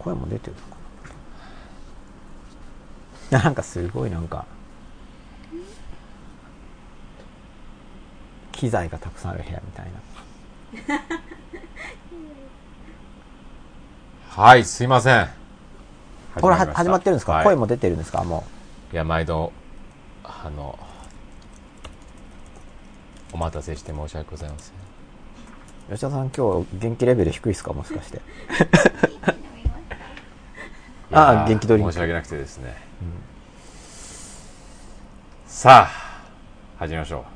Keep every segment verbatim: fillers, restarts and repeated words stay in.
声も出てるのかな。なんかすごいなんか機材がたくさんある部屋みたいな。 はい、すいません。 これは始まってるんですか、 はい、 声も出てるんですか。もういや毎度あのお待たせして申し訳ございません。 吉田さん今日元気レベル低いですか、もしかしてああ元気ドリンク申し訳なくてですね、うん、さあ始めましょう。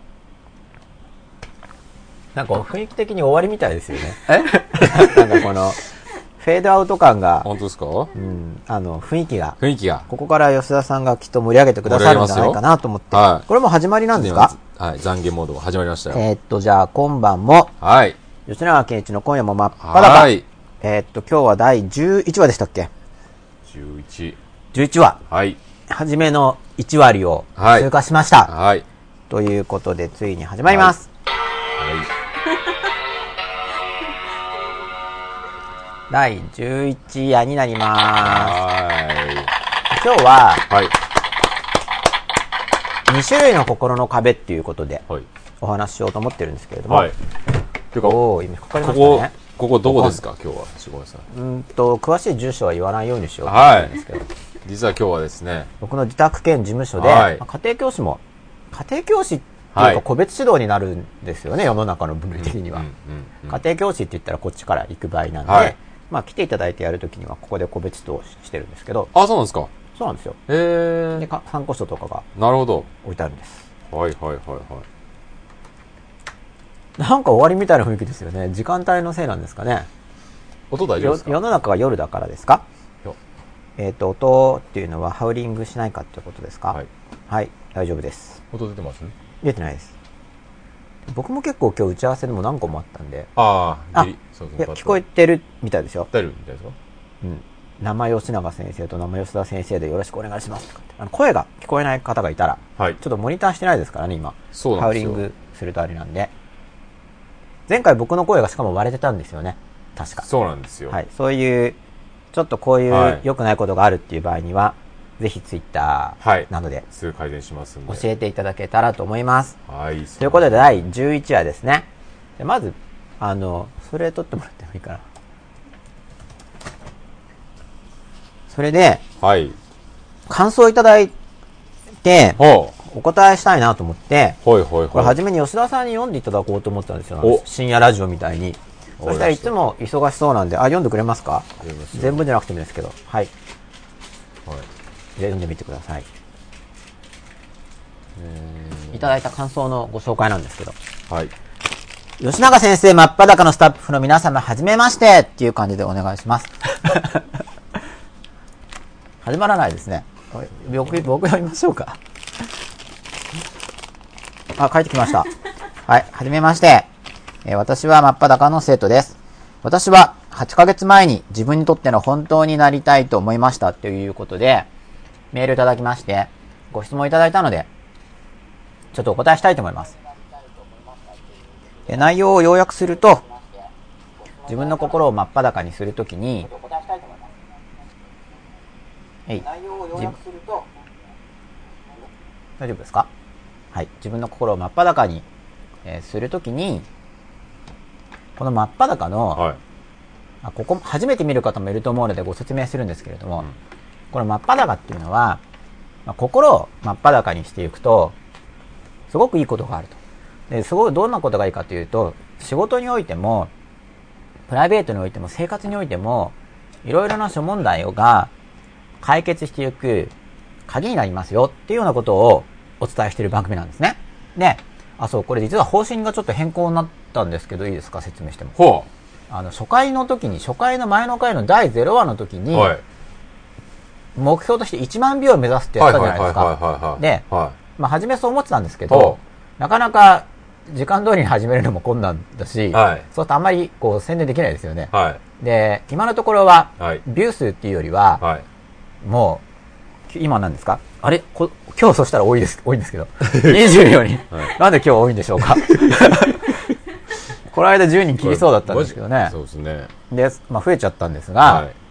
なんか雰囲気的に終わりみたいですよねえなんかこのフェードアウト感が。 本当ですか。 うん、あの雰囲気が雰囲気がここから吉田さんがきっと盛り上げてくださるんじゃないかなと思って、はい、これも始まりなんですか。 はい、懺悔モードが始まりましたよ。 えー、っとじゃあ今晩も、 はい、 吉永健一の今夜も真っ裸。はい、えー、っと今日はだいじゅういちわでしたっけ。 じゅういち、 じゅういちわ、 はい、 初めのいち割を通過しました、 はいはい、 ということでついに始まります、 はいはいだいじゅういち夜になります。 はい今日は、 はい、 に種類の心の壁っていうことで、 はい、 お話ししようと思ってるんですけれども、 はい、 おー今かかりましたね。 ここ、ここどこですか今日は。ごめんなさい。 うんと詳しい住所は言わないようにしようと思ってるんですけど、はい、 実は今日はですね、 僕の自宅兼事務所で、 はい、 まあ、家庭教師も家庭教師っていうか個別指導になるんですよね、はい、世の中の分類的には、うんうんうん、家庭教師って言ったらこっちから行く場合なんで、はい、まあ、来ていただいてやるときにはここで個別指導してるんですけど。 あ、そうなんですか。 そうなんですよ。 へー。 で参考書とかがなるほど置いてあるんです。 はいはいはいはい。 なんか終わりみたいな雰囲気ですよね。時間帯のせいなんですかね。 音大丈夫ですか。 世の中が夜だからですか。えっと音っていうのはハウリングしないかってことですか。はい、はい、大丈夫です。 音出てますね。 出てないです。僕も結構今日打ち合わせでも何個もあったんで。 ああ、いや聞こえてるみたいですよ。 出るみたいですか。 うん。生吉永先生と生吉田先生でよろしくお願いしますとかって、あの声が聞こえない方がいたら、はい、ちょっとモニターしてないですからね今。 そうなんですよ。 ハウリングするとあれなんで。前回僕の声がしかも割れてたんですよね。確か。 そうなんですよ。 はい。そういうちょっとこういう良くないことがあるっていう場合には、ぜひツイッターなどで、 すぐ改善しますんで教えていただけたらと思います。 はい。 ということでだいじゅういちわですね。でまずあのそれ撮ってもらってもいいかな。それで、はい、感想いただいてお答えしたいなと思って、はいはいはい、これ初めに吉田さんに読んでいただこうと思ったんですよ。深夜ラジオみたいに。そしたらいつも忙しそうなんで、あ、読んでくれますか。全部じゃなくてもいいですけど、はい、はい、じゃあ読んでみてください。いただいた感想のご紹介なんですけど、はい、吉永先生、真っ裸のスタッフの皆様、はじめましてっていう感じでお願いします始まらないですね。僕、僕読みましょうか。あ、帰ってきました。はい、はじめまして。えー、私は真っ裸の生徒です。私ははちかげつまえに自分にとっての本当になりたいと思いましたということで、メールいただきまして、ご質問いただいたので、ちょっとお答えしたいと思います。内容を要約すると、自分の心を真っ裸にするときに、はい、内容を要約すると、大丈夫ですか？はい、自分の心を真っ裸に、えー、するときに、この真っ裸の、はい、あここ初めて見る方もいると思うのでご説明するんですけれども、うん、この真っ裸っていうのは、まあ、心を真っ裸にしていくとすごくいいことがあると。ですごいどんなことがいいかというと、仕事においてもプライベートにおいても生活においてもいろいろな諸問題が解決していく鍵になりますよっていうようなことをお伝えしている番組なんですね。で、あ、そう、これ実は方針がちょっと変更になったんですけど、いいですか、説明しても。ほう。あの、初回の時に、初回の前の回のだいゼロわの時に、はい、目標としていちまんビューを目指すってやったじゃないですか。で、はい、まあ、初めそう思ってたんですけど、なかなか時間通りに始めるのも困難だし、はい、そうするとあんまりこう宣伝できないですよね。はい、で、今のところは、はい、ビュー数っていうよりは、はい、もう、今なんですかあれこ今日そしたら多いです、多いんですけど。にじゅうよにん。はい、なんで今日多いんでしょうかこの間じゅうにん切りそうだったんですけどね。そうですね。で、まあ増えちゃったんですが、はい、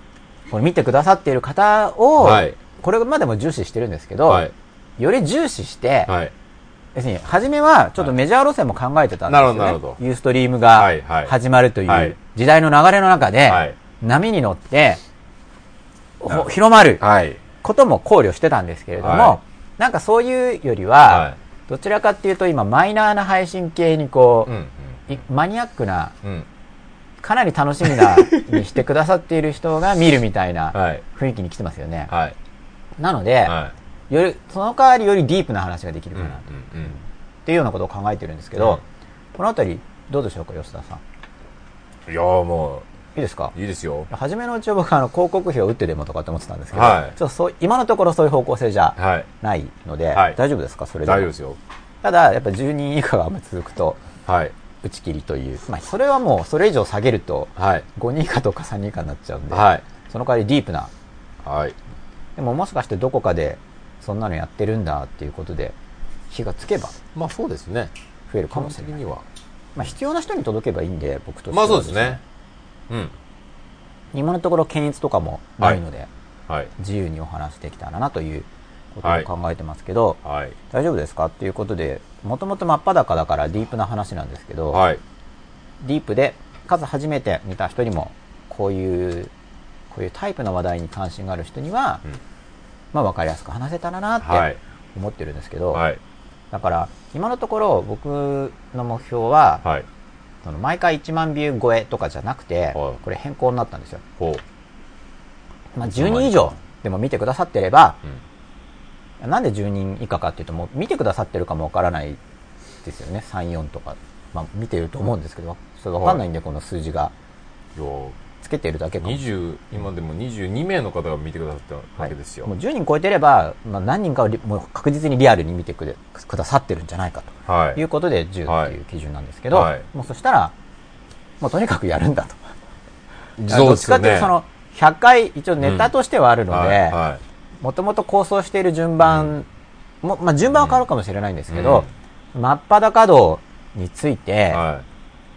これ見てくださっている方を、 はい、 これまでも重視してるんですけど、 はい、 より重視して、 はい、 要するに初めはちょっとメジャー路線も考えてたんですよね、 なるほどユーストリームが始まるという時代の流れの中で、はい、波に乗って広まることも考慮してたんですけれども、はい、なんかそういうよりは、はい、どちらかっていうと今マイナーな配信系にこう、うんうん、マニアックな、うん、かなり楽しみなにしてくださっている人が見るみたいな雰囲気に来てますよね、はい、なので、はい、よりその代わりよりディープな話ができるかなと、うんうんうん、っていうようなことを考えてるんですけど、うん、このあたりどうでしょうか、吉田さん。 いやーもういいですか。 いいですよ。 初めのうちは僕はあの広告費を打ってでもとかって思ってたんですけど、はい、ちょっとそう今のところそういう方向性じゃないので、はい、大丈夫ですか、それで。 大丈夫ですよ。 ただやっぱじゅうにん以下が続くと、はい、打ち切りという、まあ、それはもうそれ以上下げると、はい、ごにん以下とかさんにん以下になっちゃうんで、はい、その代わりディープな、はい、でももしかしてどこかでそんなのやってるんだっていうことで火がつけば、 まあそうですね、 増えるかもしれない。 にはまあ、必要な人に届けばいいんで、僕としては、 まあそうですね。うん。 今のところ検閲とかもないので、はいはい、自由にお話できたらなということを考えてますけど、はいはい、大丈夫ですかっていうことで、もともと真っ裸だからディープな話なんですけど、はい、ディープでかつ初めて見た人にもこういうこういうタイプの話題に関心がある人には、うん、まあ分かりやすく話せたらなって思ってるんですけど、はい、だから今のところ僕の目標は、はい、その毎回いちまんビュー超えとかじゃなくて、これ変更になったんですよ。まあ、じゅうにん以上でも見てくださってれば、うん、なんでじゅうにん以下かっていうと、もう見てくださってるかもわからないですよね。さん、よんとか、まあ、見てると思うんですけど、それわかんないんで、この数字がつけてるだけかも。 にじゅう今でもにじゅうにめいの方が見てくださったわけですよ。 はい、もうじゅうにん超えてれば、まあ、何人かはもう確実にリアルに見てくださってるんじゃないかと、はい、いうことでじゅうっていう基準なんですけど、はい、もうそしたらもうとにかくやるんだと。どっちかっていうとそのひゃっかい一応ネタとしてはあるので、もともと構想している順番も、まあ、順番は変わるかもしれないんですけど、うん、真っ裸道について、はい、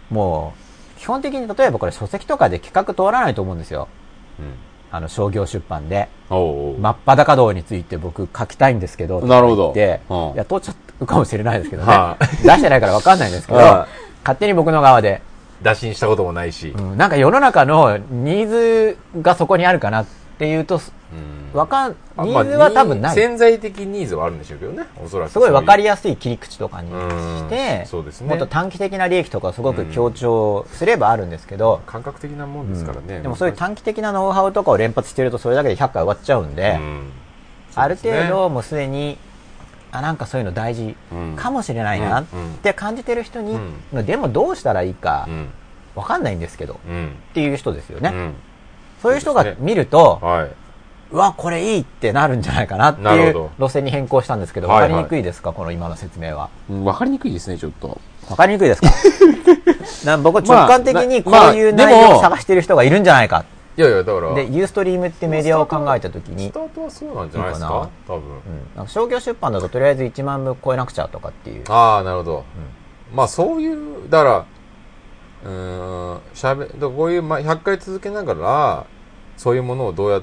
もう基本的に例えばこれ書籍とかで企画通らないと思うんですよ、うん、あの商業出版でおうおう真っ裸道について僕書きたいんですけどなるほどって言って、うん、いや通っちゃうかもしれないですけどね、はあ、出してないから分かんないんですけど、はあ、勝手に僕の側で打診したこともないし、 うん、なんか世の中のニーズがそこにあるかなっていうと、うん、わかんニーズは多分ない、まあ、 潜在的ニーズはあるんでしょうけどね、おそらくすごい分かりやすい切り口とかにして、そうですね、もっと短期的な利益とかをすごく強調すればあるんですけど、 感覚的なもんですからね、 うん、でもそういう短期的なノウハウとかを連発してるとそれだけでひゃっかい終わっちゃうんで、うん、ある程度もうすでにあなんかそういうの大事かもしれないなって感じてる人に、うん、でもどうしたらいいか、うんわかんないんですけど、うん、っていう人ですよね、うん、そういう人が見ると、う、ねはい、うわこれいいってなるんじゃないかなっていう路線に変更したんですけど、分かりにくいですか、はいはい、この今の説明は。 分かりにくいですね、ちょっと分かりにくいですかな僕直感的にこういう内容を探してる人がいるんじゃないか、 いやいやだからでユーストリームってメディアを考えたときにスタートはそうなんじゃないですか、多分、 うん、商業出版だととりあえずいちまんぶ超えなくちゃとかっていう、 ああなるほど、うん、まあそういうだからうーんしゃべこういうひゃっかい続けながらそういうものをどうやって、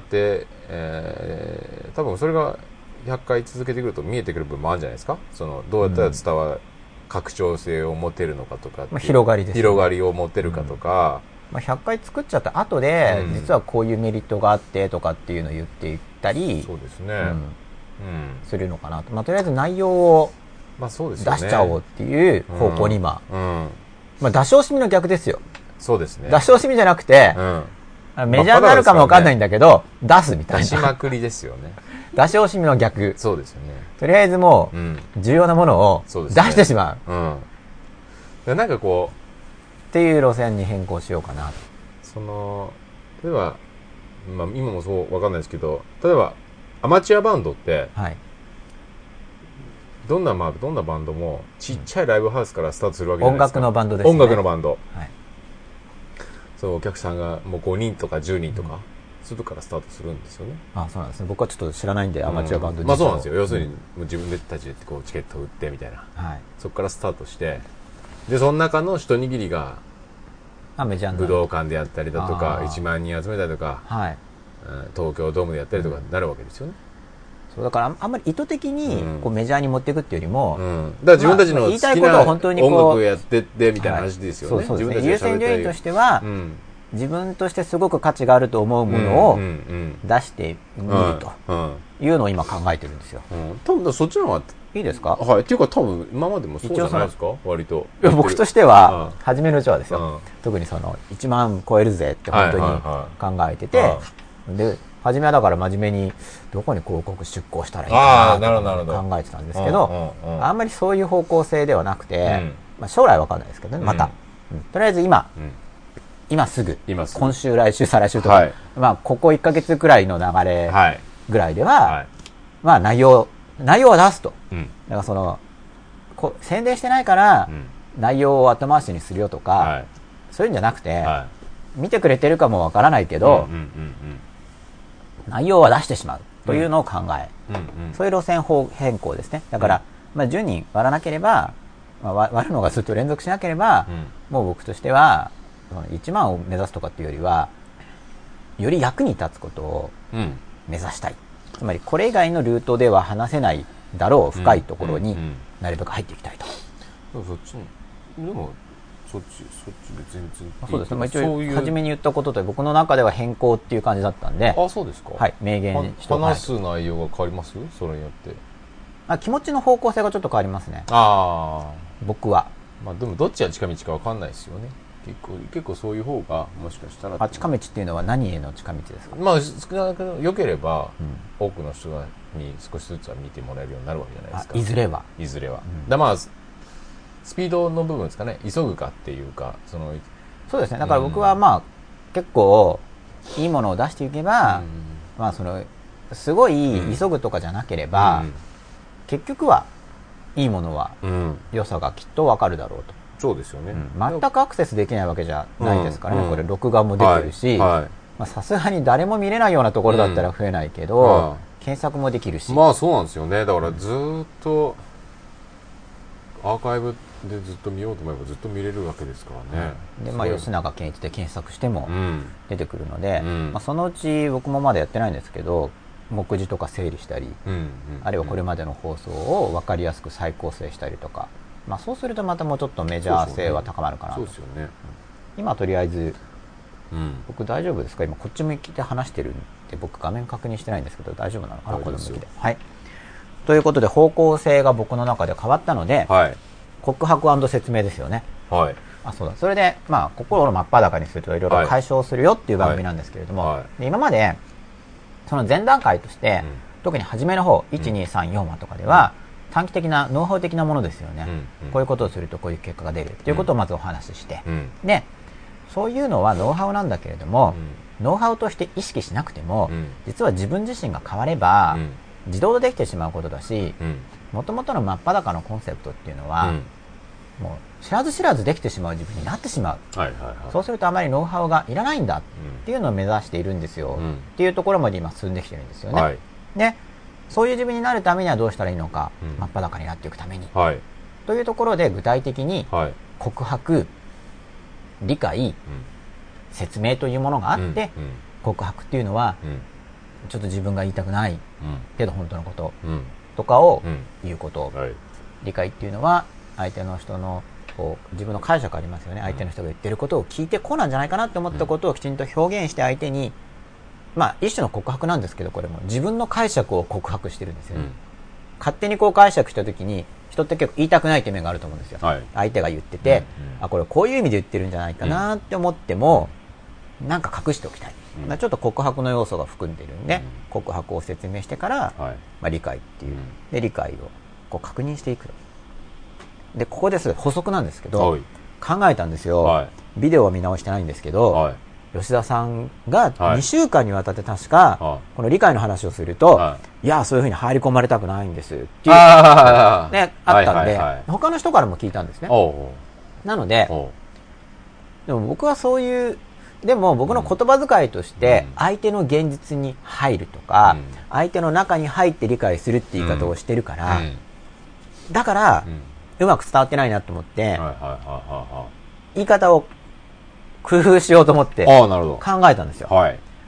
えー、多分それがひゃっかい続けてくると見えてくる部分もあるんじゃないですか。そのどうやったら伝わる、うん、拡張性を持てるのかとか、 まあ、広がりです、ね、 広がりを持てるかとか、 うんまあ、ひゃっかい作っちゃった後で、うん、実はこういうメリットがあってとかっていうのを言っていったりそうですね、うんうん、するのかなと、まあ、とりあえず内容を出しちゃおうっていう方向に今、うんうんまあ、出し惜しみの逆ですよ。 そうですね。 出し惜しみじゃなくて、うん、メジャーになるかもわかんないんだけど、まあ、出すみたいな。 出しまくりですよね。 出し惜しみの逆。 そうですよね。 とりあえずもう、うん、重要なものを出してしまう。うね、うん。なんかこう、っていう路線に変更しようかな。 その、例えば、まあ今もそうわかんないですけど、例えばアマチュアバンドって、はい、どんなまあどんなバンドもちっちゃいライブハウスからスタートするわけじゃないですか。 音楽のバンドですね。 音楽のバンド。はい、そうお客さんがもうごにんとかじゅうにんとか、うん、外からスタートするんですよね。 あ、そうなんですね。僕はちょっと知らないんで、うん、アマチュアバンド。 まあそうなんですよ。要するに、うん、もう自分たちでこうチケットを売ってみたいな。はい、そこからスタートして、でその中の一握りがあメジャーな武道館でやったりだとかいちまんにん集めたりとか、はい、 東京ドームでやったりとかになるわけですよね。 そうだからあんまり意図的にこうメジャーに持っていくっていうよりも、 うん、だから自分たちの好きな音楽をやってってみたいな話ですよね。 はい、そうそうですね。優先順位としては、うん、自分としてすごく価値があると思うものを出してみるというのを今考えてるんですよ。 うん、多分そっちの方がいいですか？ はい。っていうか多分今までもそうじゃないですか？割と。 いや僕としては、うん、初めのうちはですよ、うん。特にそのいちまん超えるぜって本当に考えてて、はいはいはい、で初めはだから真面目にどこに広告出稿したらいいかなと考えてたんですけど、うんうんうん、あんまりそういう方向性ではなくて、うん、まあ、将来わかんないですけどね、また、うんうん、とりあえず今、うん、今すぐ、今すぐ今週来週再来週とか、はい、まあここいっかげつくらいの流れぐらいでは、はい、まあ内容内容を出すと、うん、だからそのこ宣伝してないから、うん、内容を後回しにするよとか、はい、そういうんじゃなくて、はい、見てくれてるかもわからないけど、うんうんうんうん、内容は出してしまうというのを考え、うんうんうん、そういう路線変更ですね。だから、うん、まあ、じゅうにん割らなければ、まあ、割るのがずっと連続しなければ、うん、もう僕としては、いちまんを目指すとかっていうよりは、より役に立つことを目指したい。うん、つまり、これ以外のルートでは話せないだろう深いところになるべく入っていきたいと。 うんうんうん、そっちに、でも、そっち、そっちで全然いい。 そうですね。まあ、一応、初めに言ったことで、僕の中では変更っていう感じだったんで。 あ、そうですか。 はい。明言しておかないと。 話す内容が変わります？それによって。 あ、気持ちの方向性がちょっと変わりますね。 ああ。 僕は。 まあ、でも、どっちが近道かわかんないですよね。結構、結構そういう方が、もしかしたら。 あ、近道っていうのは何への近道ですか？ まあ、少なくとも良ければ、うん、多くの人に少しずつは見てもらえるようになるわけじゃないですか。 いずれは。 いずれは。うん、だまあ、スピードの部分ですかね。急ぐかっていうか、その。 そうですね。だから僕はまあ、うん、結構、いいものを出していけば、うん、まあその、すごい急ぐとかじゃなければ、うん、結局はいいものは、良さがきっとわかるだろうと。 そうですよね、 うん。全くアクセスできないわけじゃないですからね。これ録画も出てるし、さすがに誰も見れないようなところだったら増えないけど、検索もできるし。 まあそうなんですよね。だからずっと、アーカイブでずっと見ようと思えばずっと見れるわけですからね。 で、まあ、吉永健一で検索しても出てくるので、うん、まあ、そのうち僕もまだやってないんですけど、目次とか整理したり、うんうんうん、あるいはこれまでの放送を分かりやすく再構成したりとか、まあ、そうするとまたもうちょっとメジャー性は高まるかなと。 そうですよね。 今とりあえず、うん、僕大丈夫ですか？今こっち向きで話してるんで、僕画面確認してないんですけど、大丈夫なのかな？この向きで。はい。ということで方向性が僕の中で変わったので、はい、告白&説明ですよね。はい。あ、そうだ。それで、まあ、心を真っ裸にするといろいろ解消するよっていう番組なんですけれども、はいはい、で今まで、その前段階として、うん、特に初めの方、いち、に、さん、よんわとかでは、短期的な、ノウハウ的なものですよね。うんうん、こういうことをするとこういう結果が出るっていうことをまずお話しして、うん、で、そういうのはノウハウなんだけれども、うん、ノウハウとして意識しなくても、うん、実は自分自身が変われば、うん、自動でできてしまうことだし、もともとの真っ裸のコンセプトっていうのは、うん、もう知らず知らずできてしまう自分になってしまう、はいはいはい、そうするとあまりノウハウがいらないんだっていうのを目指しているんですよ、うん、っていうところまで今進んできてるんですよね、はい、でそういう自分になるためにはどうしたらいいのか、うん、真っ裸になっていくために、はい、というところで具体的に告白、理解、うん、説明というものがあって、うんうん、告白っていうのは、うん、ちょっと自分が言いたくない、うん、けど本当のこと、うん、とかを言うこと、うんはい、理解っていうのは相手の人のこう自分の解釈ありますよね。相手の人が言ってることを聞いてこうなんじゃないかなって思ったことをきちんと表現して相手に、まあ一種の告白なんですけど、これも自分の解釈を告白してるんですよね、うん、勝手にこう解釈した時に人って結構言いたくないっていう面があると思うんですよ、はい、相手が言ってて、うんうん、あこれこういう意味で言ってるんじゃないかなって思っても、うん、なんか隠しておきたい、うん、ちょっと告白の要素が含んでるんで、うん、告白を説明してから、はいまあ、理解っていう、うん、で理解をこう確認していく。でここです補足なんですけど、はい、考えたんですよ、はい、ビデオは見直してないんですけど、はい、吉田さんがにしゅうかんにわたって確か、はい、この理解の話をすると、はい、いやそういうふうに入り込まれたくないんですっていう、ね、あったんで、はいはいはい、他の人からも聞いたんですね。なのででも僕はそういうでも僕の言葉遣いとして相手の現実に入るとか、うん、相手の中に入って理解するって言い方をしてるから、うん、だから、うんうまく伝わってないなと思って、言い方を工夫しようと思って考えたんですよ。はい、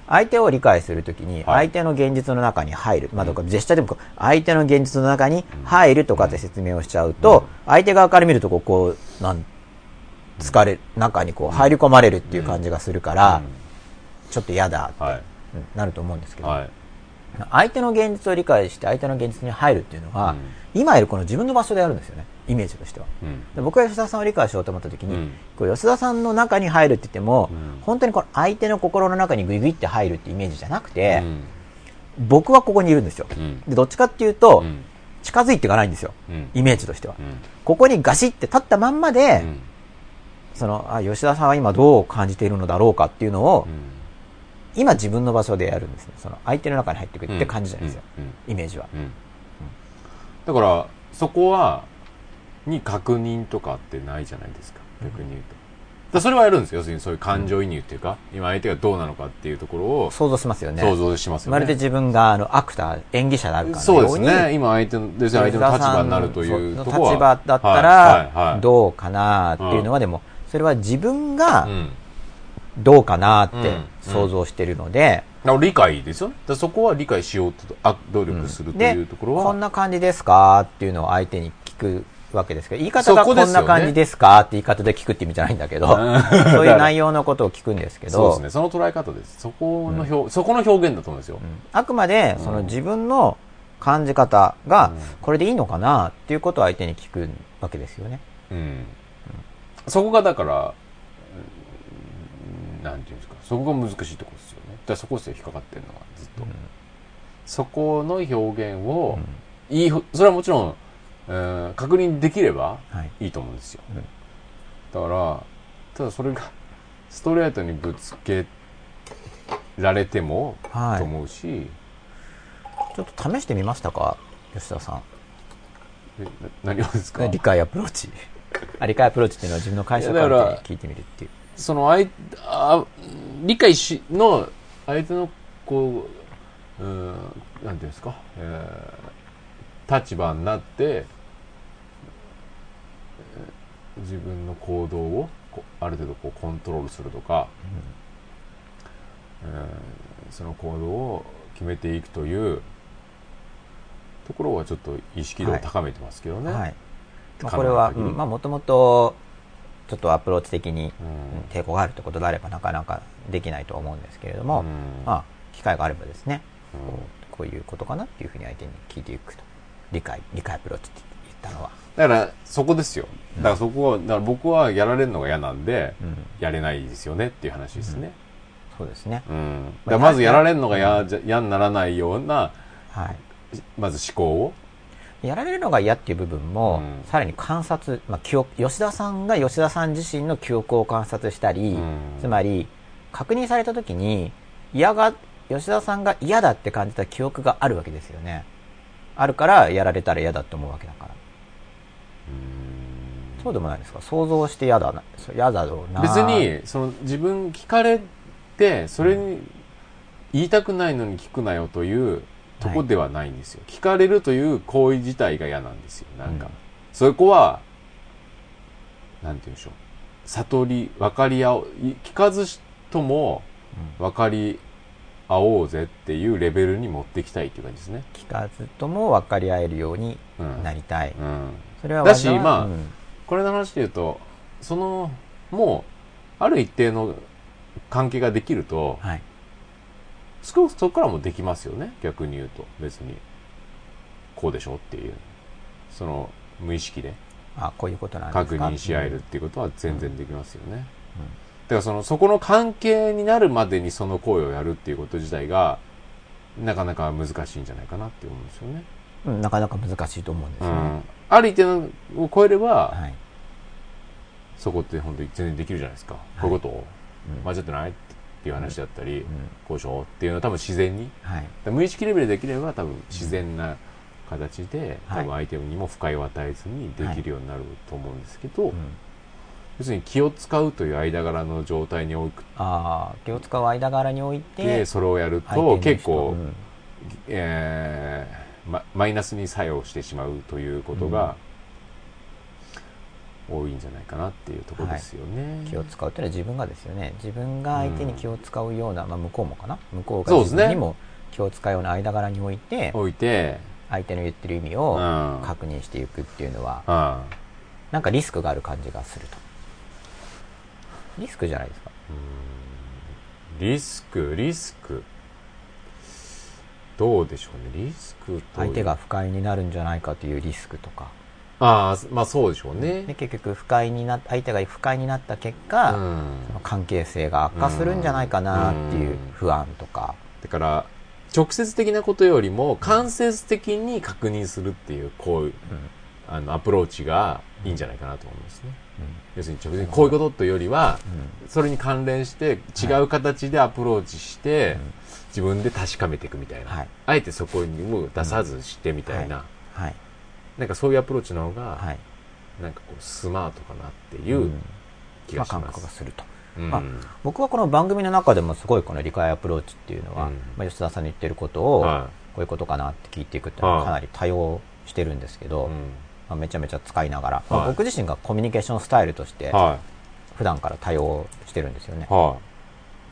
相手を理解するときに、相手の現実の中に入る。まあ、どこかジェスチャーでも、相手の現実の中に入るとかって説明をしちゃうと、相手側から見ると、こう、こう、なん、疲れ、中にこう、入り込まれるっていう感じがするから、ちょっと嫌だってなると思うんですけど、はい、相手の現実を理解して相手の現実に入るっていうのは、うん、今いるこの自分の場所でやるんですよね、イメージとしては。うん、で僕が吉田さんを理解しようと思った時に、うん、こう吉田さんの中に入るって言っても、うん、本当にこの相手の心の中にグイグイって入るってイメージじゃなくて、うん、僕はここにいるんですよ。うん、でどっちかっていうと、うん、近づいていかないんですよ、うん、イメージとしては。うん、ここにガシって立ったまんまで、うん、そのあ吉田さんは今どう感じているのだろうかっていうのを、うん今自分の場所でやるんですね。その相手の中に入ってくるって感じじゃないですよ、うんうん、イメージは、うんうん、 だからそこはに確認とかってないじゃないですか、逆に言うと。だそれはやるんですよ、要するにそういう感情移入っていうか、うん、今相手がどうなのかっていうところを想像しますよね。 想像しますよね。 まるで自分があのアクター演技者であるかのように。そうですね。今相手の相手の立場になるというところは立場だったらどうかなっていうのは、でもそれは自分がどうかなって想像してるので、 うんうん、理解ですよね。だそこは理解しようとあ努力するというところは、 うん、こんな感じですかっていうのを相手に聞くわけですけど、言い方がこんな感じですかって言い方で聞くって意味じゃないんだけどそういう内容のことを聞くんですけど、 そうですね、その捉え方です。そこの表、うん、そこの表現だと思うんですよ、うん、 あくまでその自分の感じ方がこれでいいのかなっていうことを相手に聞くわけですよね、うんうん、 そこがだからなんていうんですか、そこが難しいところですよね。だからそこですよ、引っかかってるのはずっと、うん、そこの表現を、うん、いいそれはもちろん、えー、確認できればいいと思うんですよ、はいうん、だからただそれがストレートにぶつけられても、はい、と思うし、 ちょっと試してみましたか、吉田さん。 え何をですか？ 理解アプローチあ理解アプローチっていうのは自分の解釈から聞いてみるっていう、 その相あ理解しの相手のこう、うん、なんていうんですか、えー、立場になって、えー、自分の行動をある程度こうコントロールするとか、うんえー、その行動を決めていくというところはちょっと意識度を高めてますけどね、はいはいまあ、これはもともとちょっとアプローチ的に抵抗があるということであればなかなかできないと思うんですけれども、うん、まあ、機会があればですね、うん、こう、こういうことかなっていうふうに相手に聞いていくと、理解理解アプローチって言ったのはだからそこですよ。だからそこは、だから僕はやられるのが嫌なんで、うん、やれないですよねっていう話ですね、 うん、そうですね、 うん、だからまずやられるのが嫌、うん、嫌にならないような、はい、まず思考をやられるのが嫌っていう部分も、うん、さらに観察、まあ、記憶吉田さんが吉田さん自身の記憶を観察したり、うん、つまり確認された時に嫌が吉田さんが嫌だって感じた記憶があるわけですよね。あるからやられたら嫌だと思うわけだから。うんそうでもないですか。想像して嫌だな嫌だろうな。 別にその自分聞かれてそれに言いたくないのに聞くなよというとこではないんですよ、はい、聞かれるという行為自体が嫌なんですよ。なんか、うん、そこはなんて言うんでしょう、悟り分かり合おう、聞かずとも分かり合おうぜっていうレベルに持っていきたいっていう感じですね。 聞かずとも分かり合えるようになりたい、うんうん、それはだし、まあ、うん、これの話で言うとそのもうある一定の関係ができると、はい、そこからもできますよね。逆に言うと別にこうでしょっていうその無意識であこういうことなんですか確認し合えるっていうことは全然できますよね、うんうん、だからそのそこの関係になるまでにその行為をやるっていうこと自体がなかなか難しいんじゃないかなって思うんですよね、 うん、なかなか難しいと思うんですよね、うん、 ある一定を超えれば、はい、そこって本当に全然できるじゃないですか、はい、こういうことを、うん、間違ってないっていう話だったり、うん、こうでしょっていうのは多分自然に、はい、無意識レベルでできれば多分自然な形で、うん、多分相手にも不快を与えずにできるようになると思うんですけど、はい、要するに気を使うという間柄の状態に置くあ気を使う間柄に置いてでそれをやると結構、うんえーま、マイナスに作用してしまうということが、 多いんじゃないかなっていうところですよね、 はい、気を使うというのは自分がですよね。自分が相手に気を使うような、うん、まあ、向こうもかな、向こうが自分にも気を使うような間柄において、 置いて相手の言ってる意味を確認していくっていうのは、うん、なんかリスクがある感じがすると。リスクじゃないですか。 うん、リスクリスクどうでしょうね。リスクと相手が不快になるんじゃないかというリスクとか。 ああ、まあそうでしょうね。 で結局不快にな相手が不快になった結果、うん、その関係性が悪化するんじゃないかなっていう不安とか。 だから直接的なことよりも間接的に確認するっていうこういう、うん、あのアプローチがいいんじゃないかなと思いますね。うん、要するに直接にこういうことというよりは、うん、それに関連して違う形でアプローチして、はい、自分で確かめていくみたいな、はい、あえてそこにも出さずしてみたいな、うんはい、なんかそういうアプローチの方が、はい、なんかこうスマートかなっていう気がします、うんまあ、感覚がすると、 うんまあ、僕はこの番組の中でもすごいこの理解アプローチっていうのは、うんまあ、吉田さんの言ってることを、はい、こういうことかなって聞いていくっていうのはかなり多用してるんですけど、うんまあ、めちゃめちゃ使いながら、はいまあ、僕自身がコミュニケーションスタイルとして普段から多用してるんですよね、はい、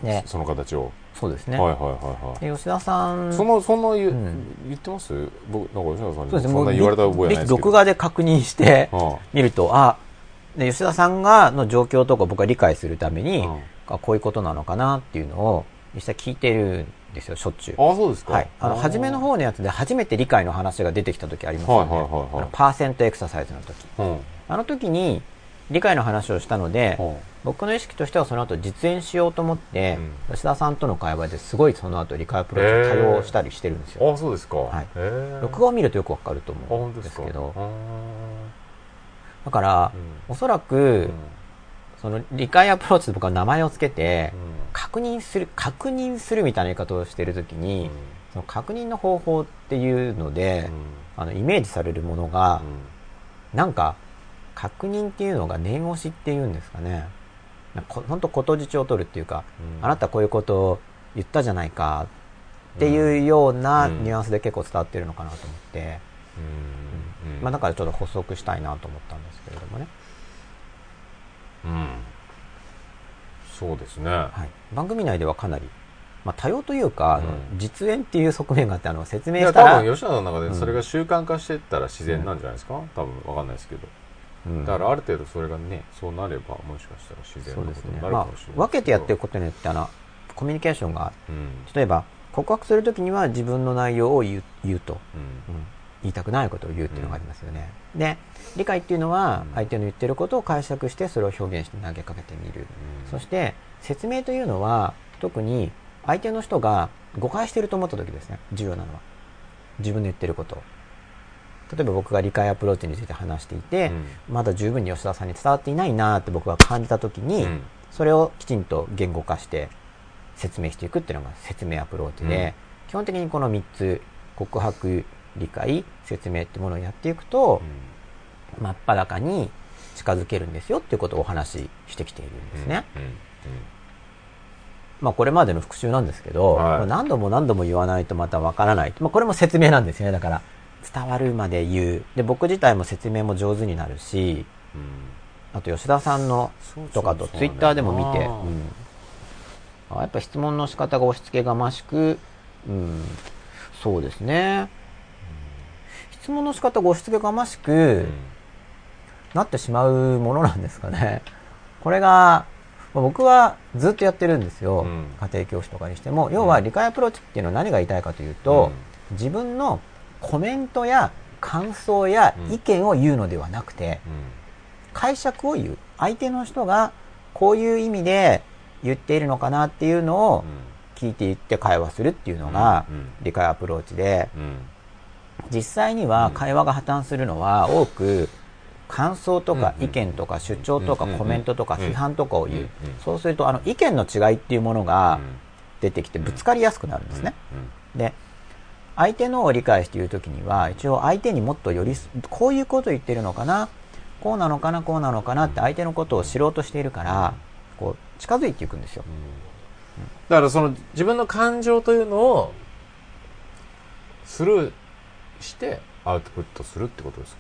でその形をそうですね、 はいはいはいはい、 で吉田さんそのそんな言、うん、言ってます？僕なんか吉田さんに そ,、ね、そんな言われた覚えないですけど録画で確認して見ると、あで吉田さんがの状況とか僕が理解するために、うん、こういうことなのかなっていうのを実際聞いてるんですよ、しょっちゅう。 あ、そうですか。 はい、あの初めの方のやつで初めて理解の話が出てきた時ありますよね、はいはいはいはい、あのパーセントエクササイズの時、うん、あの時に理解の話をしたので、うん、僕の意識としてはその後実演しようと思って、うん、吉田さんとの会話ですごいその後理解アプローチ多用したりしてるんですよ。 あ、そうですか。 はい、録画を見るとよくわかると思うんですけど、だから、うん、おそらく、うん、その理解アプローチで僕は名前をつけて、うん、確認する確認するみたいな言い方をしているときに、うん、その確認の方法っていうので、うん、あのイメージされるものが、うん、なんか確認っていうのが念押しっていうんですかね、本当ことじちを取るっていうか、うん、あなたこういうことを言ったじゃないかっていうようなニュアンスで結構伝わってるのかなと思って、うんうんまあ、だからちょっと補足したいなと思ったんですけれどもね。 うん、そうですね、 はい、番組内ではかなり、まあ、多様というか、うん、あの実演っていう側面があってあの説明したら、いや多分吉田の中でそれが習慣化していったら自然なんじゃないですか、うん、多分分かんないですけど、うん、だからある程度それがねそうなればもしかしたら自然なことになるかもしれないですけど、 まあ、分けてやっていくことによってあのコミュニケーションが、うん、例えば告白するときには自分の内容を言う、言うと、うんうん、言いたくないことを言うっていうのがありますよね、うん、で理解っていうのは相手の言ってることを解釈してそれを表現して投げかけてみる、うん、そして説明というのは特に相手の人が誤解していると思ったときですね、重要なのは自分の言ってることを、例えば僕が理解アプローチについて話していて、うん、まだ十分に吉田さんに伝わっていないなって僕が感じたときに、うん、それをきちんと言語化して説明していくっていうのが説明アプローチで、うん、基本的にこのみっつ告白、理解、説明ってものをやっていくと、うん、真っ裸に近づけるんですよっていうことをお話ししてきているんですね、うんうんうん、まあこれまでの復習なんですけど、はい、何度も何度も言わないとまたわからない、まあ、これも説明なんですよね。だから伝わるまで言うで僕自体も説明も上手になるし、うん、あと吉田さんのとかとツイッターでも見て、うん、やっぱ質問の仕方が押し付けがましく、うん、そうですね、うん、質問の仕方が押し付けがましく、うん、なってしまうものなんですかね。これが僕はずっとやってるんですよ、うん、家庭教師とかにしても。要は理解アプローチっていうのは何が言いたいかというと、うん、自分のコメントや感想や意見を言うのではなくて、うん、解釈を言う、相手の人がこういう意味で言っているのかなっていうのを聞いていって会話するっていうのが理解アプローチで、実際には会話が破綻するのは多く感想とか意見とか主張とかコメントとか批判とかを言う。そうするとあの意見の違いっていうものが出てきてぶつかりやすくなるんですね。で、相手のを理解して言うときには一応相手にもっとよりこういうことを言ってるのかな、こうなのかな、こうなのかなって相手のことを知ろうとしているからこう近づいていくんですよ。 だからその自分の感情というのをスルーしてアウトプットするってことですか？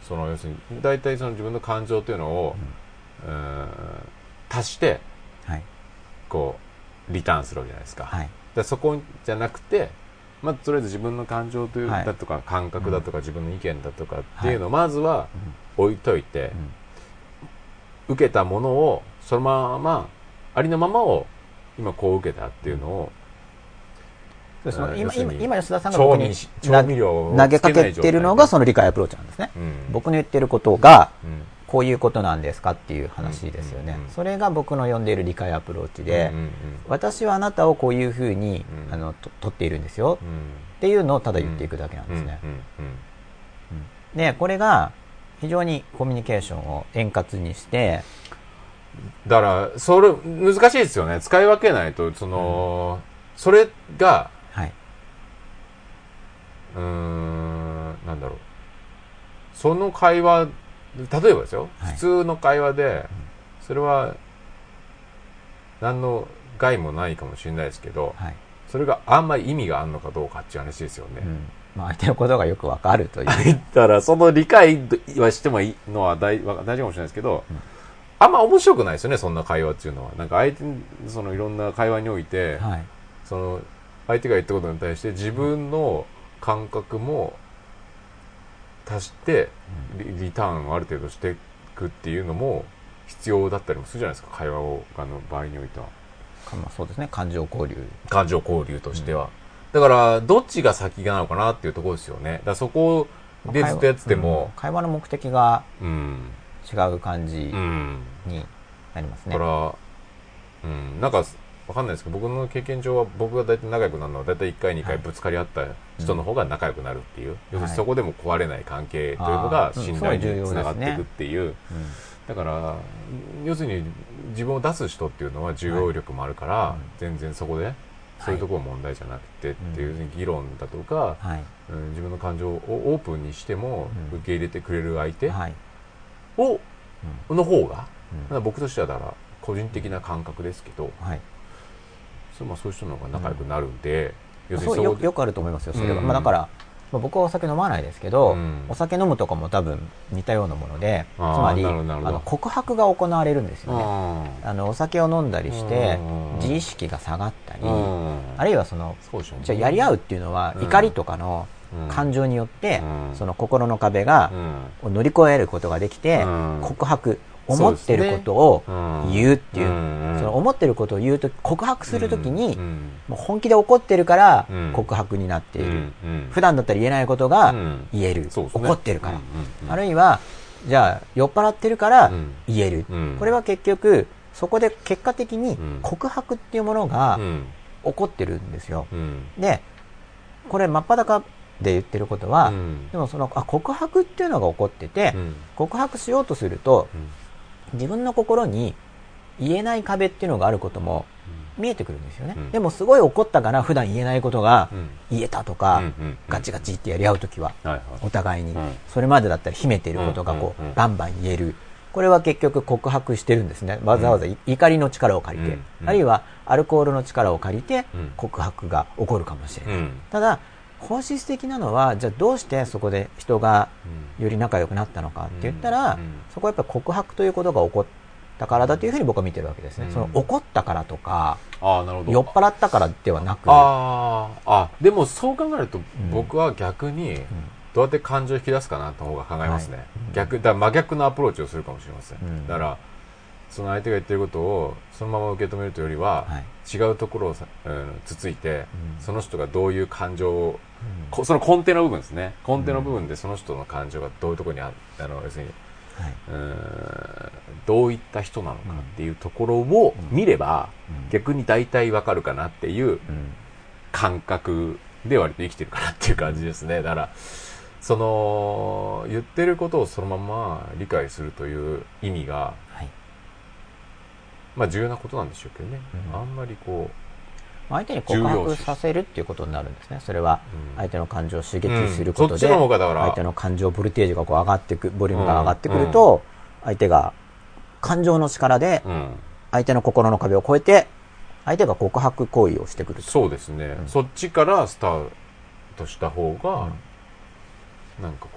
その要するに大体その自分の感情というのを、うん、足して、はい、こうリターンするわけじゃないですか。はい、でそこじゃなくて、まずとりあえず自分の感情という、はい、だとか感覚だとか、うん、自分の意見だとかっていうのをまずは置いといて、うん、受けたものをそのままありのままを今こう受けたっていうのを、 うん、その今, 今, 今吉田さんが僕に調味料を投げかけているのがその理解アプローチなんですね、うん、僕の言ってることがこういうことなんですかっていう話ですよね、うんうんうん、それが僕の呼んでいる理解アプローチで、うんうんうん、私はあなたをこういうふうに、うん、あのと取っているんですよ、うん、っていうのをただ言っていくだけなんですね、うんうんうんうん、でこれが非常にコミュニケーションを円滑にしてだからそれ難しいですよね。使い分けないとその、うん、それが、はい、うーんなんだろうその会話例えばですよ、はい、普通の会話でそれは何の害もないかもしれないですけど、はい、それがあんまり意味があるのかどうかっていう話ですよね、うんまあ、相手のことがよくわかるという言ったらその理解はしてもいいのは 大, 大事かもしれないですけど、うんあんま面白くないですよね、そんな会話っていうのは。なんか相手に、そのいろんな会話において、はい、その相手が言ったことに対して自分の感覚も足して、うん、リ, リターンをある程度していくっていうのも必要だったりもするじゃないですか、会話をあの場合においては。 まあ、そうですね、感情交流。 感情交流としては。うん、だから、どっちが先なのかなっていうところですよね。だからそこでずっとやってても。 会話、うん、会話の目的が、うん違う感じになりますね。 だから、うん、なんかわかんないですけど、僕の経験上は僕が大体仲良くなるのは大体いっかいにかいぶつかり合った人の方が仲良くなるっていう、はい、要するにそこでも壊れない関係というのが信頼につながっていくっていう、うんねうん、だから要するに自分を出す人っていうのは重要力もあるから、はい、全然そこでそういうところ問題じゃなくてっていう議論だとか、はいうん、自分の感情をオープンにしても受け入れてくれる相手、はいを、うん、の方が、うん、僕としてはだから個人的な感覚ですけど、はい、そ, まあそういう人の方が仲良くなるんで、 うん、要するにそう よ, よくあると思いますよそれは、うんまあ、だから、まあ、僕はお酒飲まないですけど、うん、お酒飲むとかも多分似たようなものでつまりあの告白が行われるんですよね。あのお酒を飲んだりして自意識が下がったりあるいはそのじゃあやり合うっていうのは怒りとかの感情によって、うん、その心の壁が、うん、乗り越えることができて、うん、告白思ってることを言うっていう、うん、その思ってることを言うと告白するときに、うん、もう本気で怒ってるから告白になっている、うん、普段だったら言えないことが言える、うん、怒ってるから、あるいはじゃあ酔っ払ってるから言える、これは結局そこで結果的に告白っていうものが起こってるんですよ、でこれ真っ裸で言ってることは、うん、でもそのあ告白っていうのが起こってて、うん、告白しようとすると、うん、自分の心に言えない壁っていうのがあることも見えてくるんですよね、うん、でもすごい怒ったから普段言えないことが言えたとか、うん、ガチガチってやり合うときは、うん、お互いに、うん、それまでだったら秘めていることがこう、うん、バンバン言える、これは結局告白してるんですね。わざわざ怒りの力を借りて、あるいはアルコールの力を借りて告白が起こるかもしれない、ただ本質的なのはじゃあどうしてそこで人がより仲良くなったのかって言ったら、うんうん、そこはやっぱり告白ということが起こったからだというふうに僕は見てるわけですね、うん、その怒ったからとかあなるほど酔っ払ったからではなくああでもそう考えると僕は逆にどうやって感情を引き出すかなって方が考えますね、はい、逆だ真逆のアプローチをするかもしれません、うん、だからその相手が言ってることをそのまま受け止めるというよりは、はい、違うところをさ、うん、つついて、うん、その人がどういう感情を、うん、その根底の部分ですね根底の部分でその人の感情がどういうところにあるあの要するに、はい、うんどういった人なのかっていうところを見れば、うん、逆に大体わかるかなっていう感覚で割と生きてるかなっていう感じですね。だからその言ってることをそのまま理解するという意味が、はい、まあ重要なことなんでしょうけどね、うん、あんまりこう相手に告白させるっていうことになるんですね。それは相手の感情を刺激することで、うん、相手の感情ボルテージがこう上がってくボリュームが上がってくると、うん、相手が感情の力で相手の心の壁を越えて相手が告白行為をしてくる。 そうですね、うん、そっちからスタートした方が、うん、なんかこう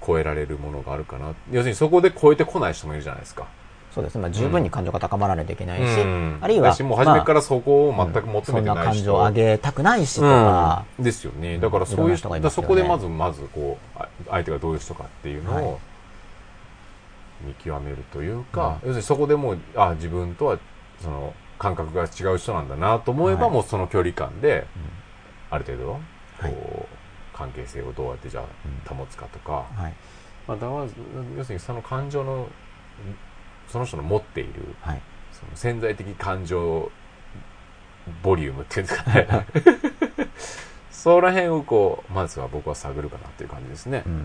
超えられるものがあるかな。要するにそこで超えてこない人もいるじゃないですか。 そうですね。まあ、十分に感情が高まらないといけないし、 うん、 あるいは、 もう初めからそこを全く求めてない人、 うん、そんな感情を上げたくないしとか、 うん、ですよね。だからそういう人がいますよね。そこでまずまずこう相手がどういう人かっていうのを見極めるというか、はい、要するにそこでもうあ自分とはその感覚が違う人なんだなと思えば、はい、もうその距離感で、うん、ある程度こう、はい、関係性をどうやってじゃあ保つかとか、はい、まあ、だから要するにその感情のその人の持っている、はい、その潜在的感情ボリュームっていうんですかねその辺をこうまずは僕は探るかなっていう感じですね、うんうん、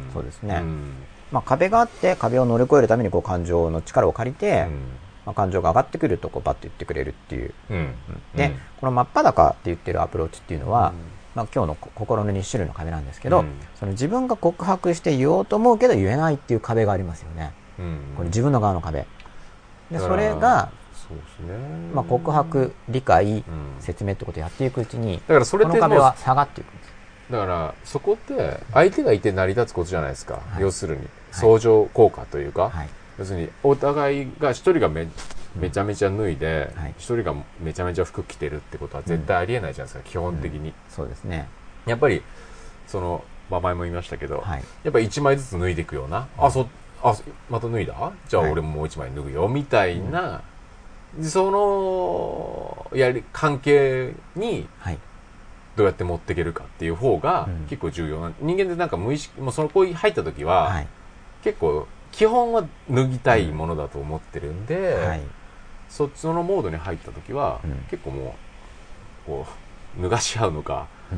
そうですね、うん、まあ、壁があって壁を乗り越えるためにこう感情の力を借りて、うん、まあ、感情が上がってくるとこうバッと言ってくれるっていう、うん、で、うん、この真っ裸って言ってるアプローチっていうのは、うん、まあ、今日の心のに種類の壁なんですけど、うん、その自分が告白して言おうと思うけど言えないっていう壁がありますよね、うん、これ自分の側の壁で、それがそうですね、まあ、告白、理解、うん、説明ってことをやっていくうちに、だからそれってこの壁は下がっていくんです。 だからそこって相手がいて成り立つことじゃないですか、はい、要するに相乗効果というか、はい、要するにお互いが一人が め, めちゃめちゃ脱いで一、はい、人がめちゃめちゃ服着てるってことは絶対ありえないじゃないですか、うん、基本的に、うん、 そうですね。 やっぱりその前も言いましたけど、はい、やっぱり一枚ずつ脱いでいくような、うん、あそあまた脱いだじゃあ俺ももう一枚脱ぐよみたいな、うん、そのやり関係にどうやって持っていけるかっていう方が結構重要な、うん、人間ってなんか無意識もうその子に入った時は、はい、結構基本は脱ぎたいものだと思ってるんで、うん、はい、そっちのモードに入った時は、うん、結構もうこう脱がし合うのか、うん、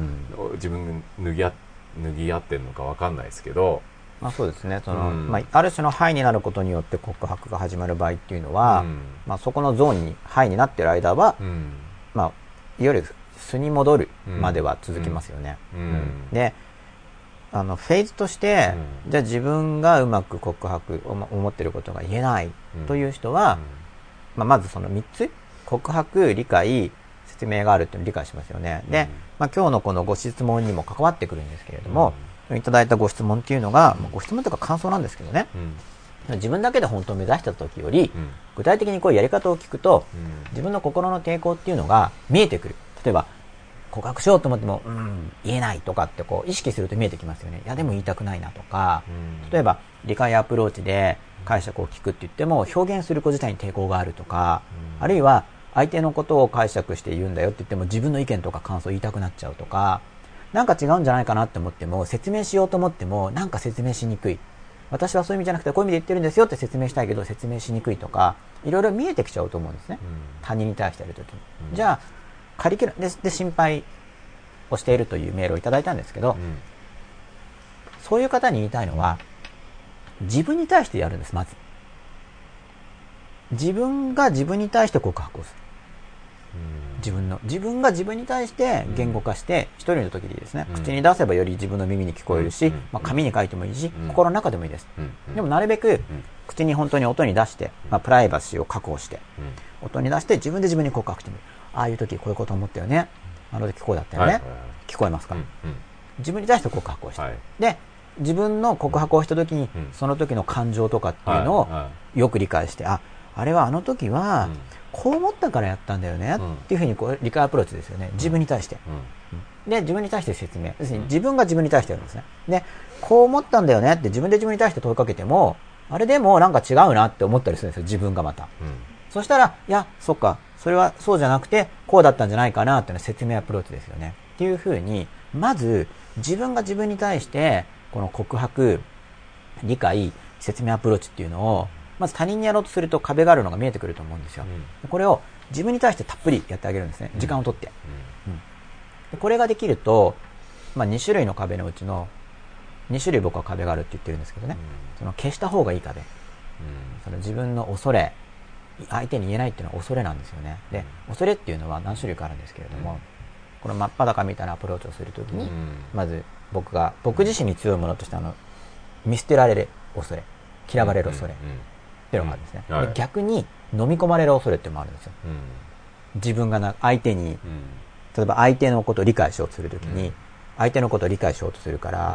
自分脱ぎ合脱ぎ合ってるのか分かんないですけど、 まあ、そうですね。その、うん、まあ、ある種のハイになることによって告白が始まる場合っていうのは、うん、まあ、そこのゾーンにハイになってる間は、うん、まあ、いわゆる素に戻るまでは続きますよね。うんうん、で、あのフェーズとして、じゃあ自分がうまく告白思ってることが言えないという人は、まあ、まずそのみっつ、告白、理解、説明があるっていうのを理解しますよね。で、まあ、今日のこのご質問にも関わってくるんですけれども、いただいたご質問っていうのが、ご質問というか感想なんですけどね、うん、自分だけで本当を目指した時より、うん、具体的にこういうやり方を聞くと、うん、自分の心の抵抗っていうのが見えてくる。例えば告白しようと思っても、うん、言えないとかってこう意識すると見えてきますよね。いやでも言いたくないなとか、うん、例えば理解アプローチで解釈を聞くって言っても表現すること自体に抵抗があるとか、うん、あるいは相手のことを解釈して言うんだよって言っても自分の意見とか感想を言いたくなっちゃうとか、なんか違うんじゃないかなって思っても説明しようと思ってもなんか説明しにくい、私はそういう意味じゃなくてこういう意味で言ってるんですよって説明したいけど説明しにくいとか、いろいろ見えてきちゃうと思うんですね、うん、他人に対してやるときに、うん、じゃあカリキュラム で, で心配をしているというメールをいただいたんですけど、うん、そういう方に言いたいのは自分に対してやるんです。まず自分が自分に対して告白をする、自分の自分が自分に対して言語化して、うん、一人の時でいいですね、うん、口に出せばより自分の耳に聞こえるし、うん、まあ、紙に書いてもいいし、うん、心の中でもいいです、うん、でもなるべく、うん、口に本当に音に出して、まあ、プライバシーを確保して、うん、音に出して自分で自分に告白してみる。ああいう時こういうこと思ったよね、あの時こうだったよね、はいはいはい、聞こえますか、うんうん、自分に対して告白をして、はい、で自分の告白をした時に、うん、その時の感情とかっていうのをよく理解して、あ、あれはあの時は、うんこう思ったからやったんだよね、うん、っていうふうにこう理解アプローチですよね。自分に対して、うん、で自分に対して説明、要するに自分が自分に対してやるんですね。でこう思ったんだよねって自分で自分に対して問いかけても、あれでもなんか違うなって思ったりするんですよ、自分がまた、うん、そしたらいやそっかそれはそうじゃなくてこうだったんじゃないかなっていうのは説明アプローチですよね。っていうふうにまず自分が自分に対してこの告白、理解、説明アプローチっていうのをまず他人にやろうとすると壁があるのが見えてくると思うんですよ、うん、これを自分に対してたっぷりやってあげるんですね、時間をとって、うんうん、でこれができると、まあ、に種類の壁のうちのに種類僕は壁があるって言ってるんですけどね、うん、その消した方がいい壁、うん、その自分の恐れ、相手に言えないっていうのは恐れなんですよね。で恐れっていうのは何種類かあるんですけれども、うん、この真っ裸みたいなアプローチをするときに、うん、まず僕が僕自身に強いものとしてあの見捨てられる恐れ、嫌われる恐れ、うんうんうんっていうのがあるんですね、うんはい、で逆に飲み込まれる恐れっていうのもあるんですよ、うん、自分がな相手に、うん、例えば相手のことを理解しようとするときに、うん、相手のことを理解しようとするから、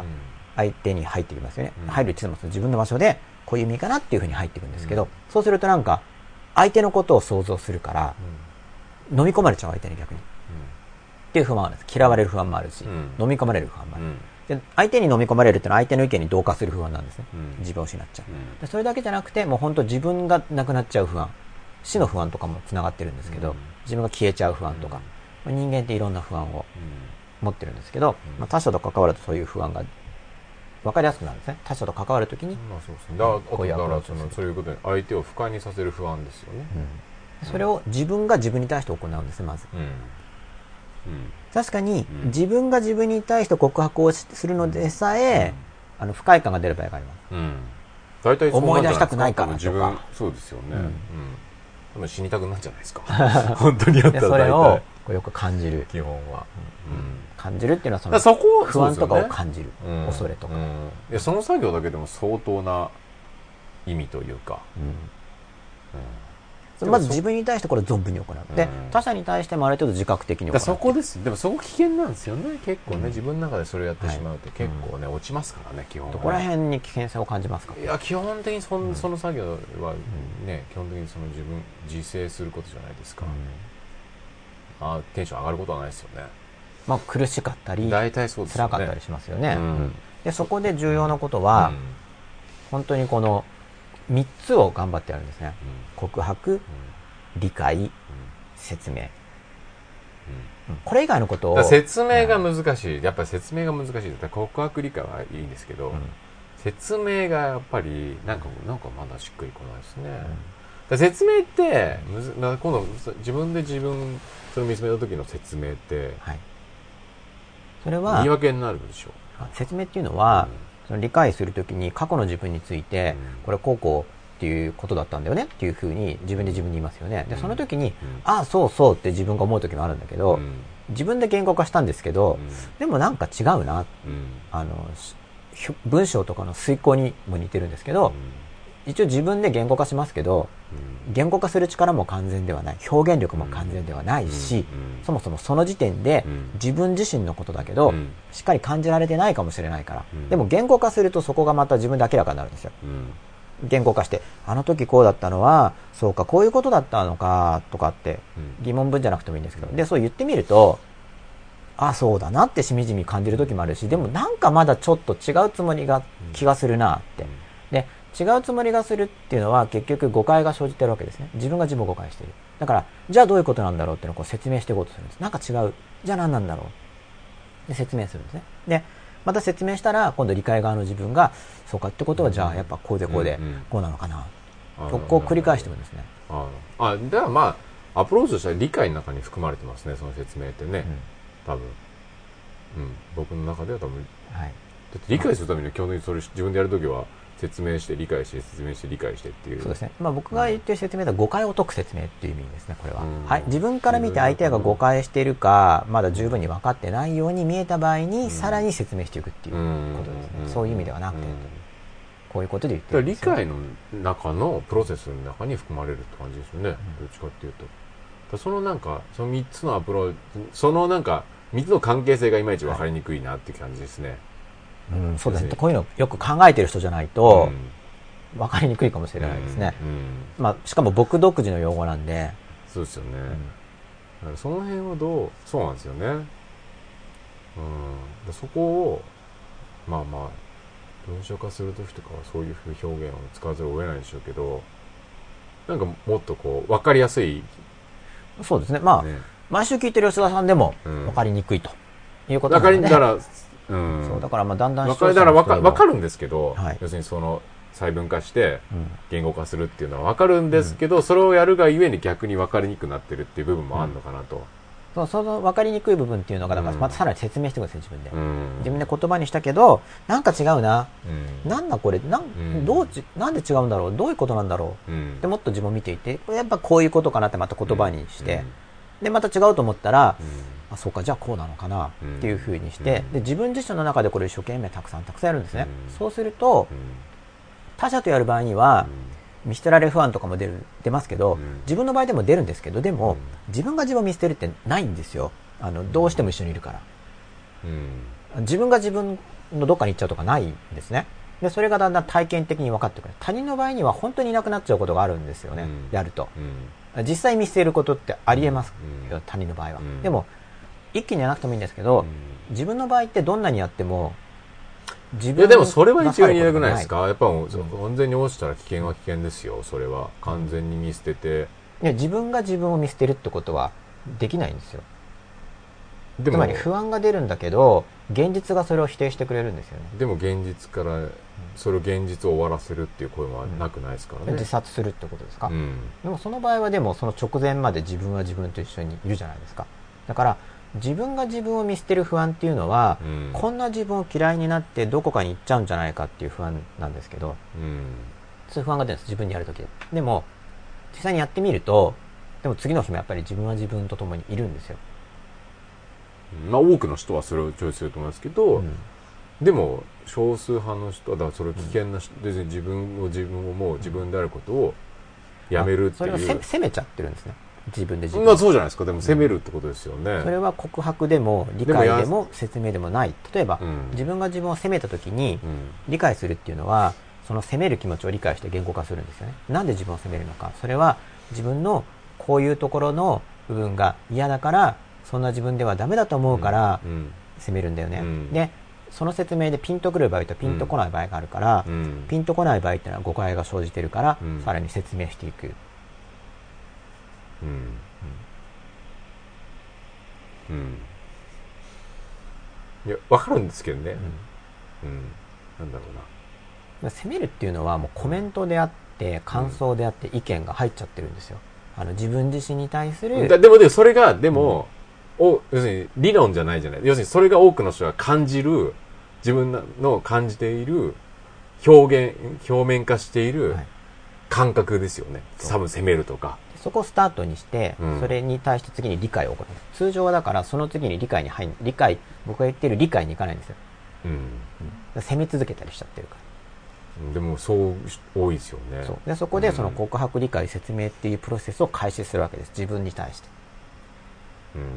相手に入ってきますよね、 うん、 入るって言っても自分の場所でこういう意味かなっていうふうに入っていくんですけど、うん、そうするとなんか相手のことを想像するから、うん、飲み込まれちゃう相手に逆に、うん、っていう不安もあるんです。嫌われる不安もあるし、うん、飲み込まれる不安もある、うん、で相手に飲み込まれるっていうのは相手の意見に同化する不安なんですね、うん、自分を失っちゃう、うん、でそれだけじゃなくてもう本当自分がなくなっちゃう不安、死の不安とかもつながってるんですけど、うん、自分が消えちゃう不安とか、うん、人間っていろんな不安を持ってるんですけど、うんまあ、他者と関わるとそういう不安が分かりやすくなるんですね。他者と関わるときに、 まあそうですね、だからだからそのそういうことに相手を不快にさせる不安ですよね、 うん、それを自分が自分に対して行うんですまず、うんうん、確かに、うん、自分が自分に対して告白をするのでさえ、うん、あの不快感が出る場合があります、うん、 大体思い出したくないからとか自分そうですよね、うんうん、死にたくなるじゃないですか本当にやったら大体それをよく感じる基本は、 うん、感じるっていうのはそのそこ不安とかを感じる、ね、恐れとか、うん、 いやその作業だけでも相当な意味というか、うんうん、まず自分に対してこれ存分に行うで、うん、他者に対してもある程度自覚的に行う。 そこですでもそこ危険なんですよね結構ね、うん、自分の中でそれをやってしまうと結構ね、はい、落ちますからね基本は、ね、 どこら辺に危険性を感じますか。 いや基本的にそ の,、うん、その作業はね、基本的にその自分自制することじゃないですか、うん、あテンション上がることはないですよね。 まあ、苦しかったり大体そうですよね、 辛かったりしますよね、うん、でそこで重要なことは、うん、本当にこのみっつを頑張ってやるんですね、うん、告白、うん、理解、うん、説明、うん、これ以外のことを説明が難しい、やっぱり説明が難しい。告白理解はいいんですけど、うん、説明がやっぱりなんかなんかまだしっくりこないですね、うん、説明ってむず今度自分で自分それを見つめた時の説明って、はい、それは言い訳になるでしょう。 説明っていうのは、うん、その理解するときに過去の自分について、うん、これこうこうっていうことだったんだよねっていうふうに自分で自分に言いますよね。でその時に、うん、ああそうそうって自分が思う時もあるんだけど、うん、自分で言語化したんですけど、うん、でもなんか違うな、うん、あの文章とかの遂行にも似てるんですけど、一応自分で言語化しますけど、言語化する力も完全ではない、表現力も完全ではないし、そもそもその時点で自分自身のことだけど、しっかり感じられてないかもしれないから、でも言語化するとそこがまた自分で明らかになるんですよ。言語化してあの時こうだったのはそうかこういうことだったのかとかって疑問文じゃなくてもいいんですけど、でそう言ってみるとあそうだなってしみじみ感じる時もあるし、でもなんかまだちょっと違うつもりが気がするなって、で違うつもりがするっていうのは結局誤解が生じてるわけですね。自分が自分を誤解している。だからじゃあどういうことなんだろうっていうのをこう説明していこうとするんです。なんか違う、じゃあ何なんだろうで説明するんですね。でまた説明したら今度理解側の自分がそうかってことはじゃあやっぱこうでこうでこうなのかなとこう繰り返していくんですね。 ああだからまあアプローチとしては理解の中に含まれてますね、その説明ってね、うん、多分、うん、僕の中では多分、はい、だって理解するためには基本的にそれ自分でやるときは説明して理解して説明して理解してっていう。 そうですね。まあ僕が言ってる説明は誤解を解く説明っていう意味ですね、これは。はい。自分から見て相手が誤解しているか、まだ十分に分かってないように見えた場合に、さらに説明していくっていうことですね。そういう意味ではなくて、こういうことで言ってるんですよ。 理解の中のプロセスの中に含まれるって感じですよね。どっちかっていうと。そのなんか、そのみっつのアプローチ、そのなんか、みっつの関係性がいまいち分かりにくいなっていう感じですね。はいうん、そうですね。こういうのよく考えてる人じゃないと分かりにくいかもしれないですね。うんうんまあ、しかも僕独自の用語なんで。 そうですよね。うん、だからその辺はどう、そうなんですよね。うん、そこをまあまあ文章化するときとかはそういう表現を使わざるを得ないんでしょうけど、なんかもっとこう分かりやすい。 そうですね。まあ、ね、毎週聞いてる吉田さんでも分かりにくいということなので、ね。分かりながらうん、そうだからまあだんだん分かるだから分か分かるんですけど、はい、要するにその細分化して言語化するっていうのは分かるんですけど、うん、それをやるがゆえに逆に分かりにくくなってるっていう部分もあるのかなと、うん、 そうその分かりにくい部分っていうのがだからまたさらに説明してください自分で、うん、自分で言葉にしたけどなんか違うな、うん、なんだこれなん、うん、どうちなんで違うんだろうどういうことなんだろう、うん、でもっと自分を見ていてやっぱこういうことかなってまた言葉にして、うん、でまた違うと思ったら、うんあそうかじゃあこうなのかなっていう風にして、うん、で自分自身の中でこれ一生懸命たくさんたくさんやるんですね、うん、そうすると、うん、他者とやる場合には、うん、見捨てられる不安とかも出る出ますけど、うん、自分の場合でも出るんですけどでも、うん、自分が自分を見捨てるってないんですよあのどうしても一緒にいるから、うん、 自分が自分のどっかに行っちゃうとかないんですね。でそれがだんだん体験的に分かってくる。他人の場合には本当にいなくなっちゃうことがあるんですよね、うん、やると、うん、実際見捨てることってありえますよ、うん、他人の場合は、うん、でも一気にやらなくてもいいんですけど、うん、自分の場合ってどんなにやっても自分いやでもそれは一番言えなくないですか。やっぱ完全に落ちたら危険は危険ですよ。それは完全に見捨てて、 いや自分が自分を見捨てるってことはできないんですよ。でもつまり不安が出るんだけど現実がそれを否定してくれるんですよね。 でも現実からそれを現実を終わらせるっていう声はなくないですからね、 うん、自殺するってことですか、うん、でもその場合はでもその直前まで自分は自分と一緒にいるじゃないですか。だから自分が自分を見捨てる不安っていうのは、うん、こんな自分を嫌いになってどこかに行っちゃうんじゃないかっていう不安なんですけど、うん、そういう不安が出るんです自分にやるとき。でも実際にやってみるとでも次の日もやっぱり自分は自分と共にいるんですよ。 まあ多くの人はそれをチョイスすると思いますけど、うん、でも少数派の人はだからそれ危険な、うん、自分を自分をもう自分であることをやめるっていう、 それを責めちゃってるんですね自分で自分。 まあそうじゃないですか。でも責めるってことですよね、うん、 それは告白でも理解でも説明でもない。例えば、うん、自分が自分を責めた時に理解するっていうのはその責める気持ちを理解して言語化するんですよね。なんで自分を責めるのか。それは自分のこういうところの部分が嫌だからそんな自分ではダメだと思うから責めるんだよね、うん、でその説明でピンとくる場合とピンとこない場合があるから、うん、ピンとこない場合っていうのは誤解が生じてるから、うん、さらに説明していく、うんうん、いや分かるんですけどね、うんうん、なんだろうな。 責めるっていうのはもうコメントであって感想であって意見が入っちゃってるんですよ。あの自分自身に対するだでもでもそれがでも、うん、お要するに理論じゃないじゃない。要するにそれが多くの人が感じる自分の感じている表現表面化している感覚ですよね、はい、多分責めるとかそこをスタートにして、うん、それに対して次に理解を行う。通常はだからその次に理解に入る理解僕が言っている理解にいかないんですよ、うんうん、責め続けたりしちゃってるから。 でもそう多いですよね。 そうでそこでその告白理解説明っていうプロセスを開始するわけです自分に対して、うんうん、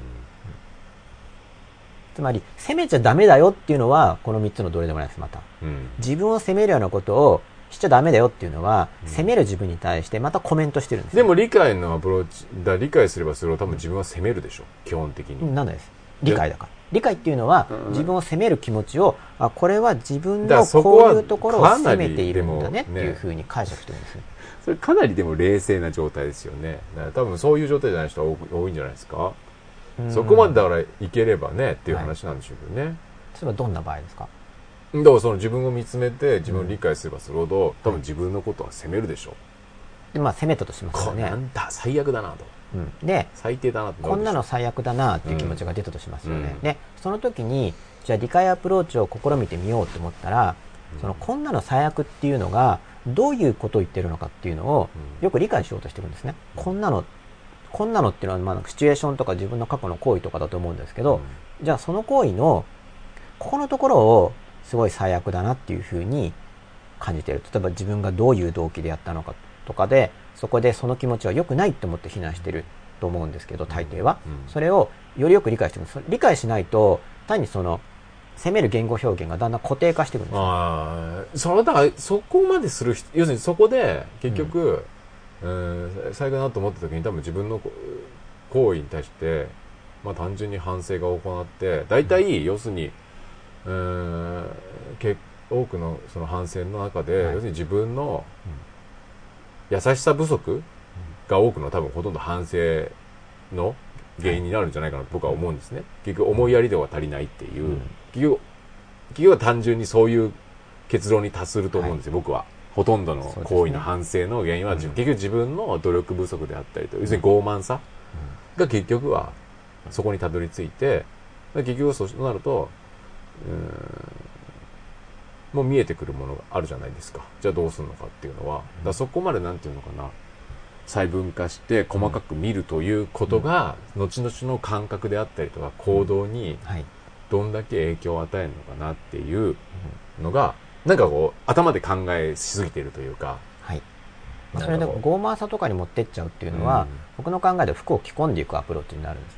つまり責めちゃダメだよっていうのはこのみっつのどれでもないです。また、うん、自分を責めるようなことをしちゃダメだよっていうのは、うん、責める自分に対してまたコメントしてるんです、 ね、でも理解のアプローチだ理解すればすると多分自分は責めるでしょ基本的に。 なんです理解だから。理解っていうのは、うん、自分を責める気持ちをあこれは自分のこういうところを責めているんだねっていうふうに解釈してるんですね。 それかなりでも冷静な状態ですよね。だから多分そういう状態じゃない人は多いんじゃないですか。そこまでだからいければねっていう話なんでしょうけどね、はい、 それはどんな場合ですか。 だからその自分を見つめて自分を理解すればするほど、うん、多分自分のことは責めるでしょう。 でまあ責めたとしますよね。 なんだ最悪だなと、うん、で最低だなとこんなの最悪だなっていう気持ちが出たとしますよね、うん、でその時にじゃあ理解アプローチを試みてみようと思ったら、うん、そのこんなの最悪っていうのがどういうことを言ってるのかっていうのをよく理解しようとしてるんですね、うん、こんなのこんなのっていうのはまあシチュエーションとか自分の過去の行為とかだと思うんですけど、うん、じゃあその行為のここのところをすごい最悪だなっていうふうに感じている。例えば自分がどういう動機でやったのかとかでそこでその気持ちは良くないと思って非難してると思うんですけど大抵は、うん、それをよりよく理解してます。理解しないと単にその責める言語表現がだんだん固定化していくんですよ。 あそれだからそこまでする人要するにそこで結局、うん、最悪だなと思った時に多分自分の行為に対して、まあ、単純に反省が行って大体、うん、要するにうーん結多くのその反省の中で、はい、要するに自分の優しさ不足が多くの多分ほとんど反省の原因になるんじゃないかなと僕は思うんですね。結局思いやりでは足りないっていう、うん、結局結局は単純にそういう結論に達すると思うんですよ、はい、僕は。ほとんどの行為の反省の原因は、ね、結局自分の努力不足であったりと、うん、要するに傲慢さが結局はそこにたどり着いて、結局そうなるとうーんもう見えてくるものがあるじゃないですか。じゃあどうするのかっていうのは、だからそこまでなんていうのかな、細分化して細かく見るということが、うん、後々の感覚であったりとか行動にどんだけ影響を与えるのかなっていうのが、なんかこう頭で考えしすぎているというか、 はい、それで傲慢さとかに持ってっちゃうっていうのは、うん、僕の考えで服を着込んでいくアプローチになるんですね。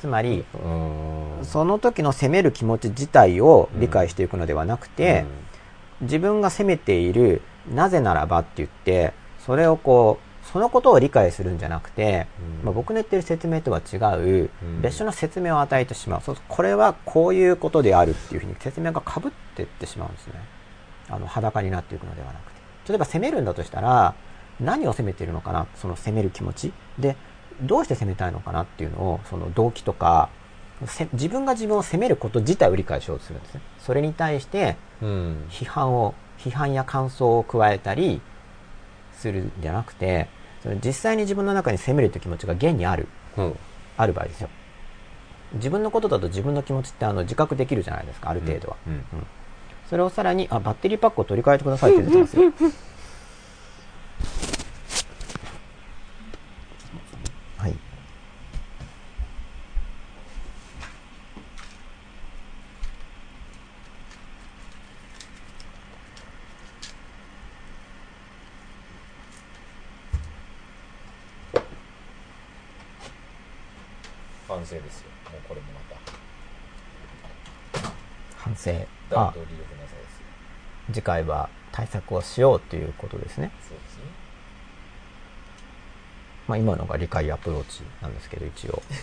つまりその時の責める気持ち自体を理解していくのではなくて、うん、自分が責めているなぜならばって言ってそれをこうそのことを理解するんじゃなくて、うんまあ、僕の言ってる説明とは違う、うん、別種の説明を与えてしまう。そうこれはこういうことであるっていうふうに説明が被っていってしまうんですね。あの裸になっていくのではなくて、例えば責めるんだとしたら何を責めているのかな、その責める気持ちでどうして責めたいのかなっていうのを、その動機とか自分が自分を責めること自体を理解しようとするんですね。それに対して批判を、うん、批判や感想を加えたりするんじゃなくて、それ実際に自分の中に責めるという気持ちが現にある、うん、ある場合ですよ。自分のことだと自分の気持ちってあの自覚できるじゃないですか、ある程度は、うんうんうん、それをさらにあバッテリーパックを取り替えてくださいって出てますよはい。 反省ですよ。もうこれもまた反省。 あ、 次回は対策をしようということですね。 そうですね。 まあ今のが理解アプローチなんですけど、一応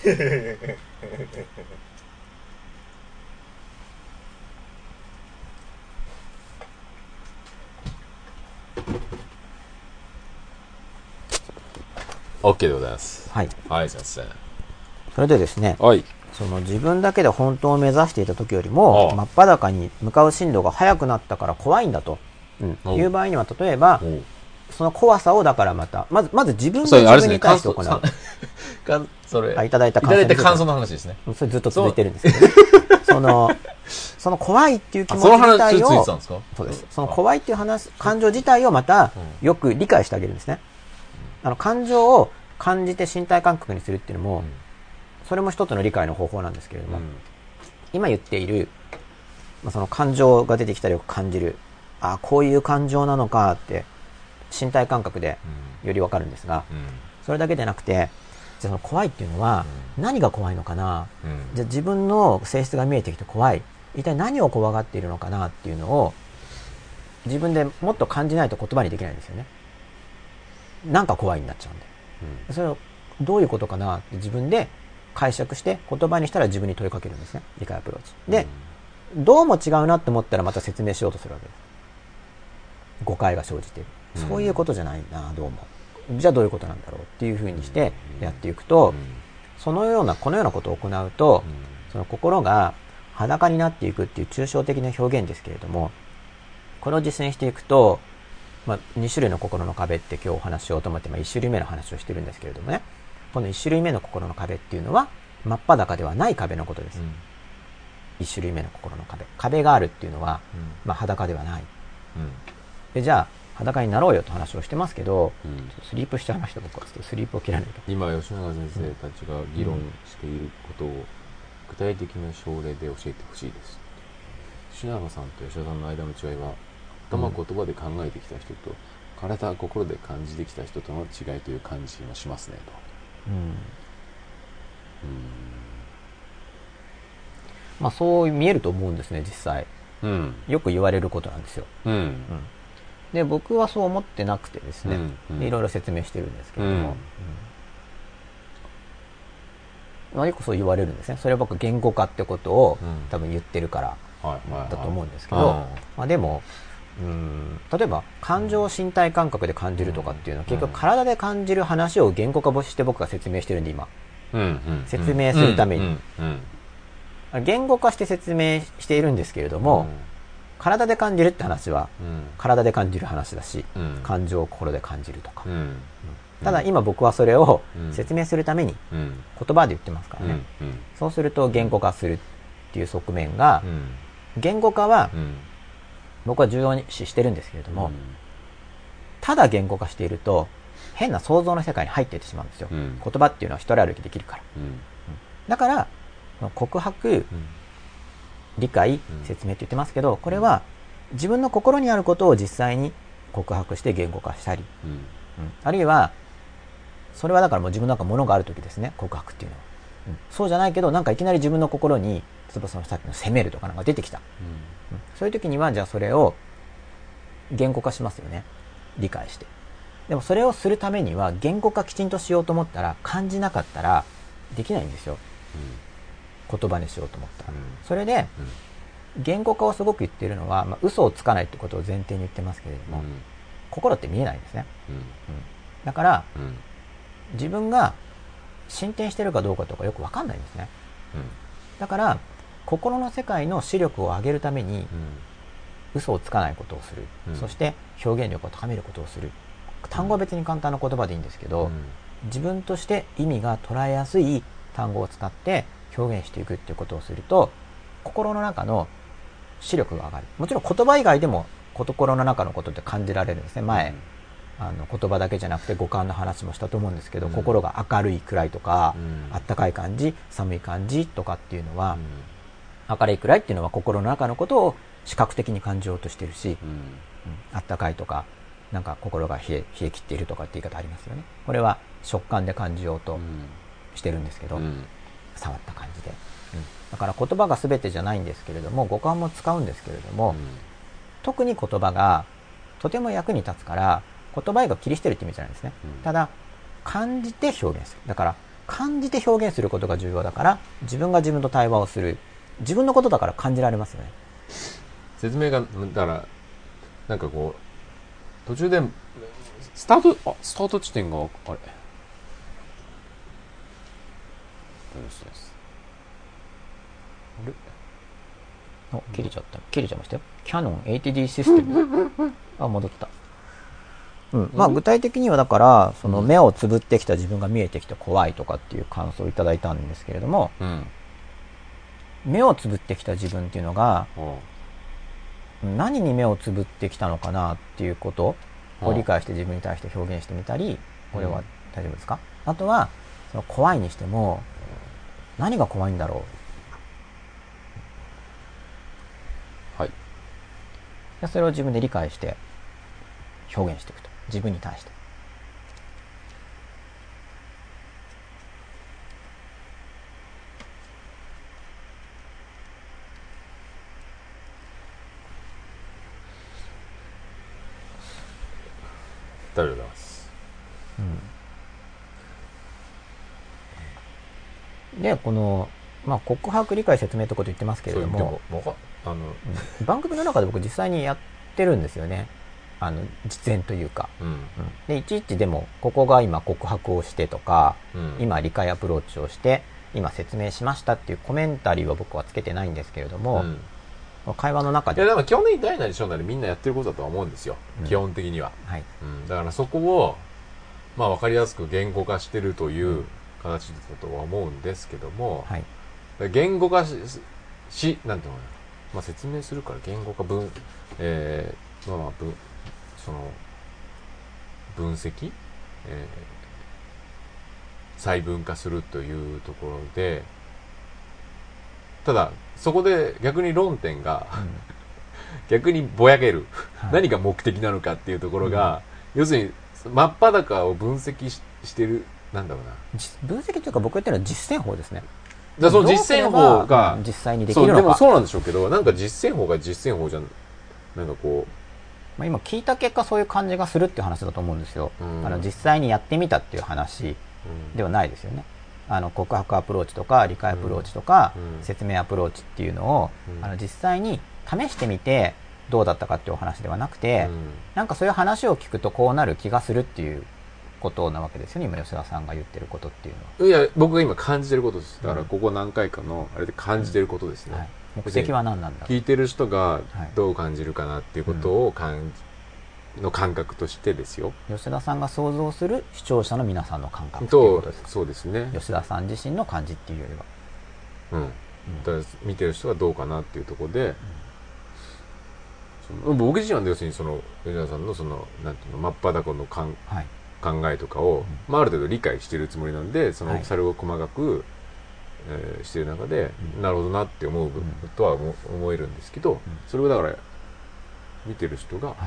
OK でございます。 はい。 はい、先生。 それでですね、 はい。 その自分だけで本当を目指していた時よりも真っ裸に向かう進度が速くなったから怖いんだと、うん、いう場合には、例えばその怖さをだからまたまずまず自分が自分に対して行う、 それいただいた感想、いただいた感想の話ですね。 それずっと続いてるんですけどね。そのその怖いっていう気持ち自体を、そうです。その怖いっていう話感情自体をまたよく理解してあげるんですね。あの感情を感じて身体感覚にするっていうのも、それも一つの理解の方法なんですけれども、うん、今言っている、まあ、その感情が出てきたりよく感じる、ああこういう感情なのかって身体感覚でより分かるんですが、うん、それだけでなくて、じゃあその怖いっていうのは何が怖いのかな、うん、じゃあ自分の性質が見えてきて怖い、一体何を怖がっているのかなっていうのを自分でもっと感じないと言葉にできないんですよね。なんか怖いになっちゃうんで、うん、それをどういうことかなって自分で解釈して言葉にしたら自分に問いかけるんですね、理解アプローチで、うん、どうも違うなって思ったらまた説明しようとするわけです。誤解が生じている、うん、そういうことじゃないな、どうもじゃあどういうことなんだろうっていうふうにしてやっていくと、うん、そのようなこのようなことを行うと、うん、その心が裸になっていくっていう抽象的な表現ですけれども、これを実践していくと、まあ、に種類の心の壁って今日お話ししようと思って、まあ、いち種類目の話をしてるんですけれどもね、このいち種類目の心の壁っていうのは真っ裸ではない壁のことです、うん、いち種類目の心の壁、壁があるっていうのは、うんまあ、裸ではない、うん、でじゃあ裸になろうよと話をしてますけど、うん、スリープしちゃいました。僕はちょっとスリープを切らないと。 今吉永先生たちが議論していることを具体的な症例で教えてほしいです。吉永さんと吉田さんの間の違いは、頭言葉で考えてきた人と、うん、体心で感じてきた人との違いという感じがしますねと。うんうん、 まあそう見えると思うんですね、実際、うん、よく言われることなんですよ、うんうん、で僕はそう思ってなくてですね、うんうん、いろいろ説明してるんですけれども、うんうんまあ、よくそう言われるんですね。それは僕言語化ってことを、うん、多分言ってるからだと思うんですけど、まあ、でもうん例えば感情を身体感覚で感じるとかっていうのは、結局体で感じる話を言語化して僕が説明してるんで今、うんうん、説明するために、うんうんうん、言語化して説明しているんですけれども、うん、体で感じるって話は、うん、体で感じる話だし、うん、感情を心で感じるとか、うんうん、ただ今僕はそれを説明するために言葉で言ってますからね、うんうん、そうすると言語化するっていう側面が、うん、言語化は、うん僕は重要視してるんですけれども、うん、ただ言語化していると変な想像の世界に入っていってしまうんですよ、うん、言葉っていうのは一人歩きできるから、うんうん、だから告白、うん、理解、説明って言ってますけど、これは自分の心にあることを実際に告白して言語化したり、うんうん、あるいはそれはだからもう自分の中に物がある時ですね、告白っていうのはうん、そうじゃないけどなんかいきなり自分の心に例えばそのさっきの責めるとかなんか出てきた、うんうん、そういう時にはじゃあそれを言語化しますよね、理解して。でもそれをするためには言語化きちんとしようと思ったら感じなかったらできないんですよ、うん、言葉にしようと思ったら、うん、それで、うん、言語化をすごく言っているのは、まあ、嘘をつかないってことを前提に言ってますけれども、うん、心って見えないんですね、うんうん、だから、うん、自分が進展してるかどうかとかよく分かんないんですね、うん、だから心の世界の視力を上げるために、うん、嘘をつかないことをする、うん、そして表現力を高めることをする。単語は別に簡単な言葉でいいんですけど、うん、自分として意味が捉えやすい単語を使って表現していくっていうことをすると心の中の視力が上がる。もちろん言葉以外でも心の中のことって感じられるんですね。前、うん、あの言葉だけじゃなくて五感の話もしたと思うんですけど、うん、心が明るい暗いとか、うん、あったかい感じ寒い感じとかっていうのは、うん、明るい暗いっていうのは心の中のことを視覚的に感じようとしてるし、うんうん、あったかいとかなんか心が冷え、冷え切っているとかって言い方ありますよね。これは食感で感じようとしてるんですけど、うん、触った感じで、うん、だから言葉が全てじゃないんですけれども五感も使うんですけれども、うん、特に言葉がとても役に立つから言葉が切り捨てるって意味じゃないんですね、うん、ただ感じて表現する。だから感じて表現することが重要だから自分が自分と対話をする。自分のことだから感じられますよね。 説明がだからなんかこう途中でスタートあスタート地点があれ大丈夫です。 あれあ切れちゃった切れちゃいましたよ。キャノン エイチディー システムあ戻った、うんまあ、具体的にはだからその目をつぶってきた自分が見えてきて怖いとかっていう感想をいただいたんですけれども、うん、目をつぶってきた自分っていうのが何に目をつぶってきたのかなっていうことを理解して自分に対して表現してみたり、これは大丈夫ですか？あとはその怖いにしても何が怖いんだろう、はい、 それを自分で理解して表現していくと、自分に対して。 ありがとうございます、 うん、でこの、まあ、告白理解説明とかと言ってますけれども、 あの、 うん、番組の中で僕実際にやってるんですよね。あの実演というか、うんうん、でいちいちでもここが今告白をしてとか、うん、今理解アプローチをして今説明しましたっていうコメンタリーは僕はつけてないんですけれども、うん、会話の中でいやでも基本的に大なり小なりみんなやってることだとは思うんですよ、うん、基本的には、はいうん、だからそこを、まあ、分かりやすく言語化してるという形だとは思うんですけども、はい、言語化 し, しなんていうのかな、まあ、説明するから言語化分、えー、まあ分その分析、えー、細分化するというところで、ただそこで逆に論点が、うん、逆にぼやける、はい、何が目的なのかっていうところが、うん、要するに真っ裸を分析 し, してるなんだろうな分析というか僕が言ってるのは実践法ですね。 だその実践法が実際にできるのか。 そうでもそうなんでしょうけど、なんか実践法が実践法じゃん、なんかこうまあ、今聞いた結果そういう感じがするっていう話だと思うんですよ、うん、あの実際にやってみたっていう話ではないですよね。あの告白アプローチとか理解アプローチとか、うん、説明アプローチっていうのを、うん、あの実際に試してみてどうだったかっていうお話ではなくて、うん、なんかそういう話を聞くとこうなる気がするっていうことなわけですよね、今吉田さんが言ってることっていうのは。いや僕が今感じてることです。だからここ何回かのあれで感じてることですね、うんはい、 目的は何なんだろう、 聞いてる人がどう感じるかなっていうことを感じ、の感覚としてですよ。 吉田さんが想像する視聴者の皆さんの感覚っていうことですか。 そうですね。 吉田さん自身の感じっていうよりは、 うん、うん、だから見てる人がどうかなっていうところで、うん、その僕自身は要するにその吉田さんのそのなんていうの真っ裸の感、はい、考えとかを、うんまあ、ある程度理解してるつもりなんで、そのそれを細かく、はいえー、してる中で、うん、なるほどなって思うとは思えるんですけど、うん、それをだから見てる人が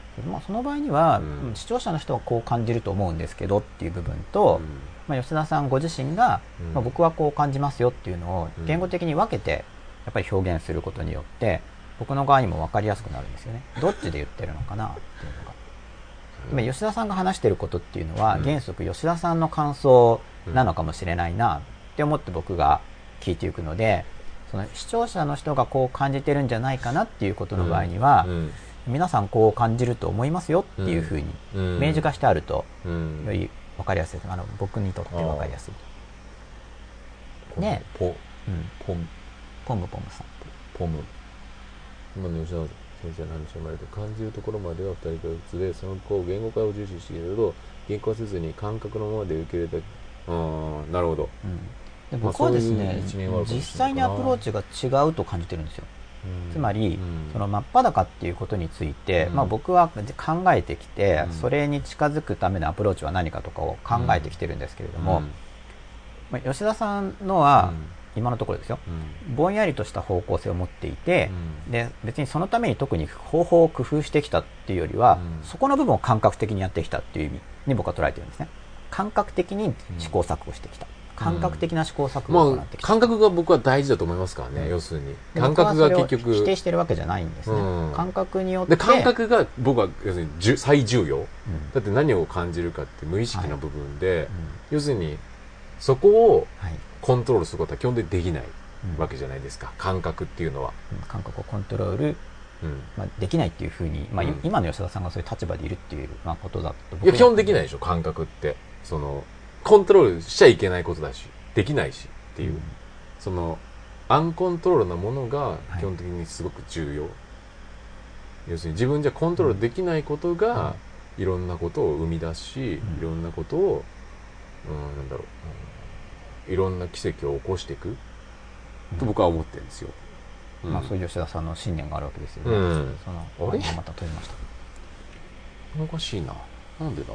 まあ、その場合には、 うん、 視聴者の人はこう感じると思うんですけどっていう部分と、うん、まあ、吉田さんご自身が、うん、まあ、僕はこう感じますよっていうのを言語的に分けてやっぱり表現することによって僕の側にも分かりやすくなるんですよね。どっちで言ってるのかなっていうのが。今吉田さんが話してることっていうのは、うん、原則吉田さんの感想なのかもしれないなって思って僕が聞いていくので、その視聴者の人がこう感じてるんじゃないかなっていうことの場合には、うんうん、皆さんこう感じると思いますよっていうふうに明示化してあるとより分かりやすい。あの僕にとって分かりやすい。ね、 ポ、うん、ポムポムポムさんポム今の吉田先生の話をまると感じるところまではふたり共通で、そのこう言語化を重視していると言語化せずに感覚のままで受け入れた。ああ、なるほど。 うん、で僕はですね、まあ、実際にアプローチが違うと感じてるんですよ。つまり、うん、その真っ裸っていうことについて、うん、まあ、僕は考えてきて、うん、それに近づくためのアプローチは何かとかを考えてきてるんですけれども、うん、まあ、吉田さんのは、今のところですよ、うん、ぼんやりとした方向性を持っていて、うん、で別にそのために特に方法を工夫してきたっていうよりは、うん、そこの部分を感覚的にやってきたっていう意味に僕は捉えてるんですね。感覚的に試行錯誤してきた、感覚的な試行錯誤を行ってきた、 まあ、感覚が僕は大事だと思いますからね、うん、要するに感覚が結局否定してるわけじゃないんですね、うん、感覚によってで感覚が僕は要するに最重要、うん、だって何を感じるかって無意識な部分で、はい、うん、要するにそこをコントロールすることは基本的にできないわけじゃないですか、うん、感覚っていうのは、 うん、感覚をコントロール、うん、まあ、できないっていうふうに、まあ、うん、今の吉田さんがそういう立場でいるっていう、まあ、ことだと僕は、 いや基本できないでしょ感覚って。そのコントロールしちゃいけないことだしできないしっていう、うん、そのアンコントロールなものが基本的にすごく重要、はい、要するに自分じゃコントロールできないことがいろんなことを生み出し、うん、いろんなことを、うん、なんだろう、いろんな奇跡を起こしていくと僕は思ってるんですよ、 うん、まあ、そういう吉田さんの信念があるわけですよね、うん、そのあれまた問いました。 おかしいな、なんでだ。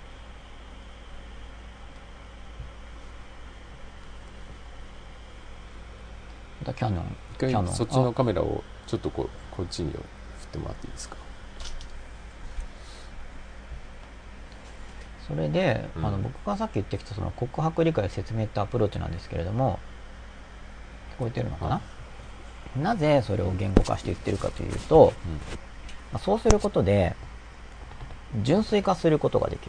キャノン一回そっちのカメラをちょっとこうこっちに振ってもらっていいですか。 それで、うん、あの僕がさっき言ってきたその告白理解説明とアプローチなんですけれども、聞こえてるのかな、うん、なぜそれを言語化して言ってるかというと、うん、まあ、そうすることで純粋化することができる。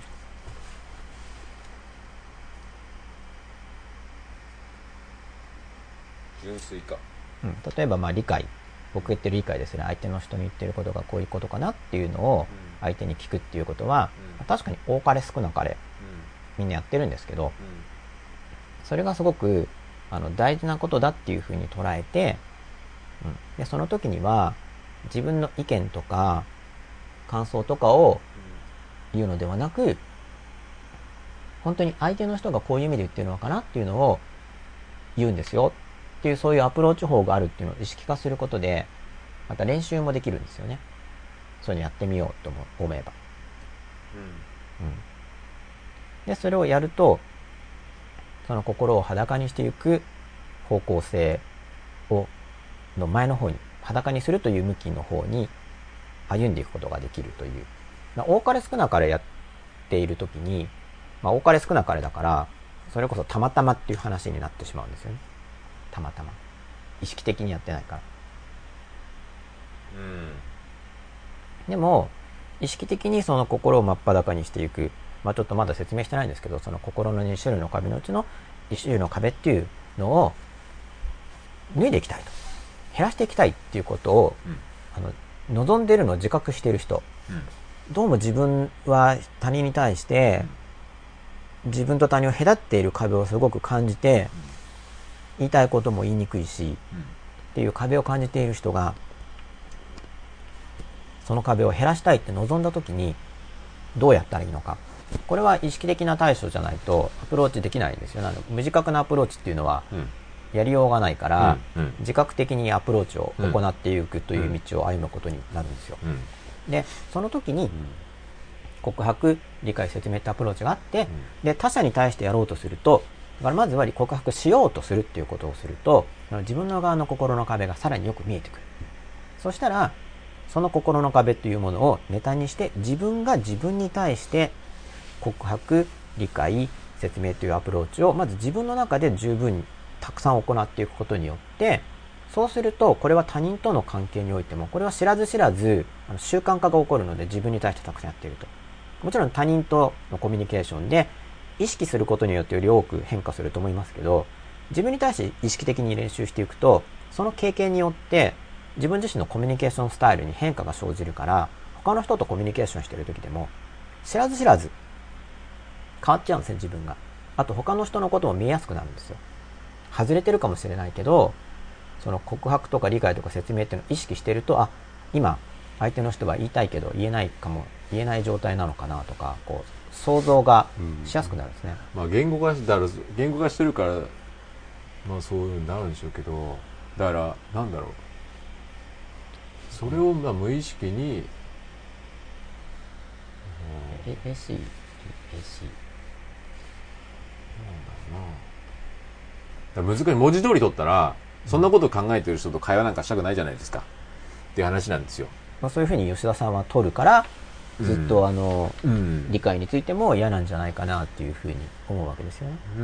純粋化、 うん、例えばまあ理解、僕言ってる理解ですね、相手の人に言ってることがこういうことかなっていうのを相手に聞くっていうことは、うん、確かに多かれ少なかれ、うん、みんなやってるんですけど、うん、それがすごくあの大事なことだっていうふうに捉えて、うん、でその時には自分の意見とか感想とかを言うのではなく、本当に相手の人がこういう意味で言ってるのかなっていうのを言うんですよっていう、そういうアプローチ法があるっていうのを意識化することで、また練習もできるんですよね。そういうのやってみようと思えば、うんうん、でそれをやると、その心を裸にしていく方向性をの前の方に、裸にするという向きの方に歩んでいくことができるという、まあ、多かれ少なかれやっているときに、まあ、多かれ少なかれだからそれこそたまたまっていう話になってしまうんですよね。たまたま意識的にやってないから、うん、でも意識的にその心を真っ裸にしていく、まあ、ちょっとまだ説明してないんですけど、その心のに種類の壁のうちのいち種類の壁っていうのを脱いでいきたいと、減らしていきたいっていうことを、うん、あの望んでいるのを自覚している人、うん、どうも自分は他人に対して、うん、自分と他人を隔っている壁をすごく感じて、うん、言いたいことも言いにくいし、うん、っていう壁を感じている人が、その壁を減らしたいって望んだときにどうやったらいいのか。これは意識的な対処じゃないとアプローチできないんですよ。無自覚なアプローチっていうのはやりようがないから、うんうん、自覚的にアプローチを行っていくという道を歩むことになるんですよ、うん、でその時に告白、理解、説明ってアプローチがあって、うん、で他者に対してやろうとすると、だからまずは告白しようとするっていうことをすると、自分の側の心の壁がさらによく見えてくる。そしたらその心の壁というものをネタにして、自分が自分に対して告白、理解、説明というアプローチをまず自分の中で十分にたくさん行っていくことによって、そうするとこれは他人との関係においても、これは知らず知らずあの習慣化が起こるので、自分に対してたくさんやっていると。もちろん他人とのコミュニケーションで意識することによってより多く変化すると思いますけど、自分に対して意識的に練習していくと、その経験によって自分自身のコミュニケーションスタイルに変化が生じるから、他の人とコミュニケーションしている時でも知らず知らず変わっちゃうんですね、自分が。あと他の人のことも見えやすくなるんですよ。外れてるかもしれないけど、その告白とか理解とか説明っていうのを意識してると、あ、今相手の人は言いたいけど言えないかも、言えない状態なのかなとか、こう想像がしやすくなるんですね。 うん、まあ言語化だから言語化してるから、まあそういうのになるんでしょうけど、だからなんだろう、それをまあ無意識に、 え、えし、えし、 なんだろうな。難しい。文字通り取ったら、そんなことを考えてる人と会話なんかしたくないじゃないですか。っていう話なんですよ。 まあ、そういうふうに吉田さんは取るから、ずっとあの、 うん、 理解についても嫌なんじゃないかなっていうふうに思うわけですよね。 うん。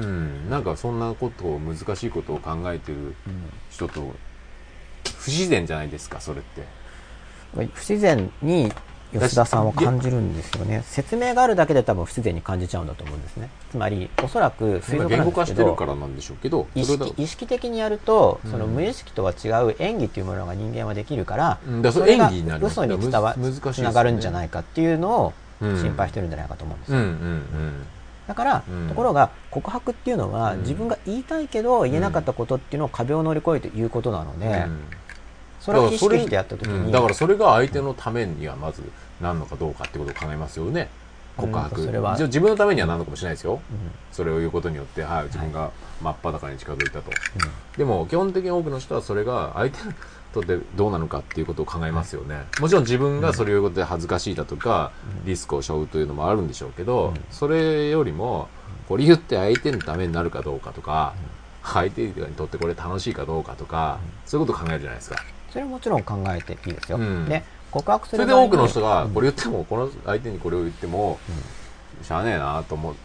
なんかそんなことを、難しいことを考えてる人と、不自然じゃないですか、それって。 不自然に吉田さんは感じるんですよね。説明があるだけで多分不自然に感じちゃうんだと思うんですね。つまりおそらく推測なんですけど、 言語化してるからなんでしょうけど、 意識、意識的にやると、その無意識とは違う演技というものが人間はできるから、 うん、だからそれが演技になる嘘に伝わ、つながるんじゃないかっていうのを心配してるんじゃないかと思うんですよ。 うんうんうん、 だから、うん、ところが告白っていうのは、うん、自分が言いたいけど言えなかったことっていうのを壁を乗り越えて言うことなので、うん、それを意識してやった時に、 だからそれが相手のためにはまず何のかどうかってことを考えますよね。告白、うん、それは自分のためには何のかもしれないですよ、うん、それを言うことによって、はい、自分が真っ裸に近づいたと、はい、でも基本的に多くの人はそれが相手にとってどうなのかっていうことを考えますよね、はい、もちろん自分がそれを言うことで恥ずかしいだとか、うん、リスクを背負うというのもあるんでしょうけど、うん、それよりもこれ言って相手のためになるかどうかとか、うん、相手にとってこれ楽しいかどうかとか、うん、そういうことを考えるじゃないですか。 それはもちろん考えていいですよ、うん、で告白するそれで多くの人がこれ言っても、うん、この相手にこれを言っても、うん、しゃあねえなと思って、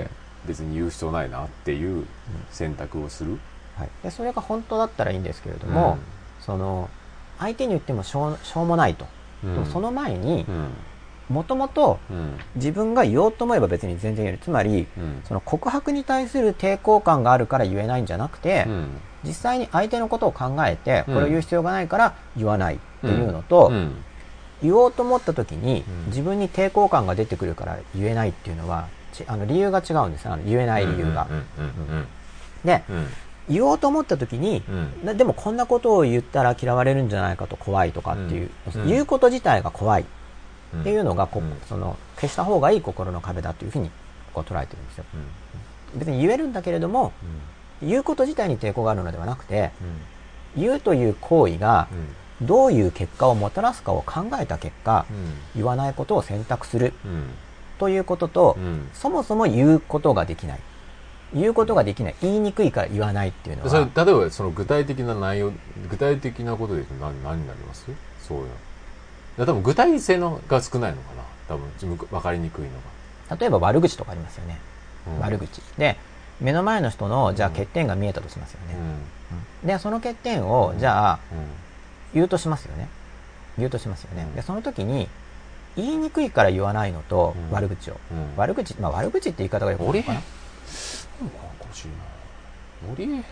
うん、別に言う必要ないなっていう選択をする、 はい、でそれが本当だったらいいんですけれども、うん、その相手に言ってもしょう、しょうもないと、うん、でもその前にもともと自分が言おうと思えば別に全然言える。つまり、うん、その告白に対する抵抗感があるから言えないんじゃなくて、うん、実際に相手のことを考えてこれを言う必要がないから言わないっていうのと、うんうん、言おうと思った時に自分に抵抗感が出てくるから言えないっていうのはあの理由が違うんですよ。あの言えない理由が。で、うん、言おうと思った時に、うん、でもこんなことを言ったら嫌われるんじゃないかと怖いとかっていう、うん、言うこと自体が怖いっていうのがこ、うん、その消した方がいい心の壁だというふうにこう捉えてるんですよ、うん、別に言えるんだけれども、うん、言うこと自体に抵抗があるのではなくて、うん、言うという行為がどういう結果をもたらすかを考えた結果、うん、言わないことを選択する、うん、ということと、うん、そもそも言うことができない言うことができない言いにくいから言わないっていうのは、 それ例えばその具体的な内容具体的なことで言うと 何, 何になります？そういうの多分具体性のが少ないのかな、多分分かりにくいのが。例えば悪口とかありますよね、うん、悪口で目の前の人のじゃあ欠点が見えたとしますよね、うん、でその欠点をじゃあ、うん、言うとしますよね言うとしますよね、うん、でその時に言いにくいから言わないのと、うん、悪口を、うん、悪口まあ悪口って言い方がよくないかな。 おかしいな森うん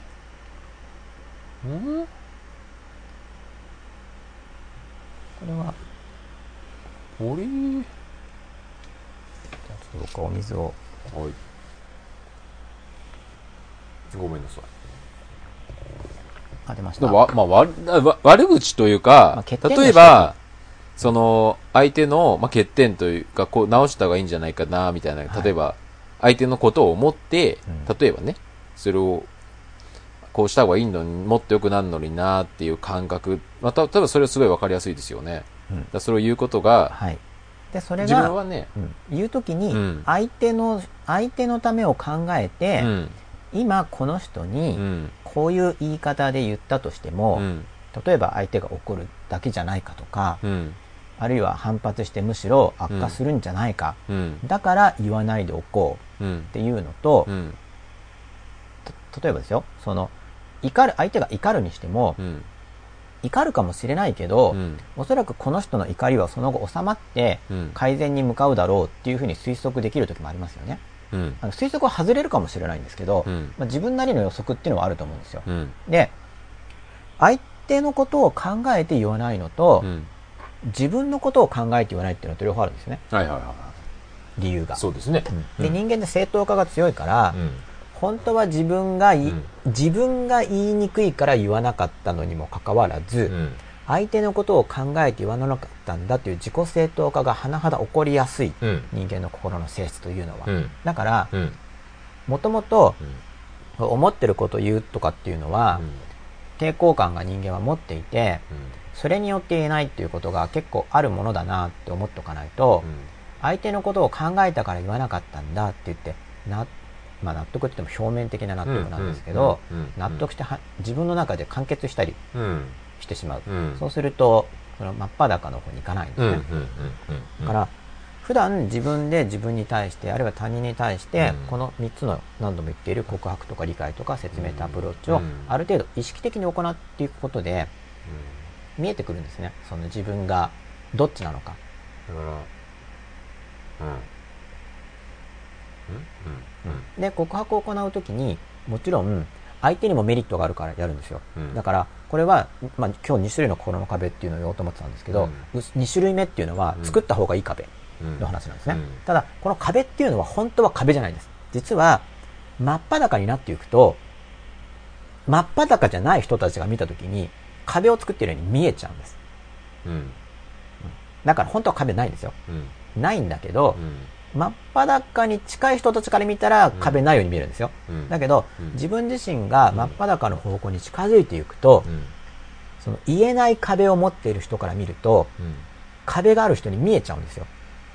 これは森じゃあちょっと僕はお水を、 はい、ごめんなさい。 あ、出ました。 わ、まあ、わ悪口というか、まあ、例えばその相手の、まあ、欠点というかこう直した方がいいんじゃないかなみたいな、例えば、はい、相手のことを思って、うん、例えばねそれをこうした方がいいのにもっと良くなるのになっていう感覚、また多分それはすごい分かりやすいですよね、うん、だそれを言うことが、 はい、でそれが自分はね、 うん、言うときに相手の相手のためを考えて、うん、今この人にこういう言い方で言ったとしても、うん、 例えば相手が怒るだけじゃないかとか、 うん、あるいは反発してむしろ悪化するんじゃないか、 うん、 だから言わないでおこうっていうのと、うん、例えばですよ、その怒る相手が怒るにしても、うん、怒るかもしれないけど、うん、おそらくこの人の怒りはその後収まって改善に向かうだろうっていうふうに推測できる時もありますよね。うん、あの推測は外れるかもしれないんですけど、うん、まあ、自分なりの予測っていうのはあると思うんですよ。うん、で、相手のことを考えて言わないのと、うん、自分のことを考えて言わないっていうのは両方あるんですね。 はいはいはい。理由が。そうですね。 うん、で、人間って正当化が強いから、うん、本当は自分が、うん、自分が言いにくいから言わなかったのにもかかわらず、うん、相手のことを考えて言わなかったんだという自己正当化が甚だ起こりやすい、うん、人間の心の性質というのは、うん、だからもともと思ってることを言うとかっていうのは、うん、抵抗感が人間は持っていて、うん、それによって言えないっていうことが結構あるものだなって思っておかないと、うん、相手のことを考えたから言わなかったんだって言ってな、まあ、納得って言っても表面的な納得なんですけど、納得しては自分の中で完結したり、うんしてしまう、うん、そうするとその真っ裸の方に行かないんですね。だから普段自分で自分に対してあるいは他人に対して、うん、このみっつの何度も言っている告白とか理解とか説明とアプローチをある程度意識的に行っていくことで、うん、見えてくるんですね、その自分がどっちなのか。だから、うんうんうん、で告白を行うときにもちろん相手にもメリットがあるからやるんですよ、うん、だからこれは、まあ、今日に種類の心の壁っていうのを言おうと思ってたんですけど、うん、に種類目っていうのは作った方がいい壁の話なんですね、うん、ただこの壁っていうのは本当は壁じゃないんです。実は真っ裸になっていくと真っ裸じゃない人たちが見たときに壁を作っているように見えちゃうんです、うん、だから本当は壁ないんですよ、うん、ないんだけど、うん真っ裸に近い人たちから見たら壁ないように見えるんですよ、うん、だけど、うん、自分自身が真っ裸の方向に近づいていくと、うん、その言えない壁を持っている人から見ると、うん、壁がある人に見えちゃうんですよ、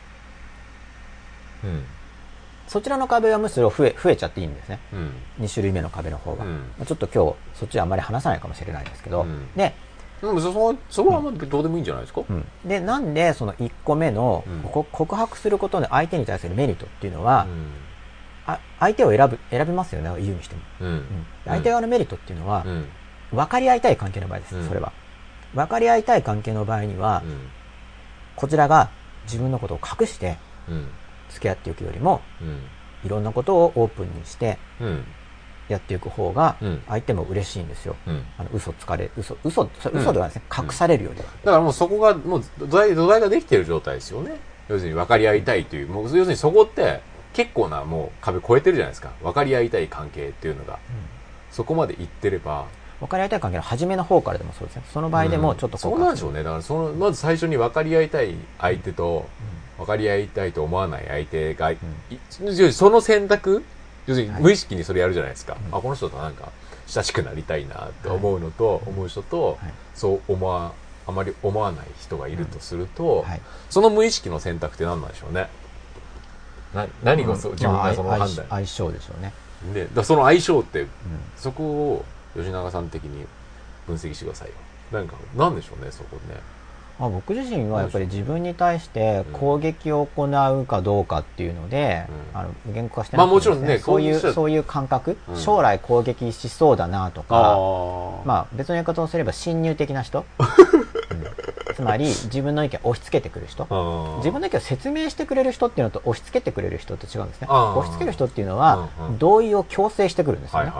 うん、そちらの壁はむしろ増え、増えちゃっていいんですね、うん、に種類目の壁の方が、うん、ちょっと今日そっちはあんまり話さないかもしれないんですけど、うん、ででも そ, そ, そこはどうでもいいんじゃないですか、 うん、でなんでそのいっこめの、うん、告白することで相手に対するメリットっていうのは、うん、あ相手を選ぶ選びますよね、言うにしても、うんうん、相手側のメリットっていうのは、うん、分かり合いたい関係の場合です、うん、それは分かり合いたい関係の場合には、うん、こちらが自分のことを隠して付き合っていくよりも、うん、いろんなことをオープンにしてやっていく方が相手も嬉しいんですよ、うん、あの嘘つかれ嘘嘘嘘ではないですね、うん、隠されるよりは、 だからもうそこがもう土台、土台ができている状態ですよね。要するに分かり合いたいという、もう要するにそこって結構なもう壁越えてるじゃないですか、分かり合いたい関係っていうのが、うん、そこまでいってれば分かり合いたい関係の初めの方からでもそうですね。その場合でもちょっと、 うん、そうなんでしょうね。だからそのまず最初に分かり合いたい相手と、うん、分かり合いたいと思わない相手が、うん、その選択、要するに無意識にそれやるじゃないですか、はい、あこの人となんか親しくなりたいなって思うのと、はい、思う人と、はい、そう思わあまり思わない人がいるとすると、はい、その無意識の選択って何なんでしょうね。な何がそう、うん、自分がその判断、まあ、 相性でしょうね。 でだその相性って、うん、そこを吉永さん的に分析してくださいよ。なんかなんでしょうねそこね。 まあ、僕自身はやっぱり自分に対して攻撃を行うかどうかっていうので、うん、あの言語化してないんですね。まあもちろんね、そういうそういう感覚、うん、将来攻撃しそうだなとか、まあ別の言い方をすれば侵入的な人、うん、つまり自分の意見を押し付けてくる人、自分の意見を説明してくれる人っていうのと押し付けてくれる人って違うんですね。押し付ける人っていうのは同意を強制してくるんですよね。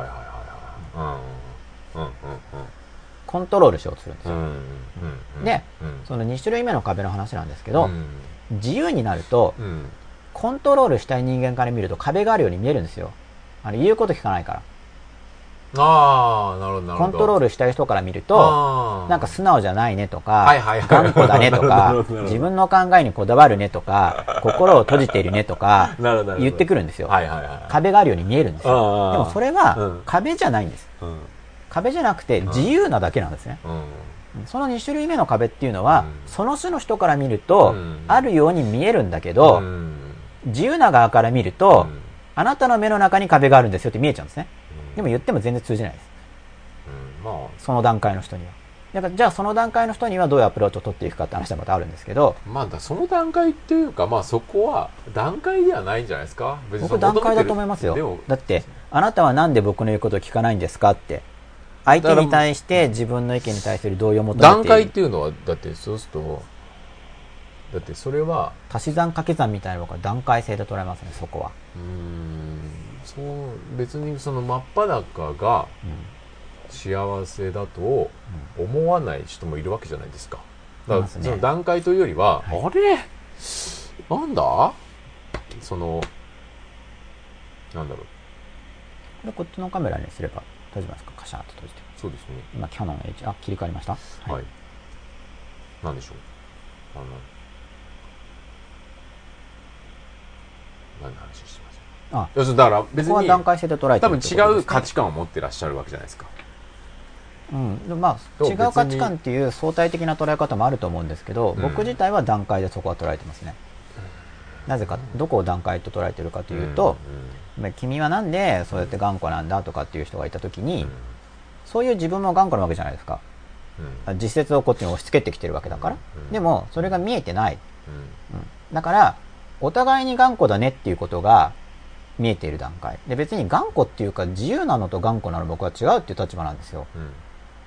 コントロールしようとするんですよ、うんうんうん、で、うん、そのに種類目の壁の話なんですけど、うん、自由になると、うん、コントロールしたい人間から見ると壁があるように見えるんですよ。あの言うこと聞かないから。 ああ、なるほどなるほど。 コントロールしたい人から見るとなんか素直じゃないねとか、頑固だねとか自分の考えにこだわるねとか心を閉じているねとか言ってくるんですよ、はいはいはい、壁があるように見えるんですよ。でもそれは壁じゃないんです、うん、壁じゃなくて自由なだけなんですね、うん、そのに種類目の壁っていうのは、うん、その種の人から見ると、うん、あるように見えるんだけど、うん、自由な側から見ると、うん、あなたの目の中に壁があるんですよって見えちゃうんですね、うん、でも言っても全然通じないです、うんまあ、その段階の人には。 だからじゃあその段階の人にはどういうアプローチを取っていくかって話はまたあるんですけど、 まあだその段階っていうか、まあそこは段階ではないんじゃないですか。別に僕段階だと思いますよ。だってあなたはなんで僕の言うことを聞かないんですかって、相手に対して自分の意見に対する同意を求めている。 段階っていうのはだってそうすると、だってそれは足し算掛け算みたいな僕は段階性で捉えますね、そこは。 うーん、そう別にその真っ裸が幸せだと思わない人もいるわけじゃないですか。だからその段階というよりは、はい、あれなんだそのなんだろう、こっちのカメラにすれば閉じますか。カシャーッと閉じて。 そうですね。 今キャノン H、 あ、切り替わりました。はい、 はい、なんでしょう、あの何の話してます。あ、要するにだから別にここは段階性で捉えてる、 多分違う価値観を持ってらっしゃるわけじゃないですか。 うん、まあ違う価値観っていう相対的な捉え方もあると思うんですけど、うん、僕自体は段階でそこは捉えてますね。うん、なぜか、どこを段階と捉えてるかというと、うんうん、君はなんでそうやって頑固なんだとかっていう人がいたときに、うん、そういう自分も頑固なわけじゃないですか。うん、実説をこっちに押し付けてきてるわけだから、うん、でもそれが見えてない、うんうん、だからお互いに頑固だねっていうことが見えている段階で、別に頑固っていうか自由なのと頑固なの僕は違うっていう立場なんですよ。うんうん、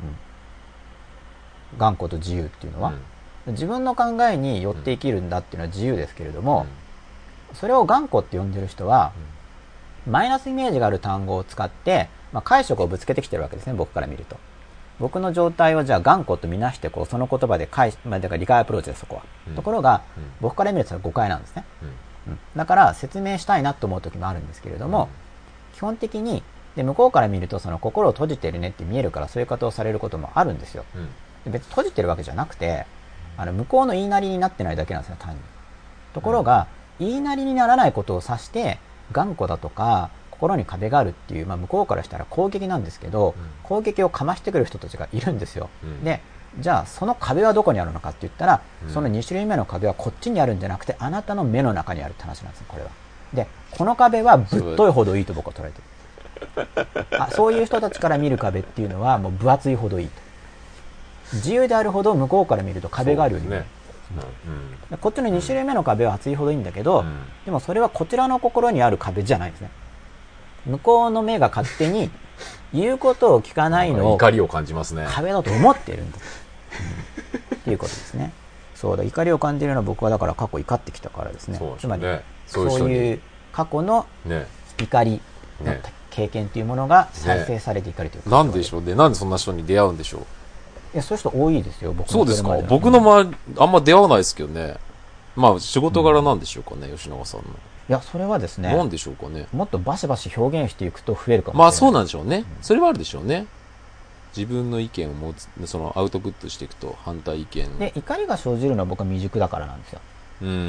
頑固と自由っていうのは、うん、自分の考えによって生きるんだっていうのは自由ですけれども、うん、それを頑固って呼んでる人は、うん、マイナスイメージがある単語を使って、まあ、解釈をぶつけてきてるわけですね、僕から見ると。僕の状態をじゃあ頑固とみなしてこうその言葉で解、まあ、だから理解アプローチです、そこは。うん、ところが、うん、僕から見ると誤解なんですね。うんうん、だから説明したいなと思う時もあるんですけれども、うん、基本的にで向こうから見るとその心を閉じてるねって見えるから、そういう方をされることもあるんですよ。うん、で別に閉じてるわけじゃなくて、あの向こうの言いなりになってないだけなんですよ、単に。ところが、うん、言いなりにならないことを指して頑固だとか心に壁があるっていう、まあ、向こうからしたら攻撃なんですけど、うん、攻撃をかましてくる人たちがいるんですよ。うん、でじゃあその壁はどこにあるのかって言ったら、うん、そのに種類目の壁はこっちにあるんじゃなくて、あなたの目の中にあるって話なんですよ、これは。でこの壁はぶっといほどいいと僕は捉えてる。あ、そういう人たちから見る壁っていうのはもう分厚いほどいいと。自由であるほど向こうから見ると壁があるように見える。うん、こっちのに種類目の壁は厚いほどいいんだけど、うん、でもそれはこちらの心にある壁じゃないですね。向こうの目が勝手に言うことを聞かないのを怒りを感じますね。 壁だと思ってるんです、うん、っていうことですね。そうだ、怒りを感じるのは僕はだから過去怒ってきたからですね。 そうですね。 つまりそういう、 そういう過去の怒りの経験というものが再生されて怒りというか、 ねね、なんでしょうね。なんでそんな人に出会うんでしょう。 いや、そういう人多いですよ。僕のそうですか。僕の周りあんま出会わないですけどね。まあ仕事柄なんでしょうかね、うん、吉永さんの。 いや、それはですね、 なんでしょうかね。 もっとバシバシ表現していくと増えるかもしれない。 まあそうなんでしょうね。うん、それはあるでしょうね。自分の意見を持つ、そのアウトプットしていくと反対意見で怒りが生じるのは僕は未熟だからなんですよ。 うーん、うん、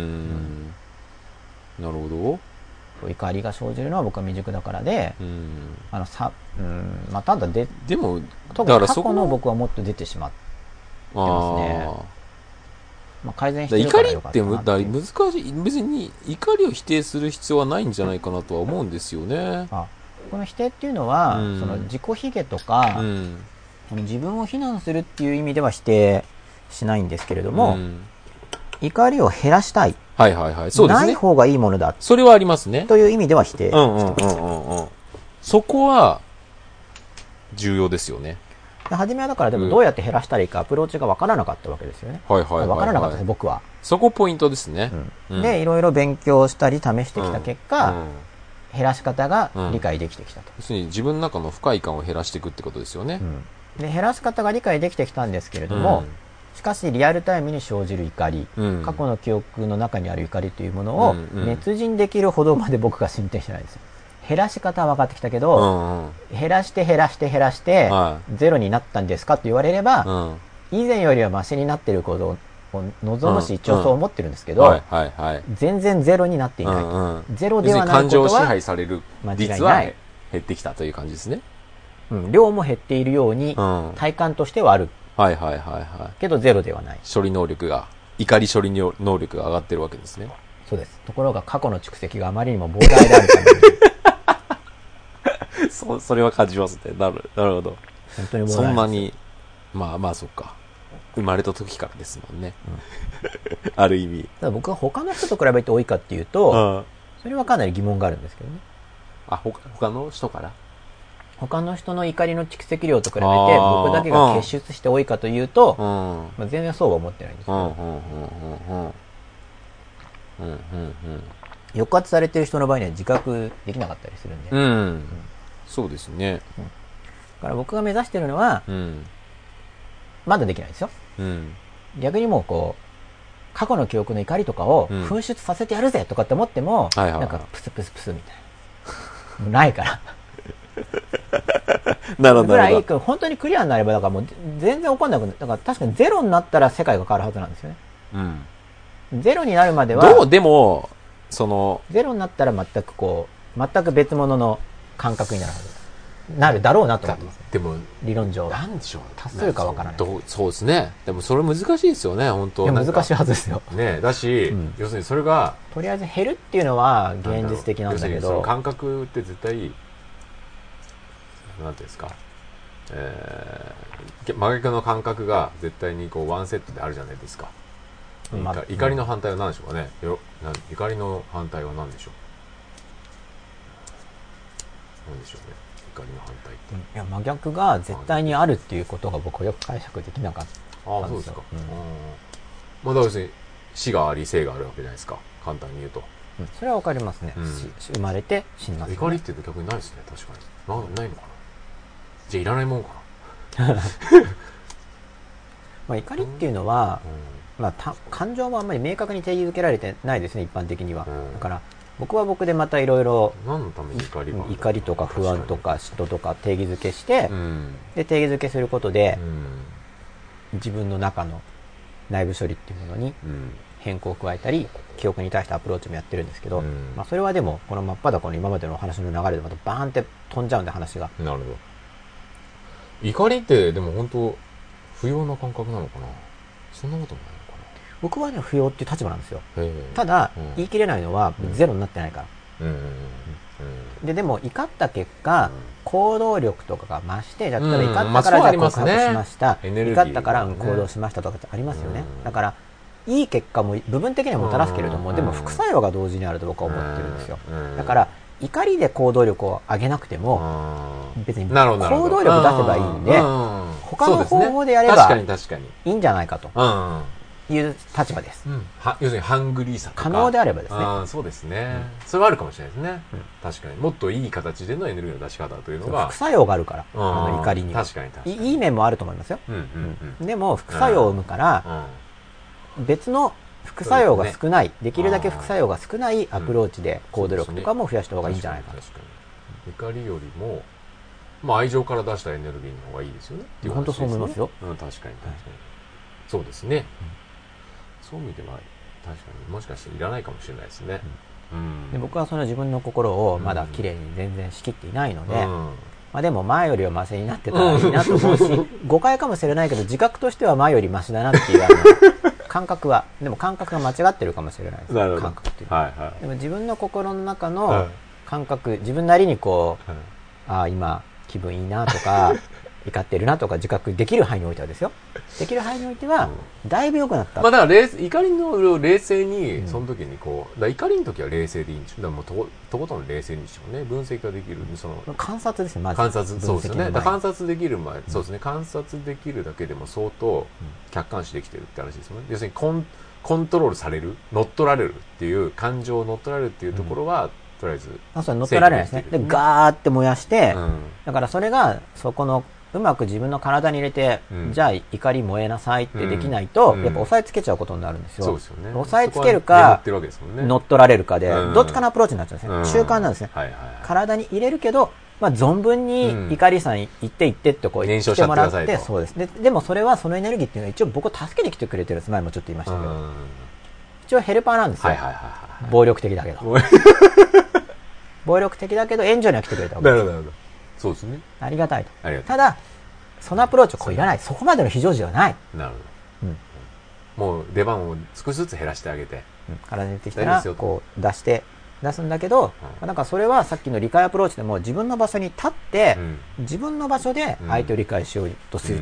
なるほど。怒りが生じるのは僕は未熟だからで、うん、あのさ、うん、まあただで、 でも特に過去の僕はもっと出てしまってますね。まあ、改善してるからよかったなっていう。 怒りって難しい。別に怒りを否定する必要はないんじゃないかなとは思うんですよね。 あ、この否定っていうのは、うん、その自己卑下とか、うん、自分を非難するっていう意味では否定しないんですけれども、うん、怒りを減らしたい。 はいはいはい。そうですね。 ない方がいいものだ。 それはありますね。 という意味では否定してます。 うんうんうんうん。そこは重要ですよね。 初めはだからでもどうやって減らしたらいいかアプローチが分からなかったわけですよね。 はいはいはいはい、 分からなかったです、僕は。 そこポイントですね。 うんうん、でいろいろ勉強したり試してきた結果、うんうん、減らし方が理解できてきたと。 要するに自分の中の不快感を減らしていくってことですよね。 うん、で減らし方が理解できてきたんですけれども、うん、しかしリアルタイムに生じる怒り、うん、過去の記憶の中にある怒りというものを熱人できるほどまで僕が進展してないんですよ。減らし方は分かってきたけど、うんうん、減らして減らして減らして、はい、ゼロになったんですかって言われれば、うん、以前よりはマシになっていることを望むし、一応そう思ってるんですけど、はいはいはい、全然ゼロになっていない、うんうん、ゼロではないことは感情支配される率は減ってきたという感じですね。 うん、量も減っているように、うん、体感としてはある、 はいはいはいはい、 けどゼロではない。 処理能力が怒り処理能力が上がってるわけですね。 そうです。ところが過去の蓄積があまりにも膨大であるためにそ, それは感じますね。なる、なるほど。 本当にそんなにまあまあそっか。生まれた時からですもんね。うん、ある意味。 ただ僕は他の人と比べて多いかっていうと、それはかなり疑問があるんですけどね。 あ、他、他の人から他の人の怒りの蓄積量と比べて僕だけが結出して多いかというと、うんまあ、全然そうは思ってないんですけど、抑圧されてる人の場合には自覚できなかったりするんで、 うんうん、そうですね、 うん、だから僕が目指してるのは、うん、まだできないですよ、うん、逆にもうこう過去の記憶の怒りとかを噴出させてやるぜとかって思っても、うん、なんかプスプスプスみたいなもうないからなるほどぐらい本当にクリアになればだからもう全然起こんなくなる。だから確かにゼロになったら世界が変わるはずなんですよね、うん、ゼロになるまではどうでもそのゼロになったら全くこう全く別物の感覚になるはずなるだろうなと思ってます、ね、 でも理論上なんでしょう達するかわからないどうそうですね。でもそれ難しいですよね本当。 いや難しいはずですよねだし、うん、要するにそれがとりあえず減るっていうのは現実的なんだけどその感覚って絶対なんていうんですか、えー、真逆の感覚が絶対にこうワンセットであるじゃないですか、まあ、怒りの反対は何でしょうかね、うん、よな怒りの反対は何でしょう何でしょうね怒りの反対って、 うん、いや真逆が絶対にあるっていうことが僕はよく解釈できなかったんですよ。 ああそうですか、うん、まあだから別に死があり生があるわけじゃないですか簡単に言うと、 うん、それはわかりますね、うん、生まれて死にます、ね、 怒りって逆にないですね確かに な, ないのかなじゃあいらないもんかなまあ怒りっていうのは、うんまあ、感情はあんまり明確に定義づけられてないですね一般的には、うん、だから僕は僕でまたいろいろ怒りとか不安とか嫉妬とか定義づけして、うん、で定義づけすることで、うん、自分の中の内部処理っていうものに変更を加えたり記憶に対してアプローチもやってるんですけど、うんまあ、それはでもこの真っ裸の今までのお話の流れでまたバーンって飛んじゃうんで話が。 なるほど。怒りってでも本当不要な感覚なのかな。そんなことないのかな。 僕はね不要っていう立場なんですよ。ただ、うん、言い切れないのはゼロになってないから、うんうんうんうん、ででも怒った結果、うん、行動力とかが増してじゃあ例えば怒ったからじゃあ告白しました、うんまあね、怒ったから行動しましたとかってありますよね、うん、だからいい結果も部分的にはもたらすけれども、うん、でも副作用が同時にあると僕は思ってるんですよ、うん、だから怒りで行動力を上げなくても別に行動力出せばいいんで他の方法でやればいいんじゃないかという立場です、うん、 は要するにハングリーさとか可能であればですね。 あそうですね、うん、それはあるかもしれないですね、うん、確かにもっといい形でのエネルギーの出し方というのが副作用があるからあの怒りには確かに確かにいい面もあると思いますよ、うんうんうん、でも副作用を生むから別の副作用が少ない、ね、できるだけ副作用が少ないアプローチで行動力とかも増やした方がいいんじゃないかな、確かに怒りよりも、まあ、愛情から出したエネルギーの方がいいですよねっていう話ですね。 本当そう思いますよ、 うん、確かに確かに、はい、そうですね、うん、そう見ては確かにもしかしていらないかもしれないですね、 うん、で僕はその自分の心をまだ綺麗に全然仕切っていないので、うんまあ、でも前よりはマシになってたらいいなと思うし、うん、誤解かもしれないけど自覚としては前よりマシだなっていう感覚はでも感覚が間違ってるかもしれないです。感覚っていう、はいはい、でも自分の心の中の感覚、はい、自分なりにこう、はい、ああ今気分いいなとか怒ってるなとか自覚できる範囲においてはですよできる範囲においてはだいぶ良くなった、 まあ、だから怒りの冷静にその時にこう、うん、だ怒りの時は冷静でいいんでしょ。だからもうととことん冷静にしてもね分析ができるその観察ですねまず観察そうですよね。だ観察できる前、うん、そうですね観察できるだけでも相当客観視できてるって話ですよね。要するにコンコントロールされる乗っ取られるっていう感情を乗っ取られるっていうところは、うんとりあえずあそう乗っ取られないですね。でガーって燃やして、うん、だからそれがそこのうまく自分の体に入れて、うん、じゃあ怒り燃えなさいってできないと、うん、やっぱ押さえつけちゃうことになるんですよ。そうですよね。押さえつけるか乗っ取られるかで、うん、どっちかのアプローチになっちゃうんですね、うん、中間なんですね、はいはいはい、体に入れるけど、まあ、存分に怒りさん言って言ってってこう言ってもらって、うん、そうです。で、でもそれはそのエネルギーっていうのは一応僕を助けに来てくれてるんです。前もちょっと言いましたけど、うん、一応ヘルパーなんですよ、はいはいはいはい、暴力的だけど暴力的だけど援助には来てくれたわけです。なるほどそうですね。 ありがたいと。ただそのアプローチはこういらない。そこまでの非常時はない。 なるほど、うん、もう出番を少しずつ減らしてあげて、 うん、体に出てきたらこう出して出すんだけど、うん、なんかそれはさっきの理解アプローチでも自分の場所に立って、うん、自分の場所で相手を理解しようとすると、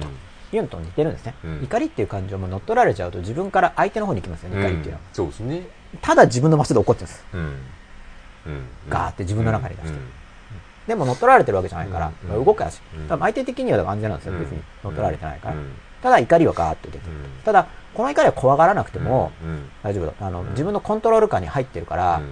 ユンと似てるんですね、 うん、 怒りっていう感情も乗っ取られちゃうと自分から相手の方に行きますよね、怒りっていうのは、 うん、そうですね。 ただ自分の場所で怒ってるんです、 うんうん、 ガーって自分の中に出して、 うん、 でも乗っ取られてるわけじゃないから、 うん、 まあ、動くやし、 うん、 多分相手的には安全なんですよ、 うん、 別に乗っ取られてないから、 うん、 ただ怒りはガーッと出てる、うん、ただこの怒りは怖がらなくても大丈夫だ、あの、うん、自分のコントロール下に入ってるから、うん、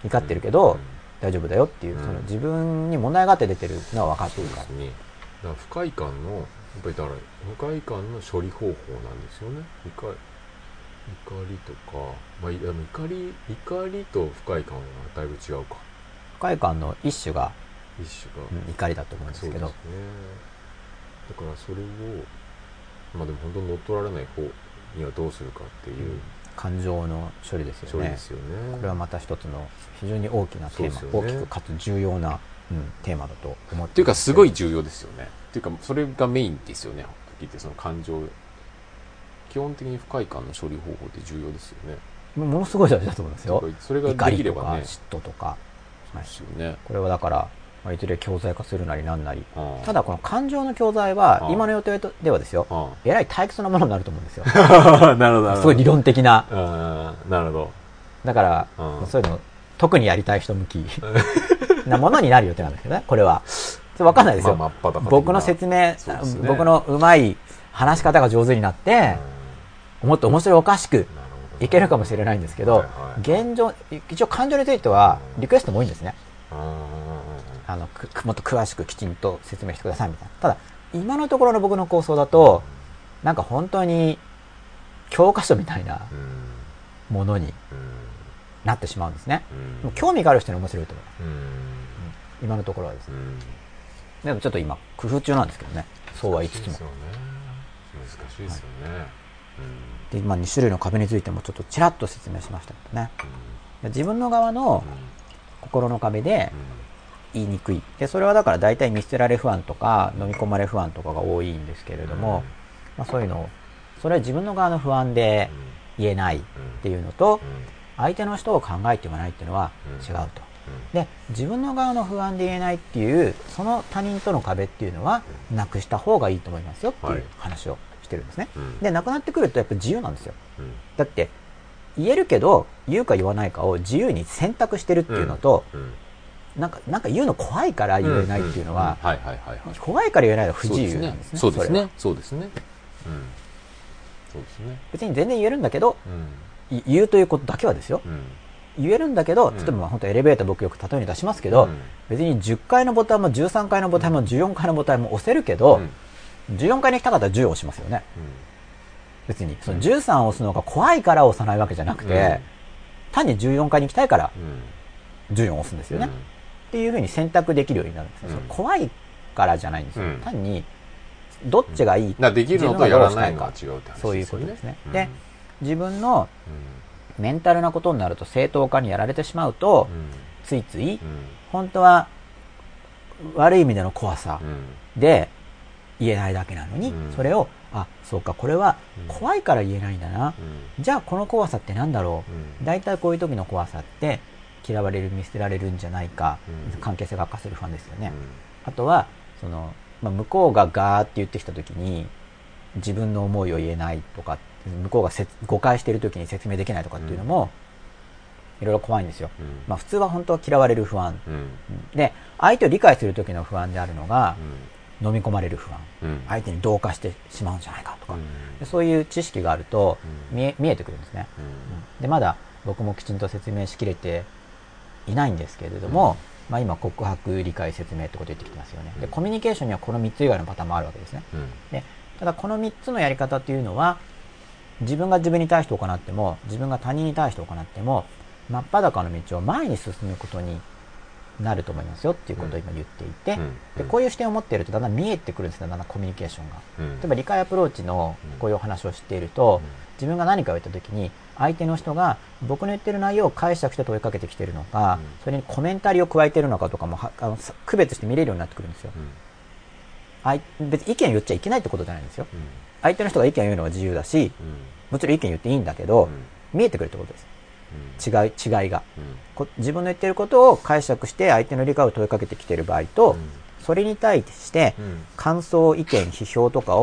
怒ってるけど、うん、大丈夫だよっていう、その自分に問題があって出てるのは分かってるから、 そうですね。だから不快感のやっぱりだから不快感の処理方法なんですよね。怒り怒りとか、まあ、あの怒り怒りと不快感はだいぶ違うか。 不快感の一種が一種が、 うん、怒りだと思うんですけど、そうですね。 だからそれをまあでも本当に乗っ取られない方にはどうするかっていう、うん、 感情の処理ですよね。 処理ですよね。 これはまた一つの非常に大きなテーマ、ね、大きくかつ重要な、うん、テーマだと思ってます。 っていうかすごい重要ですよね。っていうかそれがメインですよね。聞いてその感情基本的に不快感の処理方法って重要ですよね。 ものすごい大事だと思いますよ。 それができればね。 怒りとか嫉妬とか、 そうですよね。 これはだから、まあ、いずれ教材化するなりなんなり、ただこの感情の教材は今の予定ではですよ、えらい退屈なものになると思うんですよ。 なるほど。 すごい理論的な。 なるほど。 だから、そういうの特にやりたい人向きなものになる予定なんですけどね、これは。わかんないですよ。まあ、僕の説明、ね、僕のうまい話し方が上手になって、もっと面白おかしくいけるかもしれないんですけど、現状、一応感情についてはリクエストも多いんですね。あのもっと詳しくきちんと説明してくださいみたいな。ただ今のところの僕の構想だと、なんか本当に教科書みたいなものになってしまうんですね。もう興味がある人に面白いと思います。今のところはですね。でもちょっと今工夫中なんですけどね。そうは言いつつも。 難しいですよね。はい 、で今に種類の壁についてもちょっとちらっと説明しましたけどね。自分の側の心の壁で言いにくい。でそれはだから大体見捨てられ不安とか飲み込まれ不安とかが多いんですけれども、まあ、そういうのをそれは自分の側の不安で言えないっていうのと、相手の人を考えて言わないっていうのは違うと。で自分の側の不安で言えないっていうその他人との壁っていうのはなくした方がいいと思いますよっていう話をしてるんですね。でなくなってくるとやっぱり自由なんですよ。だって言えるけど言うか言わないかを自由に選択してるっていうのと、なんかなんか言うの怖いから言えないっていうのは怖いから言えないのは不自由なんですね。 そうですね。そうですね。 そうですね。別に全然言えるんだけど、言うということだけはですよ。言えるんだけど、例えば本当エレベーター僕よく例えに出しますけど、うん、別にじゅっかいのボタンもじゅうさんかいのボタンもじゅうよんかいのボタンも押せるけど、うん、じゅうよんかいに行きたかったらじゅう押しますよね。うん、別にそのじゅうさんを押すのが怖いから押さないわけじゃなくて、うん、単にじゅうよんかいに行きたいからじゅうよん押すんですよね。うん、っていうふうに選択できるようになるんですね。うん、その怖いからじゃないんですよ。うん、単にどっちがいい、 うん、できるのとやらないのが違うって話ですよね。 そういうことですね。うん、で自分のメンタルなことになると正当化にやられてしまうと、うん、ついつい、うん、本当は悪い意味での怖さで言えないだけなのに、うん、それをあそうかこれは怖いから言えないんだな、うん、じゃあこの怖さってなんだろう、だいたいこういう時の怖さって嫌われる見捨てられるんじゃないか、うん、関係性が悪化する不安ですよね。うん、あとはその、まあ、向こうがガーって言ってきた時に自分の思いを言えないとか向こうが誤解している時に説明できないとかっていうのも、いろいろ怖いんですよ。うん、まあ普通は本当は嫌われる不安、うん、で相手を理解する時の不安であるのが、うん、飲み込まれる不安、うん、相手に同化してしまうんじゃないかとか、うん、そういう知識があると見え、見えてくるんですね。うん、でまだ僕もきちんと説明しきれていないんですけれども、うんまあ、今告白理解説明ってことを言ってきてますよね。でコミュニケーションにはこのみっつ以外のパターンもあるわけですね。うん、でただこのみっつのやり方っていうのは自分が自分に対して行っても自分が他人に対して行っても真っ裸の道を前に進むことになると思いますよっていうことを今言っていて、うん、でこういう視点を持っているとだんだん見えてくるんですね。だんだんコミュニケーションが、うん、例えば理解アプローチのこういうお話を知っていると、うん、自分が何かを言った時に相手の人が僕の言ってる内容を解釈して問いかけてきているのか、うん、それにコメンタリーを加えているのかとかもはあの区別して見れるようになってくるんですよ。うん、別に意見を言っちゃいけないってことじゃないんですよ。うん、相手の人が意見を言うのは自由だし、うん、もちろん意見言っていいんだけど、うん、見えてくるってことです。違い、違いが、うん、自分の言っていることを解釈して相手の理解を問いかけてきている場合と、うん、それに対して感想、意見、批評とかを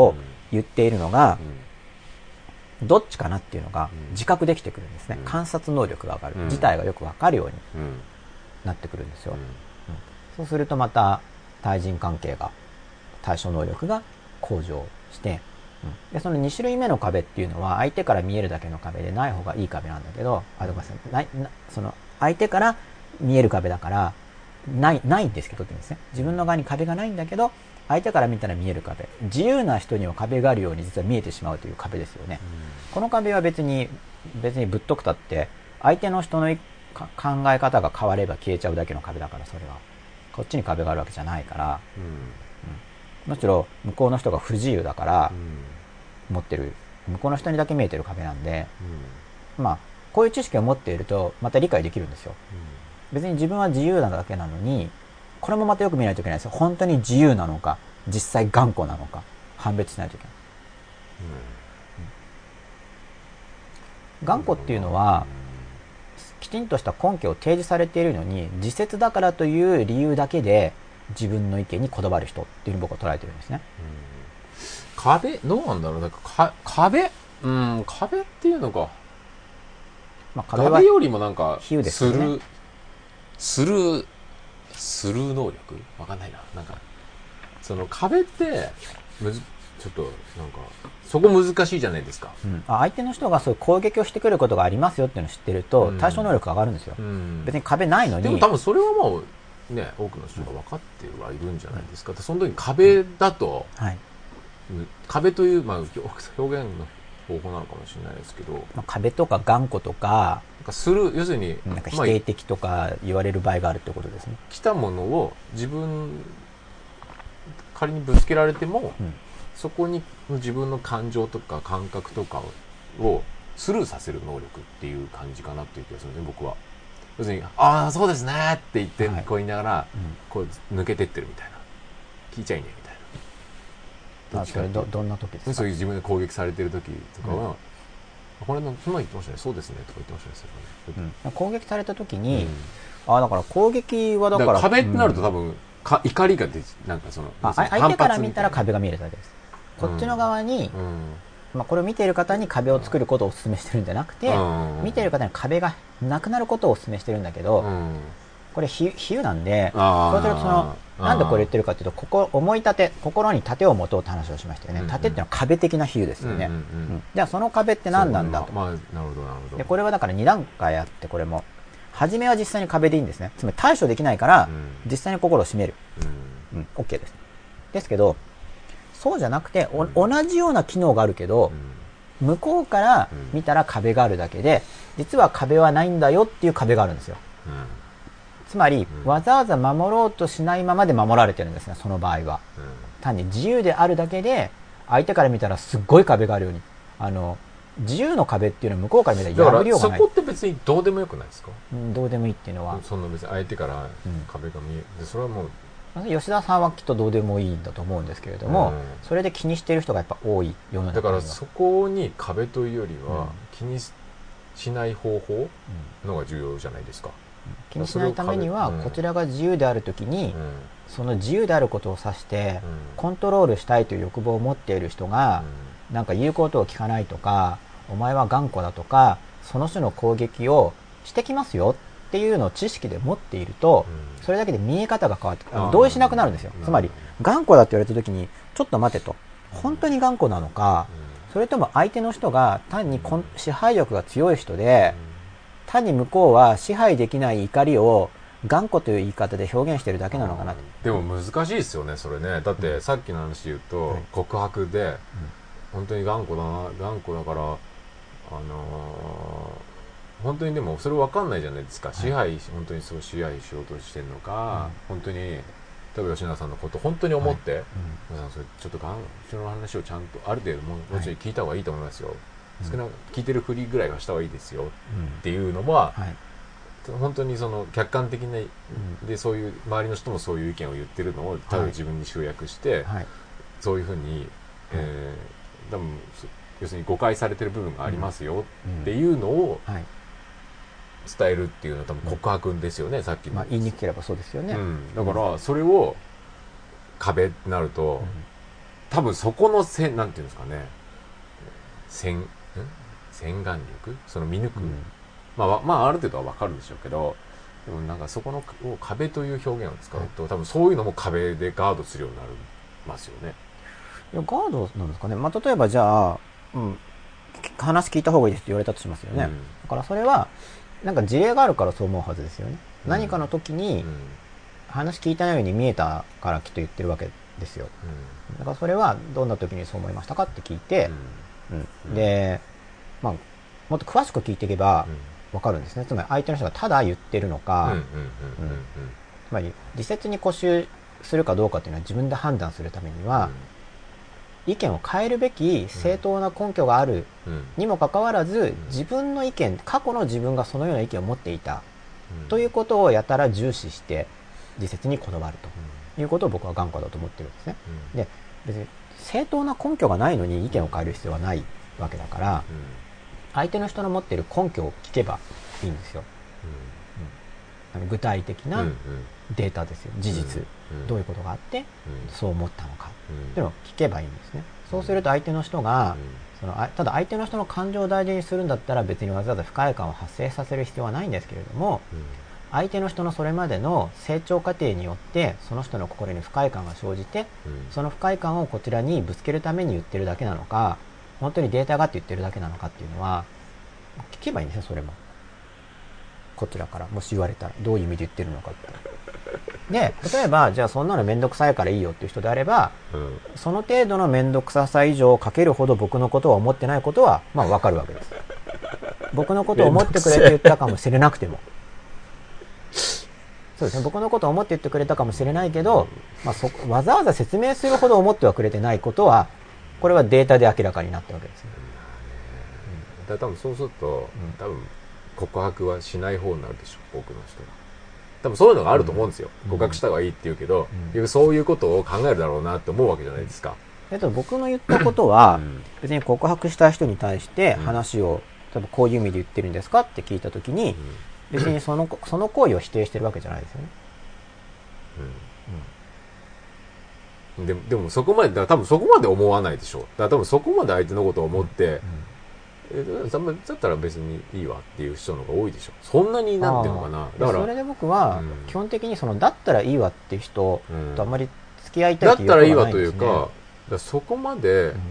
言っているのが、どっちかなっていうのが自覚できてくるんですね。観察能力が上がる。事態がよくわかるようになってくるんですよ。そうするとまた対人関係が、対処能力が向上して、でそのに種類目の壁っていうのは相手から見えるだけの壁でない方がいい壁なんだけど、あ、ごめんなさい、ないなその相手から見える壁だからないないんですけどって言うんですね。自分の側に壁がないんだけど相手から見たら見える壁、自由な人には壁があるように実は見えてしまうという壁ですよね。うん、この壁は別に別にぶっとくたって相手の人の考え方が変われば消えちゃうだけの壁だから、それはこっちに壁があるわけじゃないから、うんうん、むしろ向こうの人が不自由だから、うん、持ってる向こうの人にだけ見えてる壁なんで、うん、まあこういう知識を持っているとまた理解できるんですよ。うん、別に自分は自由なだけなのに、これもまたよく見ないといけないですよ。本当に自由なのか、実際頑固なのか、判別しないといけない。うん、頑固っていうのは、きちんとした根拠を提示されているのに、自説だからという理由だけで自分の意見にこだわる人っていうふうに僕は捉えてるんですね。 うん、壁どうなんだろう。だからか壁、うん、壁っていうのか。まあ、壁は壁よりもなんか比喩ですよね。する、する。スルー能力わかんないな。なんか、その壁って、むず、ちょっと、なんか、そこ難しいじゃないですか。 うん、相手の人がそういう攻撃をしてくることがありますよっていうのを知ってると、うん、対処能力が上がるんですよ。うん、別に壁ないのに。 でも多分それはもう、ね、多くの人が分かってはいるんじゃないですか。うん、その時に壁だと、うんはい、壁という、まあ、表現の方法なのかもしれないですけど、 まあ、壁とか頑固とか、 なんかする、要するになんか否定的とか言われる場合があるってことですね。 来たものを自分仮にぶつけられても、うん、そこに自分の感情とか感覚とかをスルーさせる能力っていう感じかなっていう気がするんですね、僕は。要するにああそうですねって言って、はい、こう言いながら、うん、こう抜けてってるみたいな、聞いちゃいねえみたいな。あ、それ ど, どんな時ですか？ そういう自分で攻撃されてる時とかは、うんこれのそんな言ってましたね。そうですねとか言ってましたね。 うん、攻撃された時に、うん、あだから攻撃はだから、 だから壁ってなると多分、うん、か怒りが出なんかそのあ相手から見たら壁が見えるだけです。こっちの側に、うんまあ、これを見ている方に壁を作ることをお勧めしてるんじゃなくて、うん、見ている方に壁がなくなることをお勧めしてるんだけど、うん、これ比喩なんで、そうするとそのなんでこれ言ってるかというと、ここ思い立て、心に盾を持とうって話をしましたよね。うんうん、盾っていうのは壁的な比喩ですよね。うんうんうん、じゃあその壁って何なんだと。 まあ、なるほどなるほど。 でこれはだからに段階あって、これも初めは実際に壁でいいんですね。つまり対処できないから、うん、実際に心を締める。うんうん、OK です。ですけど、そうじゃなくて、うん、同じような機能があるけど、うん、向こうから見たら壁があるだけで、実は壁はないんだよっていう壁があるんですよ。うんつまり、うん、わざわざ守ろうとしないままで守られてるんですね、その場合は。うん、単に自由であるだけで、相手から見たらすっごい壁があるように。あの、自由の壁っていうのは向こうから見たら破りようがない。 だからそこって別にどうでもよくないですか？ うん、どうでもいいっていうのは。 そんな別に相手から壁が見える。うん、それはもう。 吉田さんはきっとどうでもいいんだと思うんですけれども、うん、それで気にしている人がやっぱ多い世の中には。 だからそこに壁というよりは、気にしない方法のが重要じゃないですか。 気にしないためには、こちらが自由であるときに、その自由であることを指して、コントロールしたいという欲望を持っている人が、なんか言うことを聞かないとか、お前は頑固だとか、その種の攻撃をしてきますよっていうのを知識で持っていると、それだけで見え方が変わって、同意しなくなるんですよ。つまり、頑固だって言われたときに、ちょっと待てと。本当に頑固なのか、それとも相手の人が単に支配力が強い人で、単に向こうは支配できない怒りを頑固という言い方で表現しているだけなのかなと。 でも難しいですよね、それね。だってさっきの話で言うと、うん、告白で、うん、本当に頑固だな、頑固だから、あのー、本当にでもそれ分かんないじゃないですか。支配、はい、本当にそう支配しようとしてるのか、うん、本当に、例えば吉永さんのこと本当に思って、はいうん、それちょっとがんその話をちゃんとある程度ももちろん聞いた方がいいと思いますよ。はい少なく聞いてるふりぐらいはした方がいいですよっていうのは、うんはい、本当にその客観的な、うん、でそういう周りの人もそういう意見を言ってるのをただ自分に集約して、はい、そういうふうに、えー、多分要するに誤解されてる部分がありますよっていうのを伝えるっていうのは多分告白ですよね、うん、さっきの、 まあ、言いにくければそうですよね、 うん、だからそれを壁ってなると、 多分そこのせなんていうんですかね、洗洗顔力、その見抜く、うん、まあまあある程度は分かるんでしょうけど、でもなんかそこの壁という表現を使うと、多分そういうのも壁でガードするようになりますよね。 いやガードなんですかね。まあ例えばじゃあ、うん、話聞いた方がいいですって言われたとしますよね。うん、だからそれはなんか事例があるからそう思うはずですよね。うん、何かの時に話聞いたように見えたからきっと言ってるわけですよ。うん、だからそれはどんな時にそう思いましたかって聞いて、うんうん、で、まあもっと詳しく聞いていけば分かるんですね。つまり相手の人がただ言ってるのか、つまり自説に固執するかどうかっていうのは自分で判断するためには、うん、意見を変えるべき正当な根拠があるにもかかわらず、うん、自分の意見、過去の自分がそのような意見を持っていた、うん、ということをやたら重視して自説にこだわるということを僕は頑固だと思ってるんですね。うん、で、別に正当な根拠がないのに意見を変える必要はないわけだから、うん、相手の人の持っている根拠を聞けばいいんですよ。うんうん、具体的なデータですよ、事実、うん、どういうことがあって、うん、そう思ったのか、うん、っていうのを聞けばいいんですね。そうすると相手の人が、うん、そのただ相手の人の感情を大事にするんだったら別にわざわざ不快感を発生させる必要はないんですけれども、うん、相手の人のそれまでの成長過程によってその人の心に不快感が生じて、うん、その不快感をこちらにぶつけるために言ってるだけなのか、本当にデータがあって言ってるだけなのかっていうのは聞けばいいんですよ。それもこちらからもし言われたらどういう意味で言ってるのかって。で、例えばじゃあそんなのめんどくさいからいいよっていう人であれば、うん、その程度のめんどくささ以上かけるほど僕のことを思ってないことはまあわかるわけです。僕のことを思ってくれて言ったかもしれなくても、そうですね、僕のことを思って言ってくれたかもしれないけど、まあ、そわざわざ説明するほど思ってはくれてないことはこれはデータで明らかになったわけですね。 うん、だから多分そうすると、うん、多分告白はしない方になるでしょう、多くの人が。多分そういうのがあると思うんですよ。うん、告白した方がいいって言うけど、うん、そういうことを考えるだろうなって思うわけじゃないですか。 えっと、僕の言ったことは、別に告白した人に対して話を、例えばこういう意味で言ってるんですかって聞いたときに、別にその、その行為を否定してるわけじゃないですよね。 うんうん、で, でもそこまで、だから多分そこまで思わないでしょう。だから多分そこまで相手のことを思って、うんうんえだったら別にいいわっていう人の方が多いでしょ。そんなになんていうのかな。 だからそれで僕は基本的にそのだったらいいわっていう人とあんまり付き合いたいっていうことはないんですね。だったらいいわというか、だそこまで、うん、なんだろう、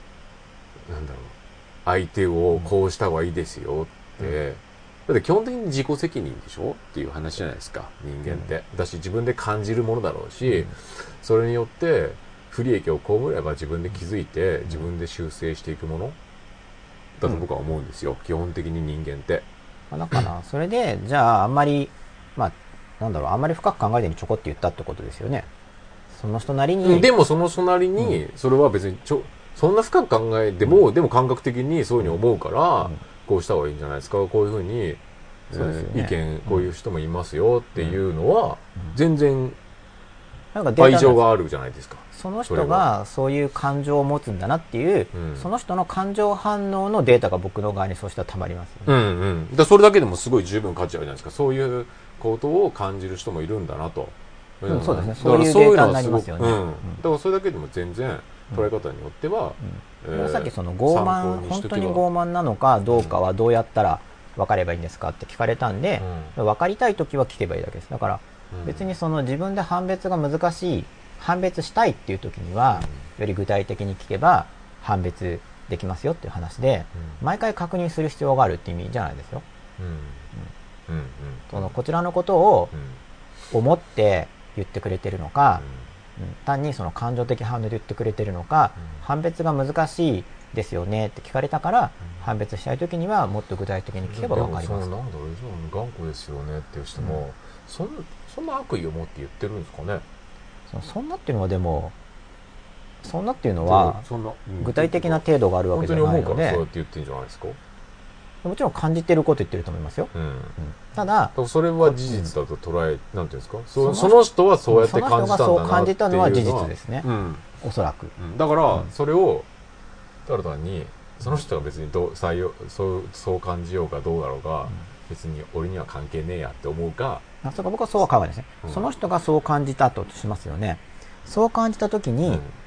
相手をこうした方がいいですよって、うん、だって基本的に自己責任でしょっていう話じゃないですか、人間って。うん、だし自分で感じるものだろうし、うん、それによって不利益を被れば自分で気づいて自分で修正していくもの。だと僕は思うんですよ、うん、基本的に人間って。 だからそれでじゃああんまりまあなんだろうあんまり深く考えずにちょこって言ったってことですよね。その人なりに。 でもその人なりにそれは別にちょそんな深く考えても、うん、でも感覚的にそういうふうに思うから、うん、こうした方がいいんじゃないですか。こういうふうに、そうですよね、意見こういう人もいますよっていうのは、うん、全然愛情があるじゃないですか。 その人がそういう感情を持つんだなっていう、うん、その人の感情反応のデータが僕の側にそうしたらたまります、ね。 うんうん。だそれだけでもすごい十分価値あるじゃないですか。そういうことを感じる人もいるんだなと。 うん、そうですね。そういうデータになりますよね。 うん。だからそれだけでも全然捉え方によっては、 うんうんえー、さっきその傲慢本当に傲慢なのかどうかはどうやったら分かればいいんですかって聞かれたんで、うん、分かりたいときは聞けばいいだけです。だから別にその自分で判別が難しい。判別したいっていう時には、より具体的に聞けば判別できますよっていう話で、うん、毎回確認する必要があるっていう意味じゃないですよ。うんうんうん、そのこちらのことを思って言ってくれてるのか、うん、単にその感情的反応で言ってくれてるのか、うん、判別が難しいですよねって聞かれたから、うん、判別したい時にはもっと具体的に聞けば分かります。 でもそのなんだろう、頑固ですよねっていう人も、うん、そんそんな悪意を持って言ってるんですかね。 そ, そんなっていうのはでもそんなっていうのは具体的な程度があるわけじゃないので、 本当に思うからそうやって言ってるんじゃないですか。 もちろん感じてること言ってると思いますよ、うんうん、ただそれは事実だと捉え、うん、なんていうんですか、そ, その人はそうやって感じたんだなっていうのは、その人がそう感じたのは事実ですね、うん、おそらく、 うん、だからそれをただ単にその人が別にどう採用 そう, そう感じようかどうだろうが、うん、別に俺には関係ねえやって思うか、 あそうか僕はそうは考えないですね、うん、その人がそう感じたとしますよね。そう感じたときに、うん、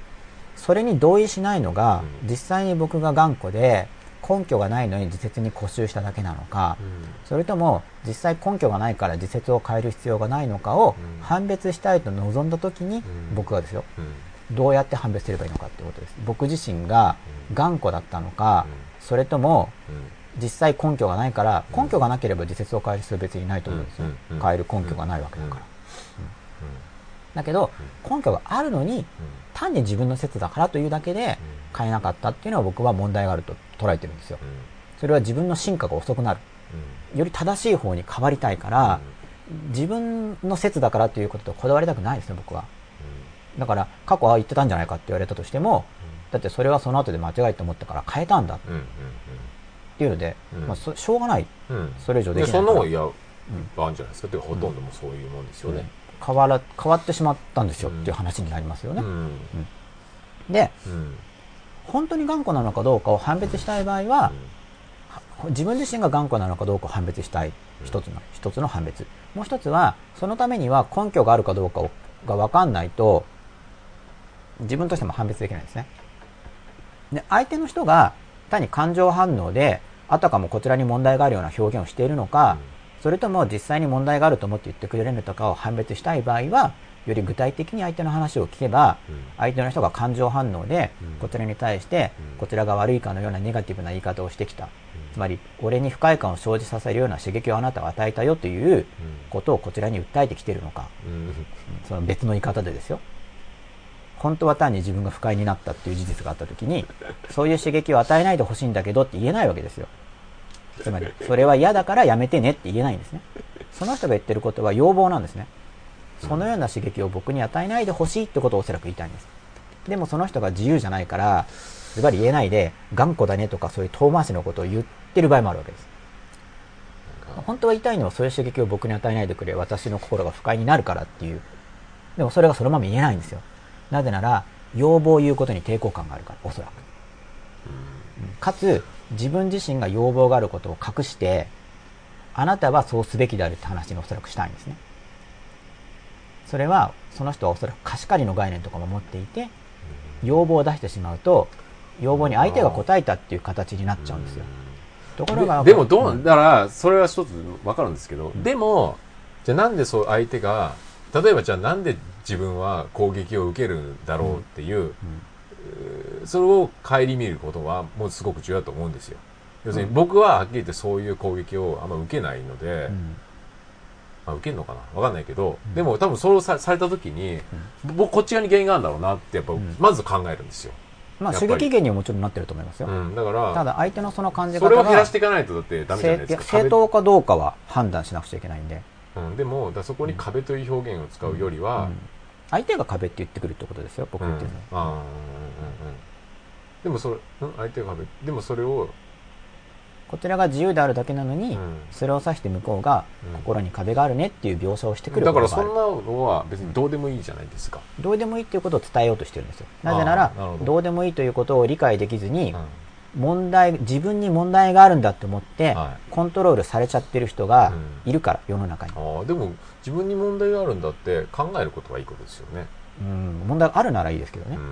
それに同意しないのが、 うん、 実際に僕が頑固で根拠がないのに自説に固執しただけなのか、うん、それとも実際根拠がないから自説を変える必要がないのかを判別したいと望んだ時に、うん、僕がですよ、うん、どうやって判別すればいいのかってことです。僕自身が頑固だったのか、うん、それとも実際根拠がないから、根拠がなければ自説を変える必要は別にないと思うんですよ、うん、変える根拠がないわけだから、だけど根拠があるのに単に自分の説だからというだけで変えなかったっていうのは僕は問題があると捉えてるんですよ。それは自分の進化が遅くなる、より正しい方に変わりたいから、自分の説だからということとこだわりたくないですね、僕は。だから過去は言ってたんじゃないかって言われたとしても、だってそれはその後で間違いと思ったから変えたんだっていうので、まあ、しょうがない、それ以上できないから。 そんなのいや、あるんじゃないですか。っていうかほとんどもそういうもんですよね。 変わら変わってしまったんですよっていう話になりますよね。うんうん、で、うん、本当に頑固なのかどうかを判別したい場合は、うん、自分自身が頑固なのかどうかを判別したい一つの、一つの判別。もう一つはそのためには根拠があるかどうかをが分かんないと自分としても判別できないんですね。で、相手の人が単に感情反応であたかもこちらに問題があるような表現をしているのか、うんそれとも実際に問題があると思って言ってくれるのかを判別したい場合は、より具体的に相手の話を聞けば、相手の人が感情反応でこちらに対してこちらが悪いかのようなネガティブな言い方をしてきた、つまり俺に不快感を生じさせるような刺激をあなたは与えたよということをこちらに訴えてきているのか、その別の言い方でですよ、本当は単に自分が不快になったっていう事実があった時に、そういう刺激を与えないでほしいんだけどって言えないわけですよ。つまりそれは嫌だからやめてねって言えないんですね。その人が言ってることは要望なんですね。そのような刺激を僕に与えないでほしいってことをおそらく言いたいんです。でもその人が自由じゃないからズバリ言えないで頑固だねとかそういう遠回しのことを言ってる場合もあるわけです。本当は言いたいのはそういう刺激を僕に与えないでくれ、私の心が不快になるからっていう。でもそれがそのまま言えないんですよ。なぜなら要望を言うことに抵抗感があるから、おそらく。かつ自分自身が要望があることを隠して、あなたはそうすべきであるって話におそらくしたいんですね。それはその人はおそらく貸し借りの概念とかも持っていて、要望を出してしまうと要望に相手が応えたっていう形になっちゃうんですよ。ところがで, でもどうだからそれは一つ分かるんですけど、うん、でもじゃあなんでそう相手が例えばじゃあなんで自分は攻撃を受けるんだろうっていう、うんうんそれを顧みることはもうすごく重要だと思うんですよ。要するに僕ははっきり言ってそういう攻撃をあんま受けないので、うん、まあ、受けるのかなわかんないけど、うん、でも多分それを さ, された時に、うん、僕こっち側に原因があるんだろうなってやっぱ、うん、まず考えるんですよ。 まあ刺激源にはもちろんなってると思いますよ、 うん、だからただ相手のその感じ方がそれを減らしていかないとだってダメじゃないですか。 正当かどうかは判断しなくちゃいけないんで、 うん、でもだそこに壁という表現を使うよりは、うんうん、 相手が壁って言ってくるってことですよ、僕言ってるのは、うんあでもそれ、うん、相手が壁でもそれをこちらが自由であるだけなのに、うん、それを指して向こうが心に壁があるねっていう描写をしてくることがある。 だからそんなのは別にどうでもいいじゃないですか。 どうでもいいっていうことを伝えようとしてるんですよ。なぜならど, どうでもいいということを理解できずに、うん、問題自分に問題があるんだと思って、はい、コントロールされちゃってる人がいるから、うん、世の中に。 あでも自分に問題があるんだって考えることはいいことですよね。 うん、問題があるならいいですけどね、うん、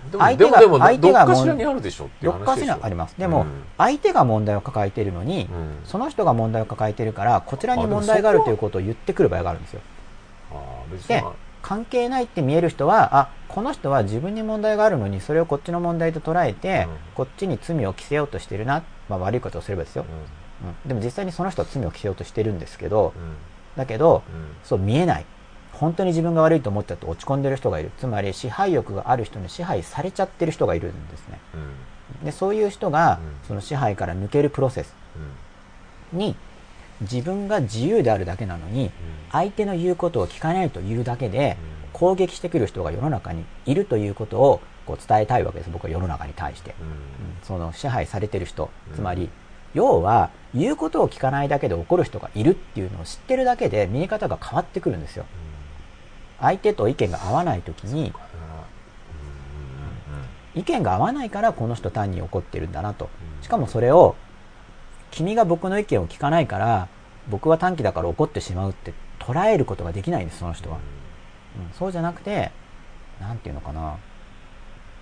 でも相手がでも相手がどっかしらにあるでしょっていう話でしょ。 どっかしらあります。でも、うん、相手が問題を抱えているのに、うん、その人が問題を抱えているからこちらに問題があるということを言ってくる場合があるんですよ。あ別で関係ないって見える人はあこの人は自分に問題があるのにそれをこっちの問題と捉えて、うん、こっちに罪を着せようとしてるな、まあ、悪いことをすればですよ、うんうん、でも実際にその人は罪を着せようとしてるんですけど、だけど、そう見えない、本当に自分が悪いと思っちゃって落ち込んでる人がいる。つまり支配欲がある人に支配されちゃってる人がいるんですね、うん、でそういう人が、うん、その支配から抜けるプロセスに、うん、自分が自由であるだけなのに、うん、相手の言うことを聞かないというだけで、うん、攻撃してくる人が世の中にいるということをこう伝えたいわけです。僕は世の中に対して、うんうん、その支配されてる人、つまり要は言うことを聞かないだけで怒る人がいるっていうのを知ってるだけで見え方が変わってくるんですよ。相手と意見が合わないときに、意見が合わないからこの人単に怒ってるんだなと。しかもそれを君が僕の意見を聞かないから僕は短気だから怒ってしまうって捉えることができないんです、その人は、うん、そうじゃなくて、なんていうのかな、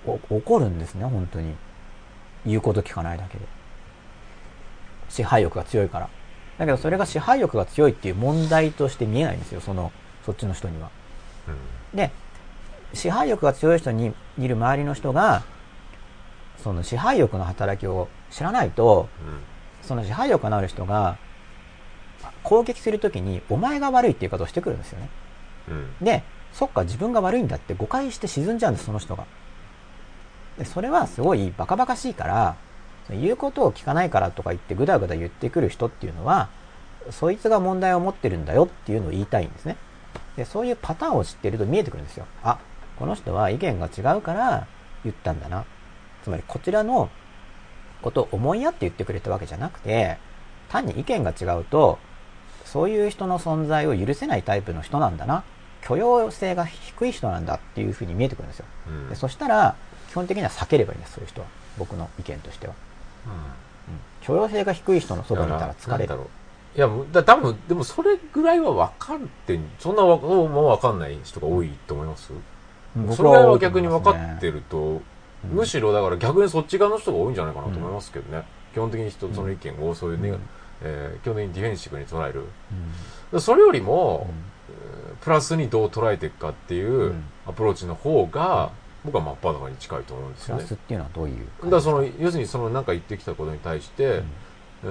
怒るんですね、本当に。言うこと聞かないだけで。支配欲が強いから。だけどそれが支配欲が強いっていう問題として見えないんですよ、その、そっちの人には。うん、で、支配欲が強い人にいる周りの人が、その支配欲の働きを知らないと、うん、その支配欲のある人が、攻撃するときに、お前が悪いっていう言い方をしてくるんですよね。うん、で、そっか、自分が悪いんだって誤解して沈んじゃうんです、その人が。で、それはすごいバカバカしいから、言うことを聞かないからとか言ってぐだぐだ言ってくる人っていうのは、そいつが問題を持ってるんだよっていうのを言いたいんですね。で、そういうパターンを知っていると見えてくるんですよ。あ、この人は意見が違うから言ったんだな。つまりこちらのことを思いやって言ってくれたわけじゃなくて、単に意見が違うと、そういう人の存在を許せないタイプの人なんだな。許容性が低い人なんだっていうふうに見えてくるんですよ。うん、でそしたら、基本的には避ければいいんです、そういう人は。僕の意見としては。うんうん、許容性が低い人のそばにいたら疲れる。 いや、だ多分、でもそれぐらいは分かって、そんなもう分かんない人が多いと思います、うん、それぐらいは逆に分かってると、うん、むしろだから逆にそっち側の人が多いんじゃないかなと思いますけどね。うん、基本的に人、その意見をそういうね、うんえー、基本的にディフェンシブに捉える。うん、それよりも、うん、プラスにどう捉えていくかっていうアプローチの方が、僕は真っ裸に近いと思うんですよね。 プラスっていうのはどういうだからその要するにその何か言ってきたことに対して、うん、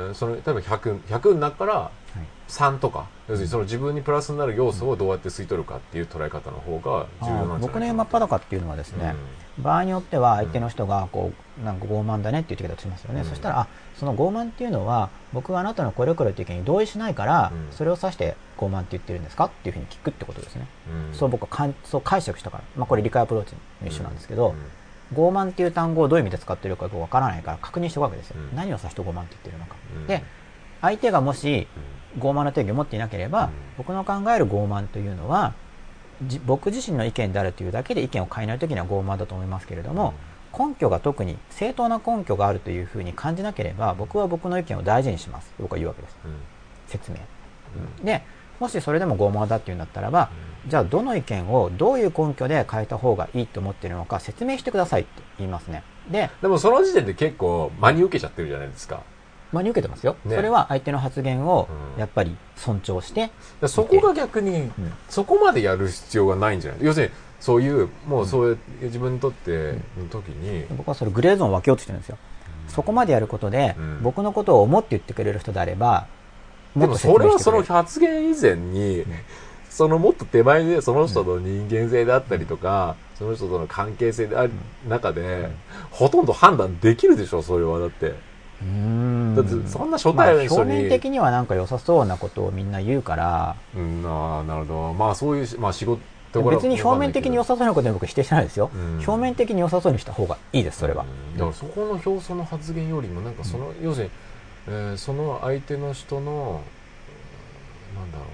その例えばひゃく、ひゃくの中からさんとか、はい、要するにその自分にプラスになる要素をどうやって吸い取るかっていう捉え方の方が重要なんじゃないかな。 僕の言う真っ裸っていうのはですね、うん、場合によっては相手の人がこうなんか傲慢だねっていう言い方をしますよね。うん、そしたらあその傲慢っていうのは僕があなたのこれこれという意見に同意しないから、うん、それを指して傲慢って言ってるんですかっていうふうに聞くってことですね。うん、そう僕はかんそう解釈したから、まあ、これ理解アプローチの一緒なんですけど、うんうん傲慢っていう単語をどういう意味で使っているかわからないから確認しておくわけですよ、うん、何を指して傲慢って言ってるのか、うん、で相手がもし傲慢な定義を持っていなければ、うん、僕の考える傲慢というのは僕自身の意見であるというだけで意見を変えないときには傲慢だと思いますけれども、うん、根拠が特に正当な根拠があるというふうに感じなければ僕は僕の意見を大事にします僕は言うわけです、うん、説明、うん、でもしそれでも傲慢だっていうんだったらば、うん、じゃあどの意見をどういう根拠で変えた方がいいと思っているのか説明してくださいって言いますね。で、 でもその時点で結構真に受けちゃってるじゃないですか。 真に受けてますよ。ね、それは相手の発言をやっぱり尊重して、 うん、そこが逆に、うん、そこまでやる必要がないんじゃない。要するにそういうもうそういう自分にとっての時に、 うん、僕はそれグレーゾーンを分けようとしてるんですよ。そこまでやることで、僕のことを思って言ってくれる人であれば。 でもそれはその発言以前に、うん、そのもっと手前でその人の人間性であったりとか、うん、その人との関係性である中で、うん、ほとんど判断できるでしょそれは。だってうーんだってそんな初対面の人に、 まあ、表面的にはなんか良さそうなことをみんな言うから、 うん、あなるほど。まあそういう、まあ、仕事別に表面的に良さそうなことに僕否定してないですよ、うん、表面的に良さそうにした方がいいですそれは、 うん、だからそこの表層の発言よりもなんかその、うん、要するにえー、その相手の人のなんだろ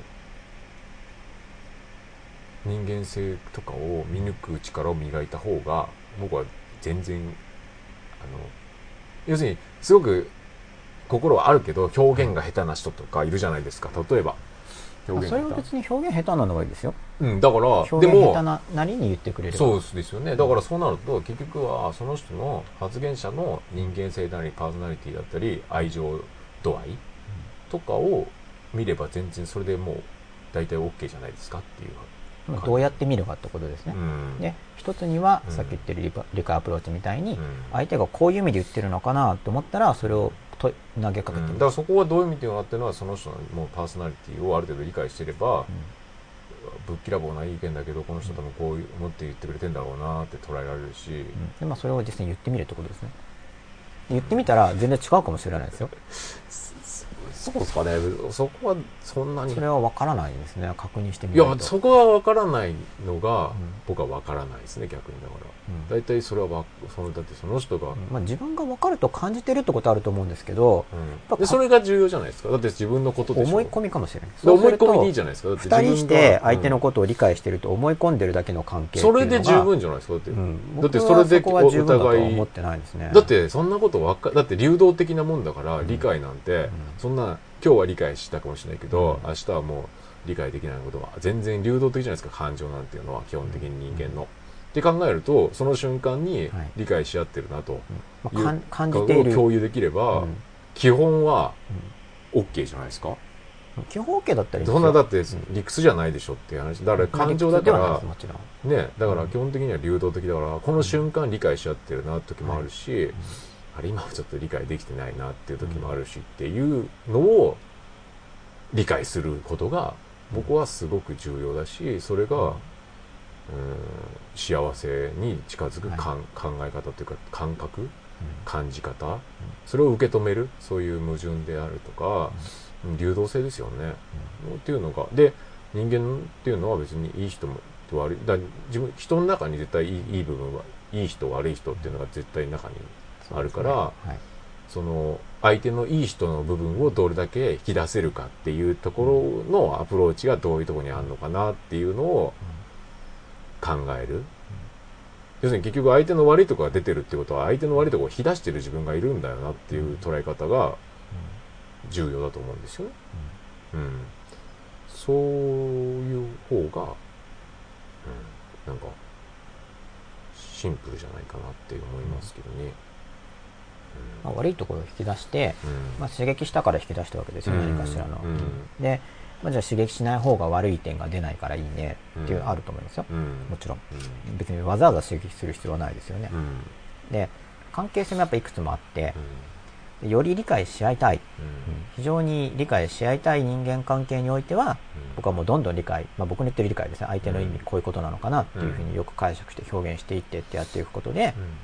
う人間性とかを見抜く力を磨いた方が僕は全然あの要するにすごく心はあるけど表現が下手な人とかいるじゃないですか。例えば表現それは別に表現下手なのがいいですよ、 うん、だから表現下手ななりに言ってくれる。 そうですよね。だからそうなると結局はその人の発言者の人間性なりパーソナリティだったり愛情度合いとかを見れば全然それでもう大体 OK じゃないですかっていう。 どうやって見るかってことですね、うん、で一つにはさっき言ってるリ理解アプローチみたいに、うん、相手がこういう意味で言ってるのかなと思ったらそれをと投げかけてみる、うん、 だからそこはどういう意味で言うのかっていうのはその人のもうパーソナリティをある程度理解していれば、うん、ぶっきらぼうな意見だけどこの人多分こう思って言ってくれてんだろうなって捉えられるし、うん、 でまあ、それを実際に言ってみるってことですね。言ってみたら全然違うかもしれないですよ。 そうですかね。そこはそんなにそれは分からないですね。確認してみないと。 いやそこは分からないのが、うん、僕は分からないですね逆に。だから、うん、大体それはそのだってその人が、うんまあ、自分が分かると感じてるってことあると思うんですけど、 うん、でそれが重要じゃないですか。だって自分のことでしょ。 思い込みかもしれない。 そう思い込みでいいじゃないですか。だってふたりして相手のことを理解してると思い込んでるだけの関係っていうのが、 それで十分じゃないですか。だって、うん、 だってそれでお互い思ってないですね。 だってそんなことわかだって流動的なもんだから、うん、理解なんて、うん、そんな今日は理解したかもしれないけど、うん、明日はもう理解できないことは全然流動的じゃないですか。感情なんていうのは基本的に人間の、 って考えるとその瞬間に理解し合ってるなという、 まあ、感じている共有できれば、うん、基本は OK じゃないですか。 基本 OK だったらいいですよ。 そんなだって理屈じゃないでしょっていう話だから感情だからね、だから基本的には流動的だからこの瞬間理解し合ってるなって時もあるし、あれ今はちょっと理解できてないなっていう時もあるしっていうのを理解することが僕はすごく重要だし、それが、うん、幸せに近づくかん、はい、考え方というか感覚、うん、感じ方、うん、それを受け止めるそういう矛盾であるとか、うん、流動性ですよね、うん、っていうのがで人間っていうのは別にいい人も悪いだ自分人の中に絶対いい、いい部分はいい人悪い人っていうのが絶対中にあるから、ね、はい、その相手のいい人の部分をどれだけ引き出せるかっていうところのアプローチがどういうところにあるのかなっていうのを考える。要するに結局相手の悪いところが出てるってことは相手の悪いところを引き出してる自分がいるんだよなっていう捉え方が重要だと思うんですよね。うん、そういう方が、うん、なんかシンプルじゃないかなって思いますけどね。 まあ、悪いところを引き出して、うんまあ、刺激したから引き出したわけですよ、うん、何かしらの、うん、で、まあ、じゃあ刺激しない方が悪い点が出ないからいいねっていうのあると思いますよ、うん、もちろん、うん、別にわざわざ刺激する必要はないですよね、うん、で関係性もやっぱいくつもあって、うん、より理解し合いたい、うん、非常に理解し合いたい人間関係においては、うん、僕はもうどんどん理解、まあ、僕の言ってる理解ですね、相手の意味こういうことなのかなっていうふうによく解釈して表現していってってやっていくことで、うん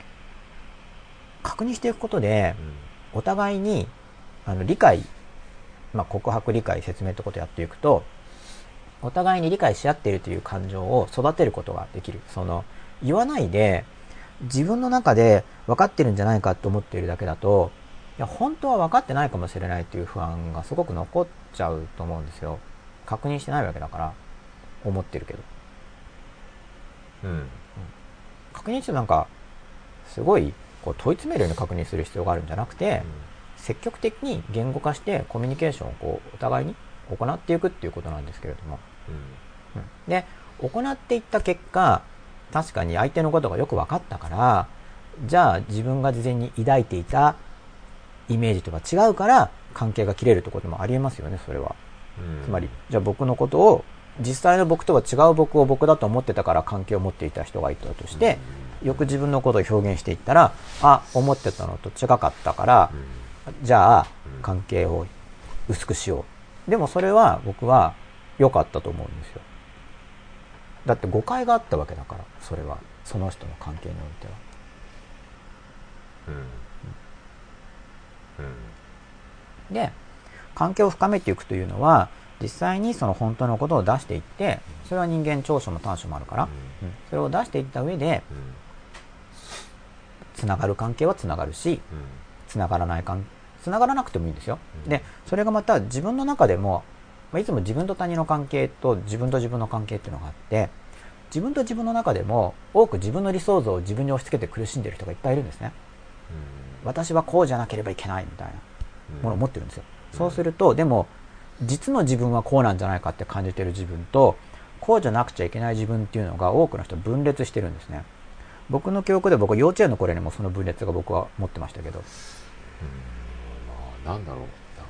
確認していくことで、お互いにあの理解、まあ、告白理解説明ってことをやっていくとお互いに理解し合っているという感情を育てることができる。その言わないで自分の中で分かってるんじゃないかと思っているだけだといや本当は分かってないかもしれないという不安がすごく残っちゃうと思うんですよ。確認してないわけだから思ってるけど、うん、確認してなんかすごいこう問い詰めるように確認する必要があるんじゃなくて、うん、積極的に言語化してコミュニケーションをこうお互いに行っていくっていうことなんですけれども、うんうん、で行っていった結果確かに相手のことがよく分かったからじゃあ自分が事前に抱いていたイメージとか違うから関係が切れるってこともありえますよね。それは、うん、つまりじゃあ僕のことを実際の僕とは違う僕を僕だと思ってたから関係を持っていた人がいたとして、うん、よく自分のことを表現していったらあ思ってたのと違かったから、うん、じゃあ関係を薄くしよう。でもそれは僕は良かったと思うんですよ。だって誤解があったわけだから、それはその人の関係においては、うんうん、で関係を深めていくというのは実際にその本当のことを出していってそれは人間長所も短所もあるから、うん、それを出していった上でつながる関係はつながるしつながらない関つながらなくてもいいんですよ。でそれがまた自分の中でもいつも自分と他人の関係と自分と自分の関係っていうのがあって自分と自分の中でも多く自分の理想像を自分に押し付けて苦しんでいる人がいっぱいいるんですね。私はこうじゃなければいけないみたいなものを持ってるんですよ。そうするとでも実の自分はこうなんじゃないかって感じている自分とこうじゃなくちゃいけない自分っていうのが多くの人は分裂してるんですね。僕の記憶で僕は幼稚園の頃にもその分裂が僕は持ってましたけど、うん、 まあ、なんだろう、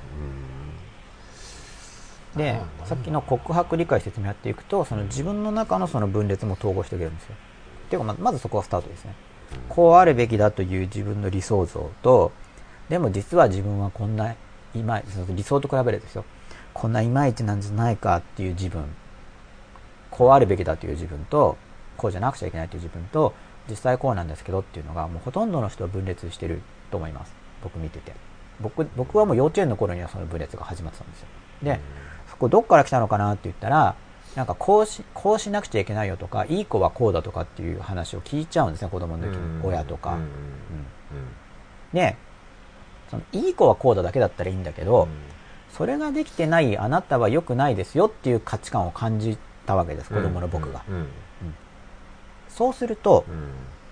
うん、でさっきの告白理解説明やっていくとその自分の中のその分裂も統合していけるんですよ。っていうかまずそこがスタートですね。こうあるべきだという自分の理想像とでも実は自分はこんないまい理想と比べるですよこんないまいちなんじゃないかっていう自分こうあるべきだという自分とこうじゃなくちゃいけないという自分と実際こうなんですけどっていうのがもうほとんどの人は分裂してると思います。僕見てて 僕, 僕はもう幼稚園の頃にはその分裂が始まってたんですよ。でそこどっから来たのかなって言ったらなんかこう し, こうしなくちゃいけないよとかいい子はこうだとかっていう話を聞いちゃうんですね子供の時に親とか、うんうん、でそのいい子はこうだだけだったらいいんだけど、うん、それができてないあなたは良くないですよっていう価値観を感じたわけです子供の僕が、うんうんうん、そうすると、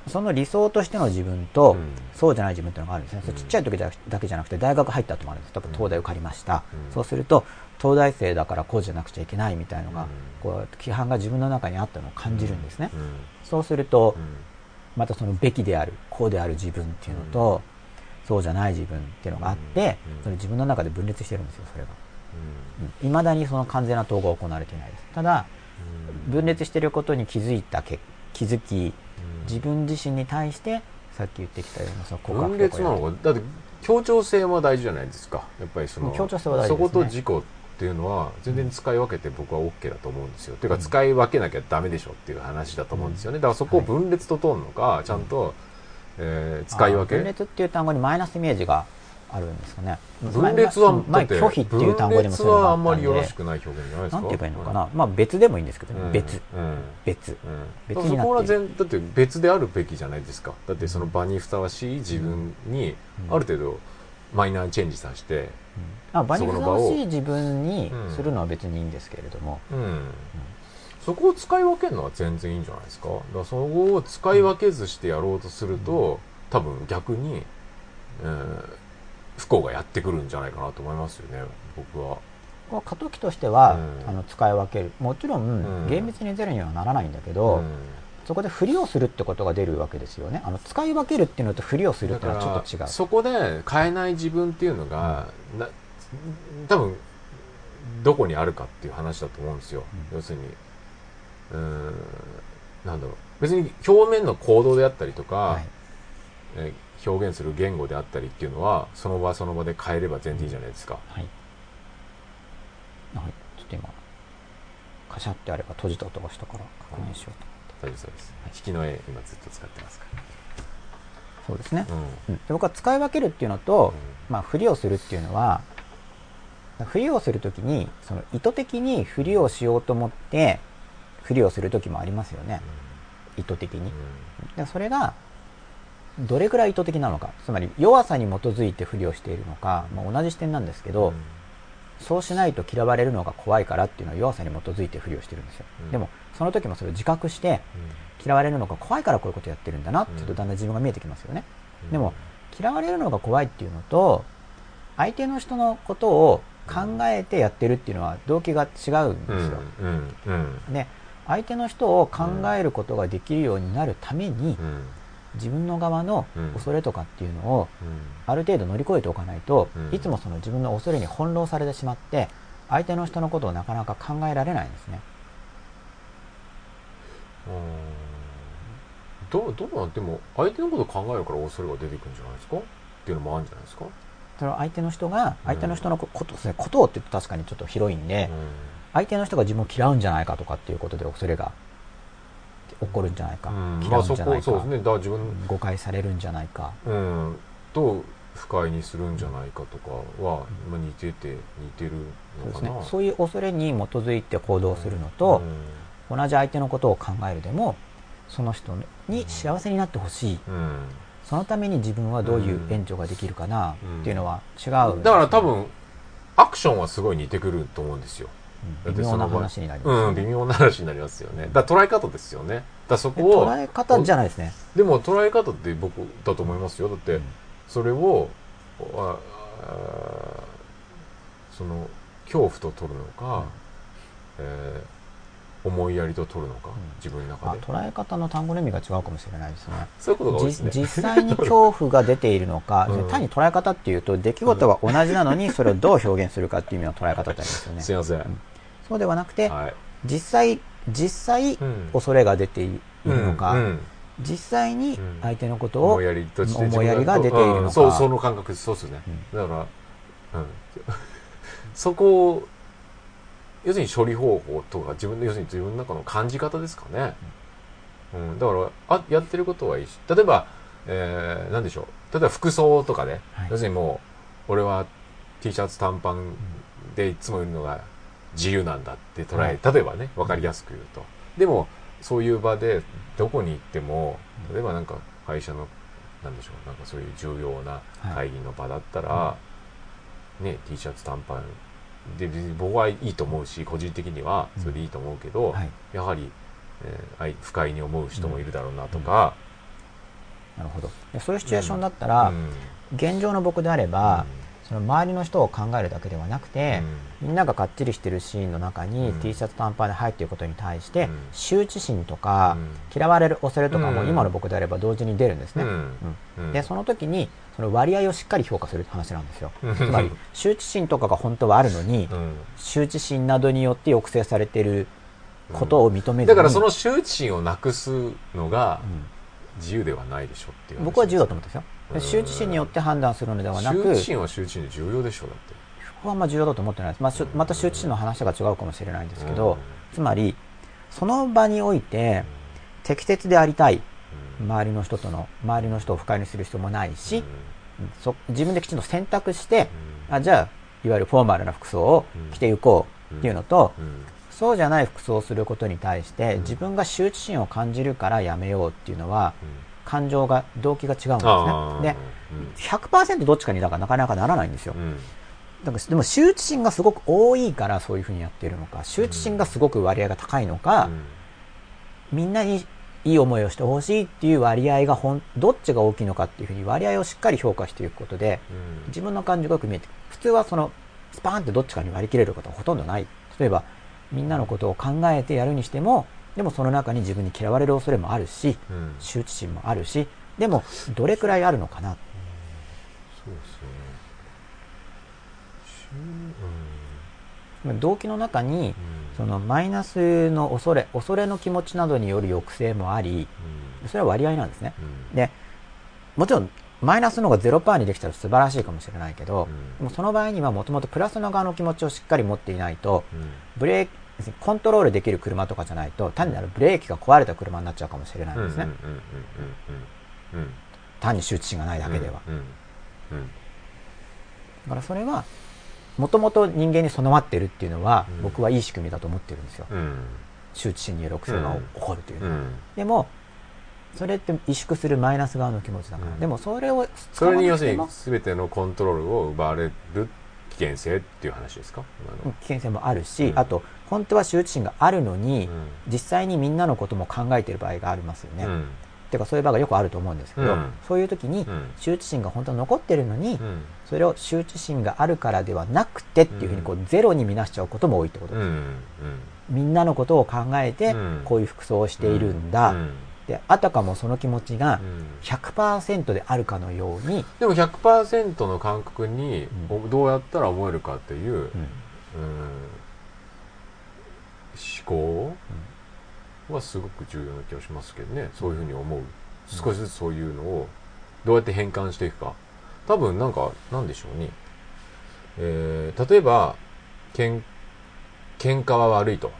その理想としての自分と、 うん、 そうじゃない自分っていうのがあるんですね、 うん、 ちっちゃい時だけじゃなくて大学入った後もあるんです。多分東大受かりました、 うん、 そうすると東大生だからこうじゃなくちゃいけないみたいなのが、 うん、 こう規範が自分の中にあったのを感じるんですね、 うん、 そうすると、 うん、 またそのべきであるこうである自分っていうのと、うん、そうじゃない自分っていうのがあって、うん、それ自分の中で分裂してるんですよ、それが。いま、うん、だにその完全な統合が行われていないです。ただ、うん、分裂していることに気づいた気づき、自分自身に対してさっき言ってきたようなその告白分裂なのか、だって協調性は大事じゃないですか。やっぱりその協調性は大事ですね。 そこと自己っていうのは全然使い分けて僕は OK だと思うんですよ。というか使い分けなきゃダメでしょっていう話だと思うんですよね。だからそこを分裂と取るのか、はい、ちゃんと、えー、使い分け。 分裂っていう単語にマイナスイメージがあるんですかね。 分裂は前拒否っていう単語でもそういうのがあったんで、 分裂はあんまりよろしくない表現じゃないですか。 なんて言えばいいのかな、うん、まあ別でもいいんですけどね、うん、別、うん、別、うん、 別になっている。そこは全だって別であるべきじゃないですか。だってその場にふさわしい自分にある程度マイナーチェンジさせて、うん、 あ場にふさわしい自分にするのは別にいいんですけれども、 うんうん、そこを使い分けるのは全然いいんじゃないですか。だからそこを使い分けずしてやろうとすると、多分逆に、えー不幸がやってくるんじゃないかなと思いますよね、僕は。 過渡期としては、うん、あの使い分ける、もちろん、うん、厳密にゼロにはならないんだけど、うん、そこで振りをするってことが出るわけですよね。あの使い分けるっていうのと振りをするっていうのはちょっと違う。 そこで変えない自分っていうのが、うん、な多分どこにあるかっていう話だと思うんですよ、うん、要するにうーんなんだろう、別に表面の行動であったりとか、はい、え表現する言語であったりっていうのはその場その場で変えれば全然いいじゃないですか。 はい、はい、ちょっと今カシャってあれば閉じた音がしたから確認しようと思って。大丈夫そうです、はい、引きの絵今ずっと使ってますから。 そうですね、うん、で僕は使い分けるっていうのと、うん、まあ振りをするっていうのは、振りをするときにその意図的に振りをしようと思って振りをするときもありますよね、うん、意図的に、うん、でそれがどれくらい意図的なのか、つまり弱さに基づいて振りをしているのか、まあ、同じ視点なんですけど、うん、そうしないと嫌われるのが怖いからっていうのは弱さに基づいて振りをしてるんですよ、うん、でもその時もそれを自覚して、うん、嫌われるのが怖いからこういうことやってるんだなっていうとだんだん自分が見えてきますよね、うん、でも嫌われるのが怖いっていうのと相手の人のことを考えてやってるっていうのは動機が違うんですよ、うんうんうん、で相手の人を考えることができるようになるために、うん自分の側の恐れとかっていうのをある程度乗り越えておかないと、うん、いつもその自分の恐れに翻弄されてしまって相手の人のことをなかなか考えられないんですね。 うんどうどうなんでも相手のことを考えるから恐れが出てくるんじゃないですかっていうのもあるんじゃないですか。 それは相手の人が相手の人のことですね、うん、ことをって言うと確かにちょっと広いんで、うん、相手の人が自分を嫌うんじゃないかとかっていうことで恐れが起こるんじゃないか、うん、嫌うんじゃないか、 そうですね、だから自分誤解されるんじゃないか、 うん、と不快にするんじゃないかとかは、うん、似てて似てるのかな。 そうですね、そういう恐れに基づいて行動するのと、うん、同じ相手のことを考えるでもその人に幸せになってほしい、うん、そのために自分はどういう援助ができるかなっていうのは違う、うん、 だから多分アクションはすごい似てくると思うんですよ。 微妙な話になりますね。 うん、微妙な話になりますよね。だから捉え方ですよね。だからそこを捉え方じゃないですね。 でも捉え方って僕だと思いますよ。だってそれを、うん、あその恐怖と取るのか、うんえー、思いやりと取るのか、うん、自分の中で。 捉え方の単語の意味が違うかもしれないですね。 そういうことが多いですね。 実際に恐怖が出ているのか、うん、単に捉え方っていうと出来事は同じなのにそれをどう表現するかっていう意味の捉え方ってありますよね。 すいません。 うんそうではなくて、 はい、 実際実際恐れが出ているのか、うんうん、実際に相手のことを思いやりとして思いやりが出ているのか、うん、 そうその感覚そうですよね、うん、だから、うん、そこを要するに処理方法とか自分の要するに自分の中の感じ方ですかね、うんうん、だからあやってることはいいし、例えば、えー、何でしょう、例えば服装とかね、はい、要するにもう俺は T シャツ短パンでいつもいるのが自由なんだって捉え、例えばね分かりやすく言うと、でもそういう場でどこに行っても例えばなんか会社のなんでしょうなんかそういう重要な会議の場だったら、はい、ね T シャツ短パンで僕はいいと思うし個人的にはそれでいいと思うけど、うんはい、やはり、えー、不快に思う人もいるだろうなとか、 なるほど。でそういうシチュエーションだったら、うん、現状の僕であれば、うん、その周りの人を考えるだけではなくて、うん、みんながかっちりしてるシーンの中に、うん、T シャツ短パンで入っていることに対して、うん、羞恥心とか、うん、嫌われる恐れとかも今の僕であれば同時に出るんですね、うんうん、でその時にその割合をしっかり評価するって話なんですよ。つまり羞恥心とかが本当はあるのに、うん、羞恥心などによって抑制されていることを認めずに、 だからその羞恥心をなくすのが自由ではないでしょっていう、ね、 僕は自由だと思ってますよ。羞恥心によって判断するのではなく、 羞恥心は羞恥心で重要でしょだって。 そこはまあ重要だと思ってないです。まあ、また羞恥心の話が違うかもしれないんですけど、つまりその場において適切でありたい、周りの人との周りの人を不快にする必要もないし、そ自分できちんと選択して、あじゃあいわゆるフォーマルな服装を着ていこうっていうのと、そうじゃない服装をすることに対して自分が羞恥心を感じるからやめようっていうのは、感情が動機が違うんですね。で、ひゃくパーセント どっちかにだからなかなかならないんですよ。だからでも羞恥心がすごく多いからそういうふうにやっているのか、羞恥心がすごく割合が高いのか、みんなにいい思いをしてほしいっていう割合がほんどっちが大きいのかっていうふうに割合をしっかり評価していくことで、自分の感情がよく見えてくる。普通はそのスパーンってどっちかに割り切れることはほとんどない。例えばみんなのことを考えてやるにしても、でもその中に自分に嫌われる恐れもあるし、うん、羞恥心もあるし、でもどれくらいあるのかな、うん、そうですね、うん、動機の中に、うん、そのマイナスの恐れ恐れの気持ちなどによる抑制もあり、うん、それは割合なんですね、うん、でもちろんマイナスの方が ゼロパーセント にできたら素晴らしいかもしれないけど、うん、もうその場合にはもともとプラスの側の気持ちをしっかり持っていないと、うん、ブレーキコントロールできる車とかじゃないと、単にあるブレーキが壊れた車になっちゃうかもしれないんですね。単に羞恥心がないだけでは。だからそれはもともと人間に備わっているっていうのは、うん、僕はいい仕組みだと思ってるんですよ。うん、羞恥心による抑制が起こるというのは。うん、でもそれって萎縮するマイナス側の気持ちだから。うん、でもそれを使わなくても、それに要するに全てのコントロールを奪われる危険性っていう話ですか？ 危険性もあるし、うん、あと本当は羞恥心があるのに、うん、実際にみんなのことも考えている場合がありますよね。うん、てかそういう場合がよくあると思うんですけど、うん、そういう時に、うん、羞恥心が本当は残っているのに、うん、それを羞恥心があるからではなくてっていうふうにこうゼロに見なしちゃうことも多いってことです。うんうん、みんなのことを考えてこういう服装をしているんだ。であたかもその気持ちが ひゃくパーセント であるかのように、うん、 でも ひゃくパーセント の感覚にどうやったら思えるかっていう、うんうん、思考はすごく重要な気がしますけどね。そういうふうに思う、少しずつそういうのをどうやって変換していくか。多分なんかなんでしょうね、えー、例えばけん喧嘩は悪いと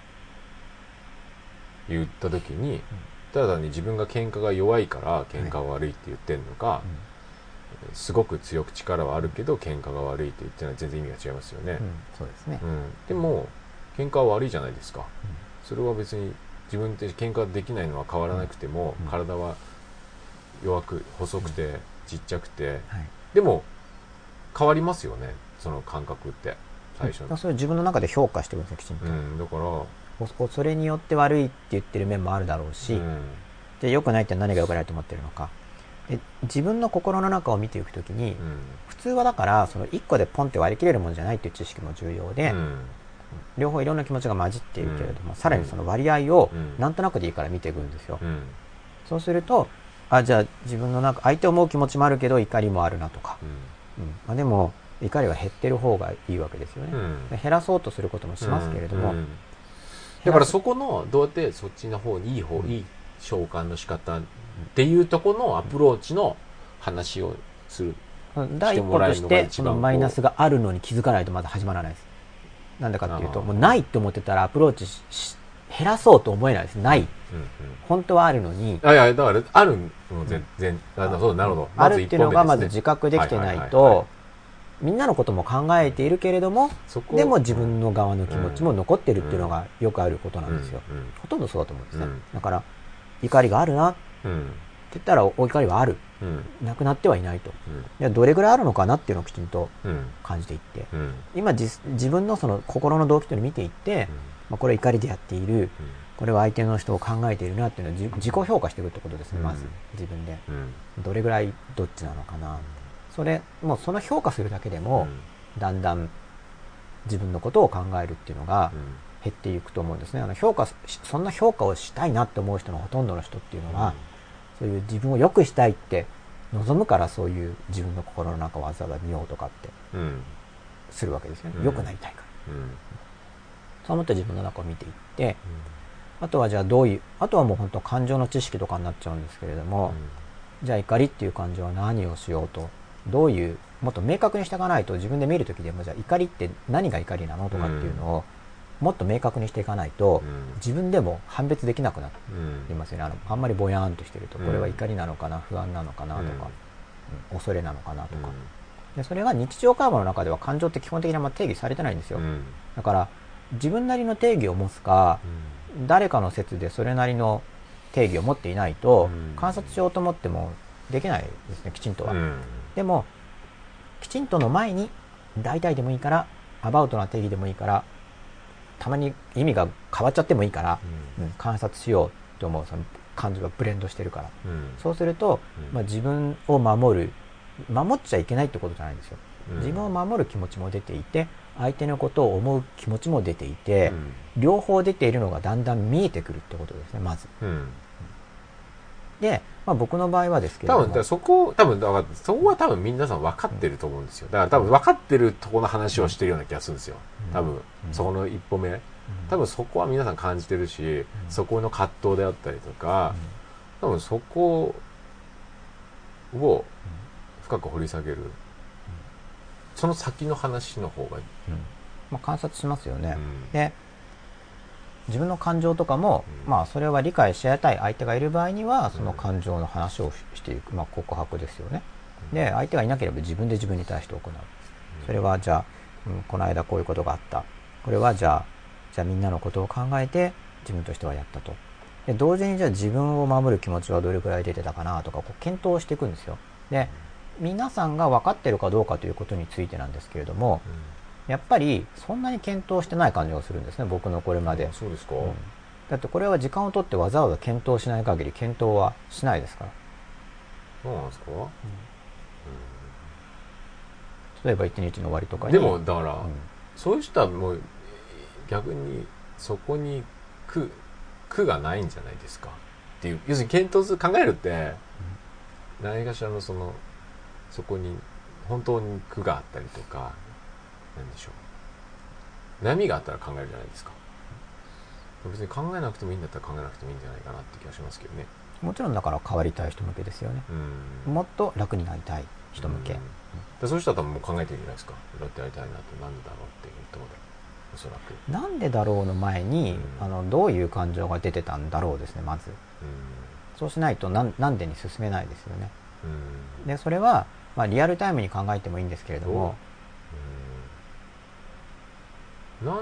言った時に、うんただに自分が喧嘩が弱いから喧嘩は悪いって言ってるのか、はいうん、すごく強く力はあるけど喧嘩が悪いって言ってるのは全然意味が違いますよね、うん、 そうですね、 うん、でも喧嘩は悪いじゃないですか、うん、それは別に自分って喧嘩できないのは変わらなくても、うん、体は弱く細くてちっちゃくて、うんはい、でも変わりますよねその感覚って最初に、 うん、それ自分の中で評価してるんですよきちんと、うん、だからそれによって悪いって言ってる面もあるだろうし、うん、で良くないって何が良くないと思ってるのかで自分の心の中を見ていくときに、うん、普通はだからそのいっこでポンって割り切れるものじゃないっていう知識も重要で、うん、両方いろんな気持ちが混じっているけれども、うん、さらにその割合をなんとなくでいいから見ていくんですよ、うん、そうするとあじゃあ自分の中相手を思う気持ちもあるけど怒りもあるなとか、うんうんまあ、でも怒りは減ってる方がいいわけですよね、うん、減らそうとすることもしますけれども、うんだからそこのどうやってそっちの方にいい方、うん、いい召喚の仕方っていうところのアプローチの話をする、 うん、第一歩としてそのマイナスがあるのに気づかないとまだ始まらないです。なんでかっていうともうないって思ってたらアプローチしし減らそうと思えないです。ない、うんうん、本当はあるのにあいやだからあるの全然、うん、そうなるほど、 ま、あるっていうのがまず自覚できてないとみんなのことも考えているけれどもでも自分の側の気持ちも残ってるっていうのがよくあることなんですよ、うんうん、ほとんどそうだと思うんですね、うん、だから怒りがあるなって言ったらお怒りはある、うん、なくなってはいないと、うん、どれぐらいあるのかなっていうのをきちんと感じていって、うん、今自分のその心の動機というのを見ていって、うんまあ、これは怒りでやっている、 これは相手の人を考えているなっていうのを自己評価していくってことですね、まず自分で、うん、どれぐらいどっちなのかな、それもうその評価するだけでも、うん、だんだん自分のことを考えるっていうのが減っていくと思うんですね。あの評価そんな評価をしたいなって思う人のほとんどの人っていうのは、うん、そういう自分を良くしたいって望むから、そういう自分の心の中をわざわざ見ようとかってするわけですよね、うん、良くなりたいから、うん、そう思って自分の中を見ていって、うん、あとはじゃあどういうあとはもう本当感情の知識とかになっちゃうんですけれども、うん、じゃあ怒りっていう感情は何をしようと、どういうもっと明確にしていかないと、自分で見るときでもじゃあ怒りって何が怒りなのとかっていうのをもっと明確にしていかないと、うん、自分でも判別できなくなりますよね。あのあんまりぼやーんとしてると、これは怒りなのかな、不安なのかなとか、うん、恐れなのかなとか、うん、でそれが日常会話の中では感情って基本的にあんま定義されてないんですよ、うん、だから自分なりの定義を持つか、うん、誰かの説でそれなりの定義を持っていないと、うん、観察しようと思ってもできないですね、きちんとは、うん、でもきちんとの前に大体でもいいから、アバウトな定義でもいいから、たまに意味が変わっちゃってもいいから、うんうん、観察しようと思う、その感情がブレンドしてるから、うん、そうすると、うん、まあ、自分を守る守っちゃいけないってことじゃないんですよ、うん、自分を守る気持ちも出ていて、相手のことを思う気持ちも出ていて、うん、両方出ているのがだんだん見えてくるってことですね、まず、うん、で、まあ、僕の場合はですけれども、 多分そこ多分だからそこは多分皆さん分かってると思うんですよ。だから多分分かってるところの話をしてるような気がするんですよ。多分そこの一歩目、多分そこは皆さん感じてるし、そこの葛藤であったりとか、多分そこを深く掘り下げる、その先の話の方が、うんまあ、観察しますよね、うん、で自分の感情とかも、うん、まあそれは理解し合いたい相手がいる場合にはその感情の話をしていく、まあ、告白ですよね。で相手がいなければ自分で自分に対して行う。それはじゃあ、うん、この間こういうことがあった、これはじゃあじゃあみんなのことを考えて自分としてはやったと。で同時にじゃあ自分を守る気持ちはどれくらい出てたかなとかこう検討していくんですよ。で皆さんが分かってるかどうかということについてなんですけれども、やっぱりそんなに検討してない感じがするんですね、僕のこれまで。 そうですか、 うん、だってこれは時間を取ってわざわざ検討しない限り検討はしないですから。 そうなんですか、うんうん、 例えば一日の終わりとかに。 でもだから、うん、そういう人はもう逆にそこに苦苦がないんじゃないですかっていう、要するに検討する考えるって、うん、何かしらのそのそこに本当に苦があったりとか、なんでしょう、悩みがあったら考えるじゃないですか。別に考えなくてもいいんだったら考えなくてもいいんじゃないかなって気がしますけどね。 もちろんだから変わりたい人向けですよね、うん、もっと楽になりたい人向け、うん、 でそういう人は多分もう考えてるじゃないですか。だってやりたいなってなんでだろうっていうところで、おそらくなんでだろうの前に、うん、あのどういう感情が出てたんだろうですね、まず、うん、そうしないとな ん, なんでに進めないですよね、うん、でそれは、まあ、リアルタイムに考えてもいいんですけれども、 うん、なんん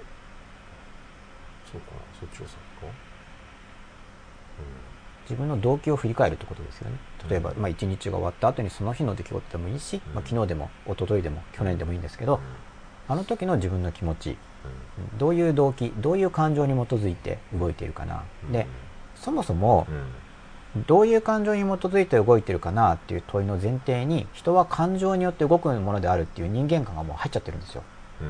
そうかな、そっちを先か、うん、 自分の動機を振り返るってことですよね。例えば、うんまあ、一日が終わった後にその日の出来事でもいいし、うんまあ、昨日でも一昨日でも去年でもいいんですけど、うん、あの時の自分の気持ち、うん、どういう動機、どういう感情に基づいて動いているかな、うん、でそもそも、うん、どういう感情に基づいて動いているかなっていう問いの前提に、人は感情によって動くものであるっていう人間観がもう入っちゃってるんですよ、うんうん、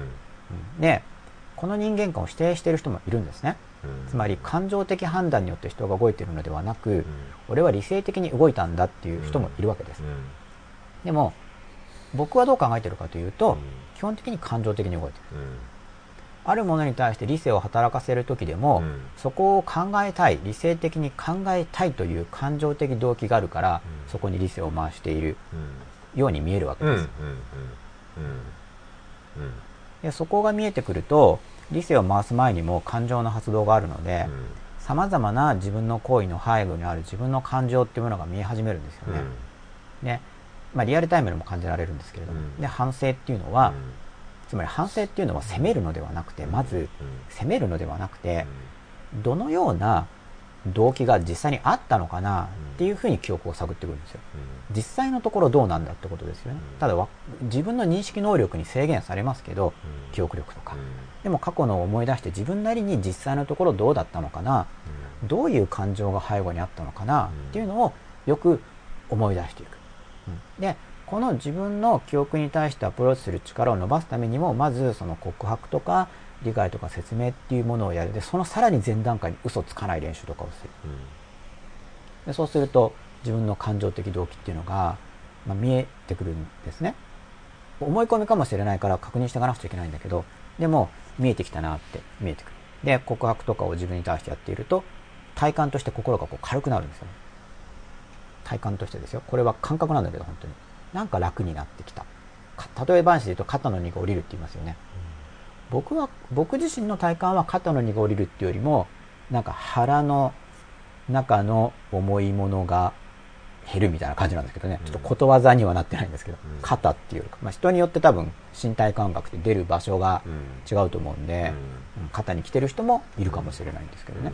でこの人間観を否定している人もいるんですね。つまり感情的判断によって人が動いているのではなく、うん、俺は理性的に動いたんだっていう人もいるわけです、うん、でも僕はどう考えているかというと、うん、基本的に感情的に動いている、うん、あるものに対して理性を働かせる時でも、うん、そこを考えたい、理性的に考えたいという感情的動機があるから、うん、そこに理性を回しているように見えるわけです。でそこが見えてくると、理性を回す前にも感情の発動があるので、さまざまな自分の行為の背後にある自分の感情っていうものが見え始めるんですよね、うん、で、まあ、リアルタイムでも感じられるんですけれども、うん、で反省っていうのは、うん、つまり反省っていうのは責めるのではなくて、まず責めるのではなくて、どのような動機が実際にあったのかなっていうふうに記憶を探ってくるんですよ。実際のところどうなんだってことですよね。ただ自分の認識能力に制限されますけど、記憶力とか。でも過去のを思い出して自分なりに実際のところどうだったのかな、どういう感情が背後にあったのかなっていうのをよく思い出していく。で、この自分の記憶に対してアプローチする力を伸ばすためにも、まずその告白とか理解とか説明っていうものをやる。で、そのさらに前段階に嘘つかない練習とかをする。で、そうすると自分の感情的動機っていうのが、まあ、見えてくるんですね。思い込みかもしれないから確認していかなくちゃいけないんだけど、でも見えてきたなって見えてくる。で、告白とかを自分に対してやっていると、体感として心がこう軽くなるんですよね。体感としてですよ。これは感覚なんだけど、本当に。なんか楽になってきた。例え話で言うと肩の荷が下りるって言いますよね。僕は、僕自身の体感は肩の荷が下りるっていうよりも、なんか腹の中の重いものが減るみたいな感じなんですけどね。ちょっとことわざにはなってないんですけど、肩っていうか、まあ、人によって多分身体感覚って出る場所が違うと思うんで、肩に来てる人もいるかもしれないんですけどね。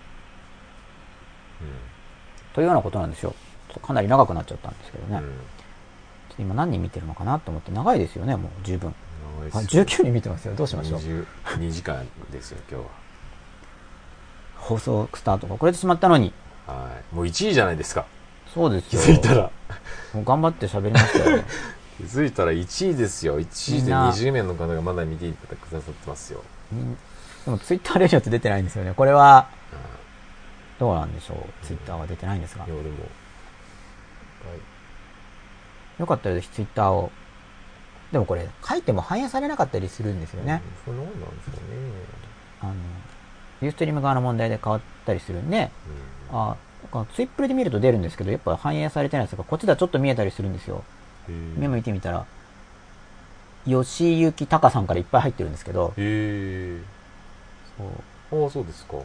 というようなことなんですよ。かなり長くなっちゃったんですけどね。今何人見てるのかなと思って、長いですよね、もう十分。あ、じゅうきゅうにん見てますよ。どうしましょう。 にじゅうにじかんですよ、今日は。 放送スタートが遅れてしまったのに。 はい。もういちいじゃないですか。 そうですよ。 気づいたら。 もう頑張って喋りましたよね。 気づいたらいちいですよ。いちいでにじゅうめいの方がまだ見てくださってますよ。 でもツイッターレジオって出てないんですよね。これは、どうなんでしょう。ツイッターは出てないんですが。 夜も。はい。 よかったらぜひツイッターを。でもこれ書いても反映されなかったりするんですよね。 うん、そうなんですよね。 あの、ユーストリーム側の問題で変わったりするんで、うん、あツイップルで見ると出るんですけど、やっぱ反映されてないですが、こっちではちょっと見えたりするんですよ。目向いてみたら、吉行隆さんからいっぱい入ってるんですけど。 へー。そう。ああ、そうですか。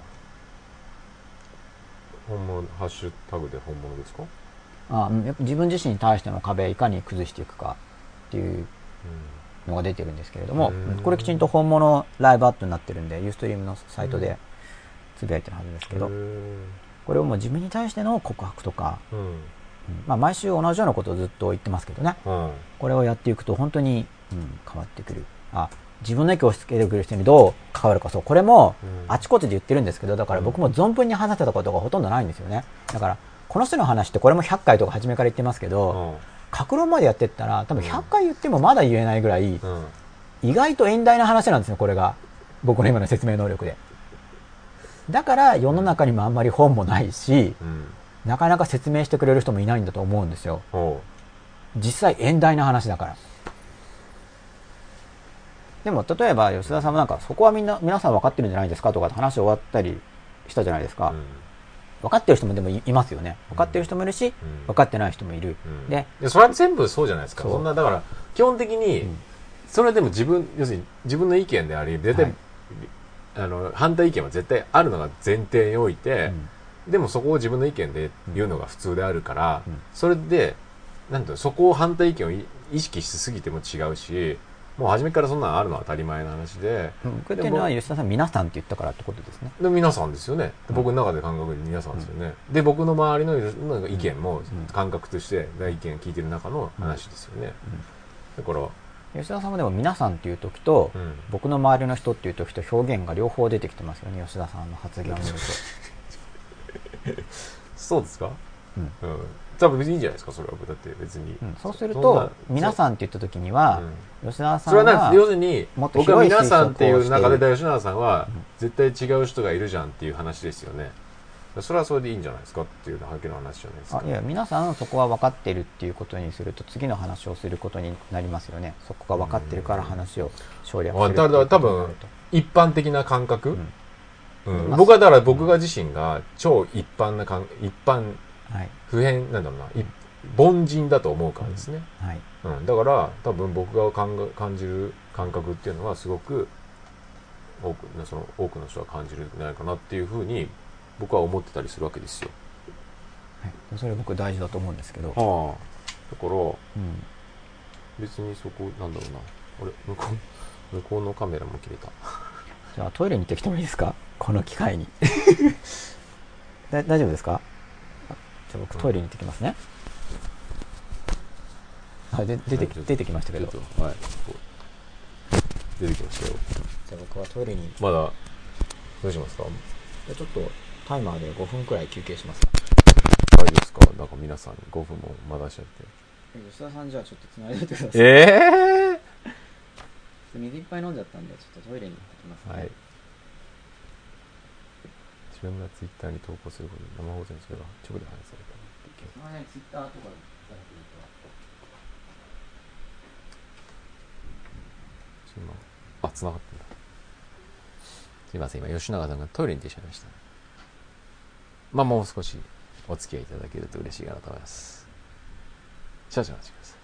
本物、ハッシュタグで本物ですか？ あ、やっぱ自分自身に対しての壁をいかに崩していくかっていうのが出てるんですけれども、うん、これきちんと本物ライブアットになってるんで、ユーストリームのサイトでつぶやいてるはずですけど、これをもう自分に対しての告白とか、うん、まあ毎週同じようなことをずっと言ってますけどね、うん、これをやっていくと本当に、うん、変わってくる。あ、自分の意見を押し付けてくる人にどう関わるか、そう、これもあちこちで言ってるんですけど、だから僕も存分に話せたことがほとんどないんですよね。だからこの人の話ってこれもひゃっかいとか初めから言ってますけど、格論までやってったら多分ひゃっかい言ってもまだ言えないぐらい、意外と遠大な話なんですよ、これが。僕の今の説明能力で。だから世の中にもあんまり本もないし、なかなか説明してくれる人もいないんだと思うんですよ。実際遠大な話だから。でも例えば吉田さんもなんかそこはみんな皆さん分かってるんじゃないですかとかって話終わったりしたじゃないですか。分かってる人もでもいますよね。分かってる人もいるし、分かってない人もいる。 で、それは全部そうじゃないですか。そんなだから基本的にそれでも自分要するに自分の意見であり絶対、はい、あの反対意見は絶対あるのが前提において、うん、でもそこを自分の意見で言うのが普通であるから、うん、それでなんていうの、そこを反対意見を意識しすぎても違うし、もう初めからそんなのあるのは当たり前の話で、 うん、これっていうのは吉田さん皆さんって言ったからってことですね。 で皆さんですよね。僕の中で感覚で皆さんですよね、うん、で僕の周りの意見も感覚として意見聞いてる中の話ですよね、うん、だから吉田さんもでも皆さんっていう時と、うん、僕の周りの人っていう時と表現が両方出てきてますよね、吉田さんの発言を見るとそうですか、うん、うん、多分別にいいんじゃないですか、それは。だって別に、 うん、そうすると皆さんって言った時には、うん、吉田さんはそれは要するに僕は皆さんっていう中で吉永さんは絶対違う人がいるじゃんっていう話ですよね。それはそれでいいんじゃないですかっていうだけの話じゃないですか。 あ、いや、皆さんそこは分かってるっていうことにすると次の話をすることになりますよね。そこが分かってるから話を省略する。 だから多分一般的な感覚、うんうん、僕はだから僕が自身が超一般な感一般普遍なんだろうな、うん、凡人だと思うからですね、うん、はいうん、だから多分僕が感じる感覚っていうのはすごく多くその多くの人が感じるんじゃないかなっていうふうに僕は思ってたりするわけですよ。 はい、それ僕大事だと思うんですけど、 はあ、だから、うん、別にそこなんだろうな、あれ向こう向こうのカメラも切れた。 じゃあトイレに行ってきてもいいですか、この機会に。 だ大丈夫ですか？じゃあ僕トイレに行ってきますね。はい、で出て出てきましたけど、 はい、出てきましたよ。 じゃあ僕はトイレにまだどうしますか？ じゃあちょっとタイマーでごふんくらい休憩します。 あれですか？なんか皆さんにごふんもまだしちゃって。 吉田さんじゃあちょっとつないでおいてください。 えー、水いっぱい飲んじゃったんでちょっとトイレに行ってきますね。はい。 自分がツイッターに投稿することで生放送にそれが直で反映されたっていう。 その辺ツイッターとかされてると今あ、繋がってんだ。すいません、今吉永さんがトイレに行ってしまいました。まあもう少しお付き合いいただけると嬉しいかなと思います。少々お待ちください。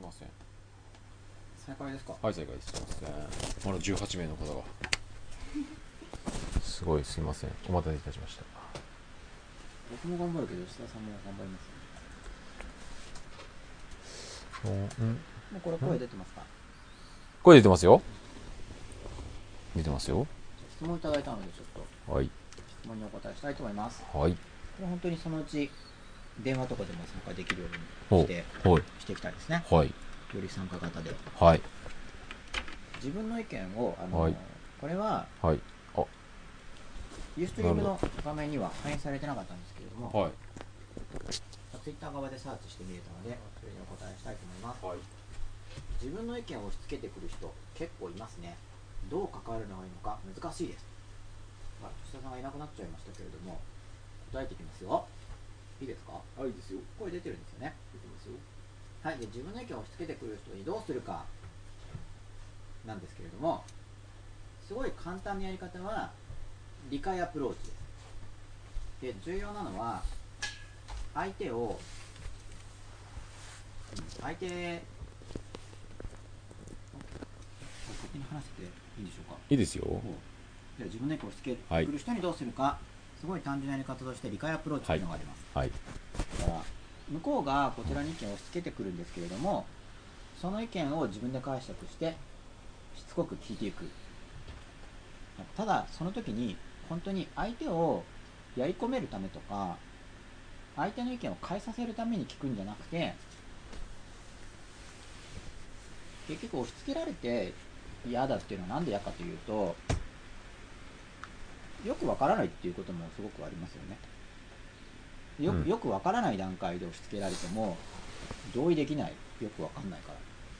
ません。 再開ですか？ はい、再開です。すいません。まだじゅうはちめいの方が。すごいすいません。お待たせいたしました。 僕も頑張るけど、吉田さんも頑張りますうん、 よね。もうこれ声出てますか？ 声出てますよ。出てますよ。 質問いただいたので、ちょっと。 はい。 質問にお答えしたいと思います。 はい。 これ本当にそのうち電話とかでも参加できるようにして、 はい、 していきたいですね。 はい。 より参加型で。 はい。 自分の意見を、あの、 はい、 これは、 はい。あ、 ユーストリームの画面には反映されてなかったんですけれども、 はい。 ツイッター側でサーチしてみれたので、それにお答えしたいと思います。 はい。 自分の意見を押し付けてくる人、結構いますね。どう関わるのがいいのか難しいです。まあ、吉田さんがいなくなっちゃいましたけれども、答えていきますよ。いいですか？ あ、いいですよ。 声出てるんですよね。 出てますよ。 はい。で、自分の意見を押し付けてくる人にどうするかなんですけれども、すごい簡単なやり方は理解アプローチです。で、重要なのは相手を相手勝手に話せていいんでしょうか？ いいですよ。 では自分の意見を押し付けてくる人にどうするか、はい、すごい単純なやり方として理解アプローチというのがあります。はい。だから向こうがこちらに意見を押し付けてくるんですけれども、その意見を自分で解釈してしつこく聞いていく。ただその時に本当に相手をやり込めるためとか、相手の意見を変えさせるために聞くんじゃなくて、結局押し付けられて嫌だっていうのはなんで嫌かというと、よくわからないっていうこともすごくありますよね。よ, よくわからない段階で押し付けられても同意できない。よくわかんないから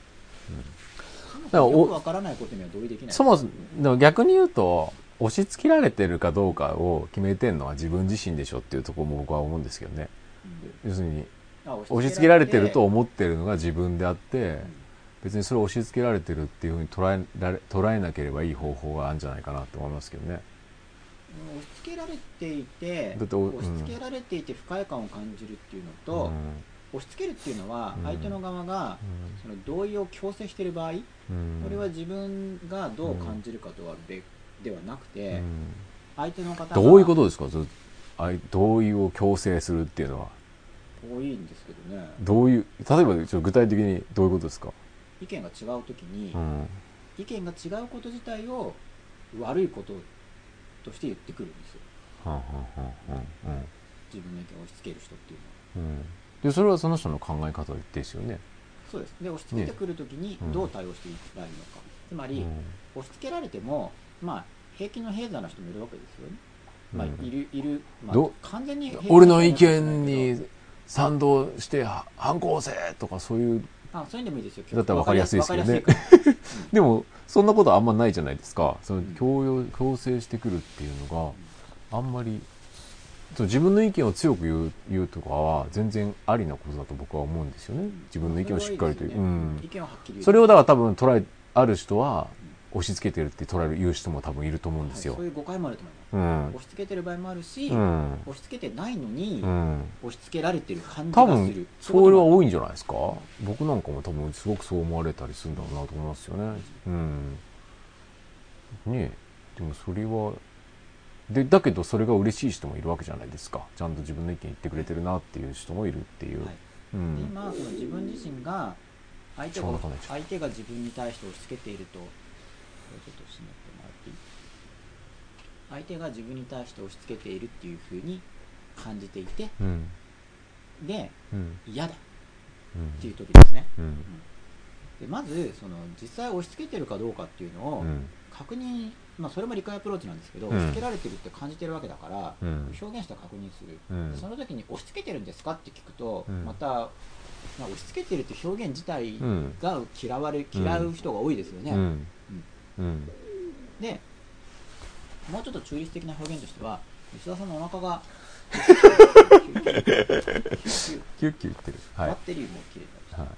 、うん、よくわからないことには同意できない。 そもそも逆に言うと、押し付けられてるかどうかを決めてるのは自分自身でしょっていうところも僕は思うんですけどね、うん、要するに押し付けられてると思ってるのが自分であって、うん、別にそれを押し付けられてるっていうふうに捉えられ、捉えなければいい方法があるんじゃないかなと思いますけどね。 押し付けられていて、だって押し付けられていて不快感を感じるっていうのと、うん、押し付けるっていうのは相手の側がその同意を強制している場合、うん、これは自分がどう感じるかとは別ではなくて、うん、相手の方がどういうことですか？同意を強制するっていうのは。 多いんですけどね。 どういう、例えばちょっと具体的にどういうことですか？ 意見が違うときに、うん、意見が違うこと自体を悪いこととして言ってくるんですよ。はんはんはんはん、うん、自分の意見を押し付ける人っていうのは、うん、 でそれはその人の考え方ですよね。 そうです。で押し付けてくるときにどう対応していったらいいのか、うん、つまり、うん、押し付けられてもまあ平気の平座な人もいるわけですよね。まあ、いるいる、まあ、完全に俺の意見に賛同して反抗せとかそういう、 あ、そういうのでもいいですよ。 だったら分かりやすいですけどね。でもそんなことはあんまないじゃないですか。その強要、強制してくるっていうのがあんまり、自分の意見を強く言う、言うとかは全然ありなことだと僕は思うんですよね。自分の意見をしっかりと言う、うん、 意見をはっきり言う。 それをだから多分捉えある人は押し付けてるって捉える言う人も多分いると思うんですよ。 はい、そういう誤解もあると思います。うん、押し付けてる場合もあるし、うん、押し付けてないのに、うん、押し付けられてる感じがする。多分それは多いんじゃないですか。僕なんかも多分すごくそう思われたりするんだろうなと思いますよね。うん。ねえ、でもそれはでだけどそれが嬉しい人もいるわけじゃないですか。ちゃんと自分の意見言ってくれてるなっていう人もいるっていう。はい、 うん、で今その自分自身が相手が相手が自分に対して押し付けていると、これちょっと締めてもらっていい？相手が自分に対して押し付けているっていう風に感じていて、うん、で、うん、嫌だっていう時ですね。うんうん、でまずその実際押し付けてるかどうかっていうのを確認、まあ、それも理解アプローチなんですけど、うん、押し付けられてるって感じてるわけだから、うん、表現して確認する、うん、でその時に押し付けてるんですかって聞くと、うん、また、まあ、押し付けてるって表現自体が嫌われ、嫌う人が多いですよね。うんうんうん、でもうちょっと中立的な表現としては、吉田さんのお腹がキュッキュッキュッキュッ言ってる、 はい、バッテリーも切れたりして、はい、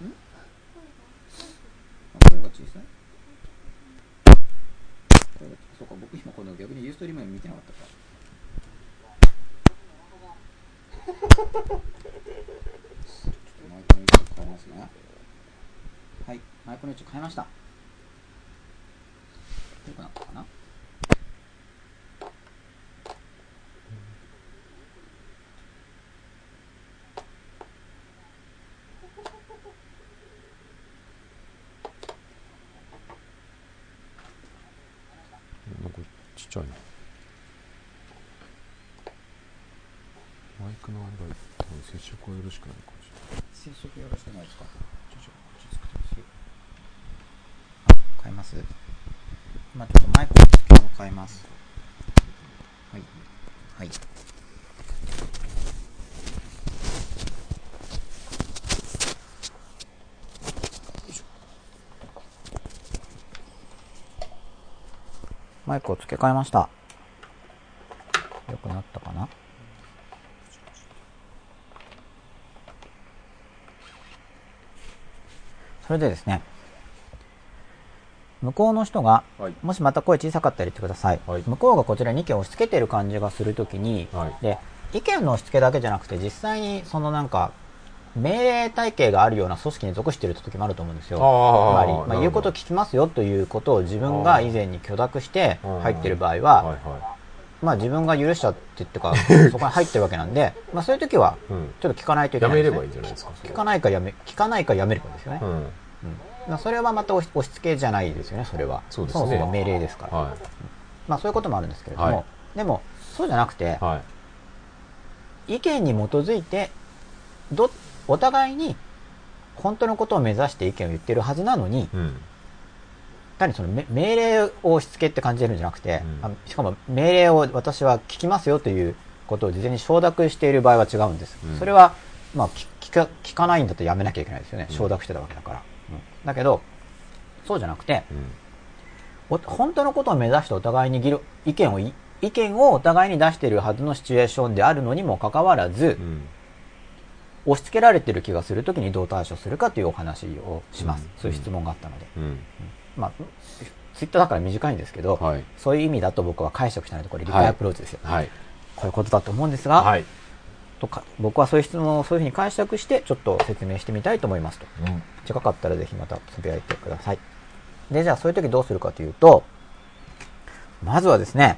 ん？声が小さい？そうか、僕今この逆にユーストリーム見てなかったか。ちょっとマイクますね。はい、マイクの位置変えました。よくなったかな。 なんかちっちゃいな。マイクのあれが接触はよろしくないかもしれない。 接触よろしくないですか。ちょちょ落ち着くとですよ。あ、変えます。今ちょっとマイクの付けを変えます。はいはい。マイクを付け替えました。よくなったかな。それでですね、向こうの人が、はい、もしまた声小さかったら言ってください、はい、向こうがこちらに意見を押し付けている感じがするときに、はい、で意見の押し付けだけじゃなくて実際にそのなんか命令体系があるような組織に属している時もあると思うんですよ。つまり、まあ、言うことを聞きますよということを自分が以前に許諾して入っている場合は、はいはい、まあ、自分が許したって言ってかそこに入ってるわけなんで、まあ、そういう時はちょっと聞かないといけないですね。 やめればいいんじゃないですか。 聞かないかやめ聞かないかやめればいいですよね。うんうんまあ、それはまた押し付けじゃないですよね。それは そ, うです、ね、そもそも命令ですから、はいまあ、そういうこともあるんですけれども、はい、でもそうじゃなくて、はい、意見に基づいてどお互いに本当のことを目指して意見を言っているはずなのに、うん、単にその命令を押し付けって感じてるんじゃなくて、うん、しかも命令を私は聞きますよということを事前に承諾している場合は違うんです、うん、それは、まあ、聞, か聞かないんだとやめなきゃいけないですよね、承諾してたわけだから、うん、だけどそうじゃなくて、うん、本当のことを目指してお互いに議論意見を意見をお互いに出しているはずのシチュエーションであるのにもかかわらず、うん押し付けられている気がするときにどう対処するかというお話をします、うん、そういう質問があったので、うんうんまあ、ツイッターだから短いんですけど、はい、そういう意味だと僕は解釈しないとこれ理解アプローチですよ、はい、こういうことだと思うんですが、はい、とか僕はそういう質問をそういうふうに解釈してちょっと説明してみたいと思いますと、うん、近かったらぜひまたつぶやいてください。でじゃあそういう時どうするかというと、まずはですね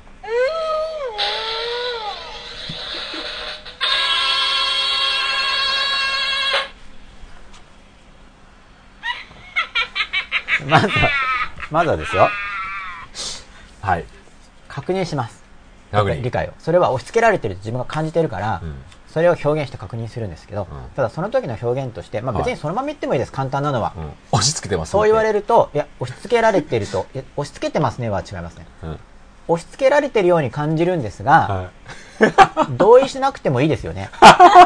まずは、まずはですよ。はい。確認します。理解を。それは押し付けられてると自分が感じてるから、うん、それを表現して確認するんですけど、うん、ただその時の表現として、まあ別にそのまま言ってもいいです、簡単なのは。うん、 押し付けてますね。 そう言われると、いや、押し付けられてると、いや押し付けてますねは違いますね。うん、押し付けられてるように感じるんですが、はい、同意しなくてもいいですよね。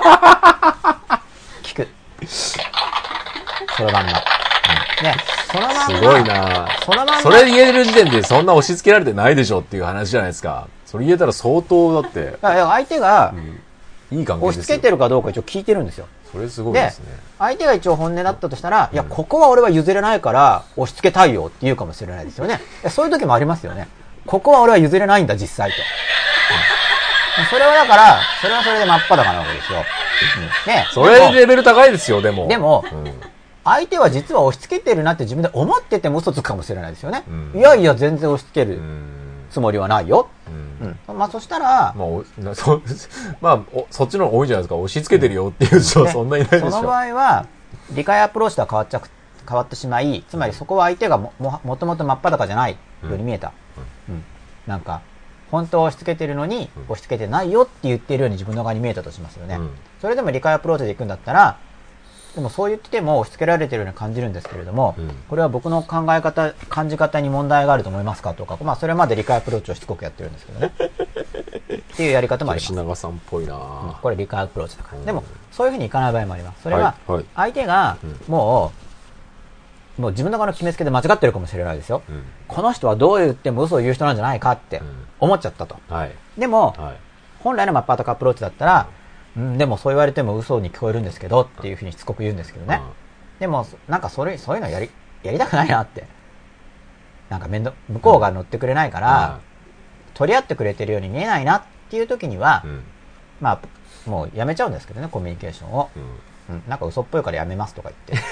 聞く。そのまんま。ね、そのまんますごいなそのまんまそれ言える時点でそんな押し付けられてないでしょっていう話じゃないですか。それ言えたら相当だって。 相手が、 うん、いい関係ですよ。 押し付けてるかどうか一応聞いてるんですよ。 それすごいですね。で、 相手が一応本音だったとしたら、うん、いや、ここは俺は譲れないから押し付けたいよって言うかもしれないですよね。そういう時もありますよね。ここは俺は譲れないんだ、実際と。うん、それはだから、それはそれで真っ裸なわけですよ。 うん、ね、それレベル高いですよ、でも。 でも、うん相手は実は押し付けてるなって自分で思ってても嘘つくかもしれないですよね、うん、いやいや全然押し付けるつもりはないよ、うんうん、まあそしたらまあ そ, まあ、そっちの方が多いじゃないですか。押し付けてるよっていう人はそんなにないでしょ。 その場合は理解アプローチとは変わっちゃ変わってしまい、つまりそこは相手が も, も, もともと真っ裸じゃないように見えた、うんうん、なんか本当は押し付けてるのに押し付けてないよって言ってるように自分の側に見えたとしますよね、うん、それでも理解アプローチでいくんだったらでもそう言ってても押し付けられてるように感じるんですけれども、うん、これは僕の考え方、感じ方に問題があると思いますかとか、まあそれまで理解アプローチをしつこくやってるんですけどね。っていうやり方もあります。 吉永さんっぽいな、うん、 これ理解アプローチだから。うん、でもそういうふうにいかない場合もあります。それは相手がもう、もう自分の側の決めつけで間違ってるかもしれないですよ。うん、この人はどう言っても嘘を言う人なんじゃないかって思っちゃったと。はい、でも、はい、本来の真っ裸アプローチだったら、うん、でもそう言われても嘘に聞こえるんですけどっていうふうにしつこく言うんですけどね、うん、でもなんかそれそういうのやりやりたくないなって、なんか面倒向こうが乗ってくれないから、うん、取り合ってくれてるように見えないなっていう時には、うん、まあもうやめちゃうんですけどね、コミュニケーションを、うん、 うん、なんか嘘っぽいからやめますとか言って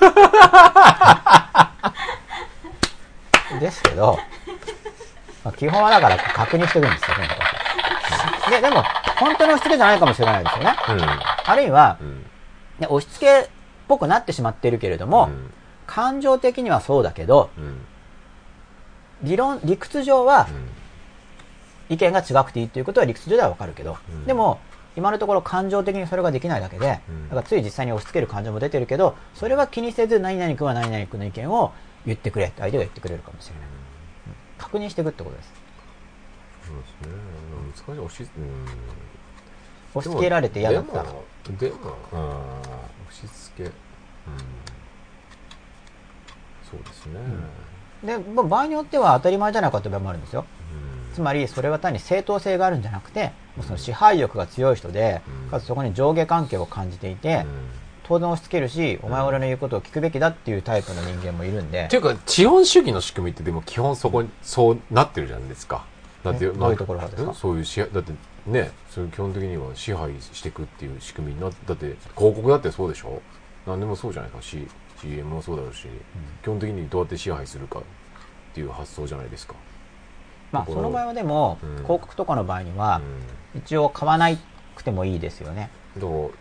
ですけど、まあ、基本はだから確認してるんですよね。で、でも本当に押し付けじゃないかもしれないですよね、うん、あるいは、うん、押し付けっぽくなってしまってるけれども、うん、感情的にはそうだけど、うん、理論理屈上は、うん、意見が違くていいということは理屈上ではわかるけど、うん、でも今のところ感情的にそれができないだけで、うん、だからつい実際に押し付ける感情も出てるけど、それは気にせず何々君は何々君の意見を言ってくれって相手が言ってくれるかもしれない、うん、確認していくってことです。 そうですね。難しい。押し、うん、 押し付けられて嫌だったら。 でも、でも、うん、押し付け、うん、そうですね。 うん、で、場合によっては当たり前じゃないかという場合もあるんですよ。うん、つまりそれは単に正当性があるんじゃなくて、もうその支配欲が強い人で、うん、かつそこに上下関係を感じていて、うん、当然押し付けるし、お前は俺の言うことを聞くべきだっていうタイプの人間もいるんで。 っていうか、資本主義の仕組みってでも基本そこに、そうなってるじゃないですか。だってどういうところがですか？ そういう支配、だってね、それ基本的には支配していくっていう仕組みになって、だって広告だってそうでしょ？何でもそうじゃないか。C、シーエム もそうだろうし、うん、基本的にどうやって支配するかっていう発想じゃないですか。 まあその場合はでも、うん、広告とかの場合には、うん、一応買わなくてもいいですよね。 だから、うん、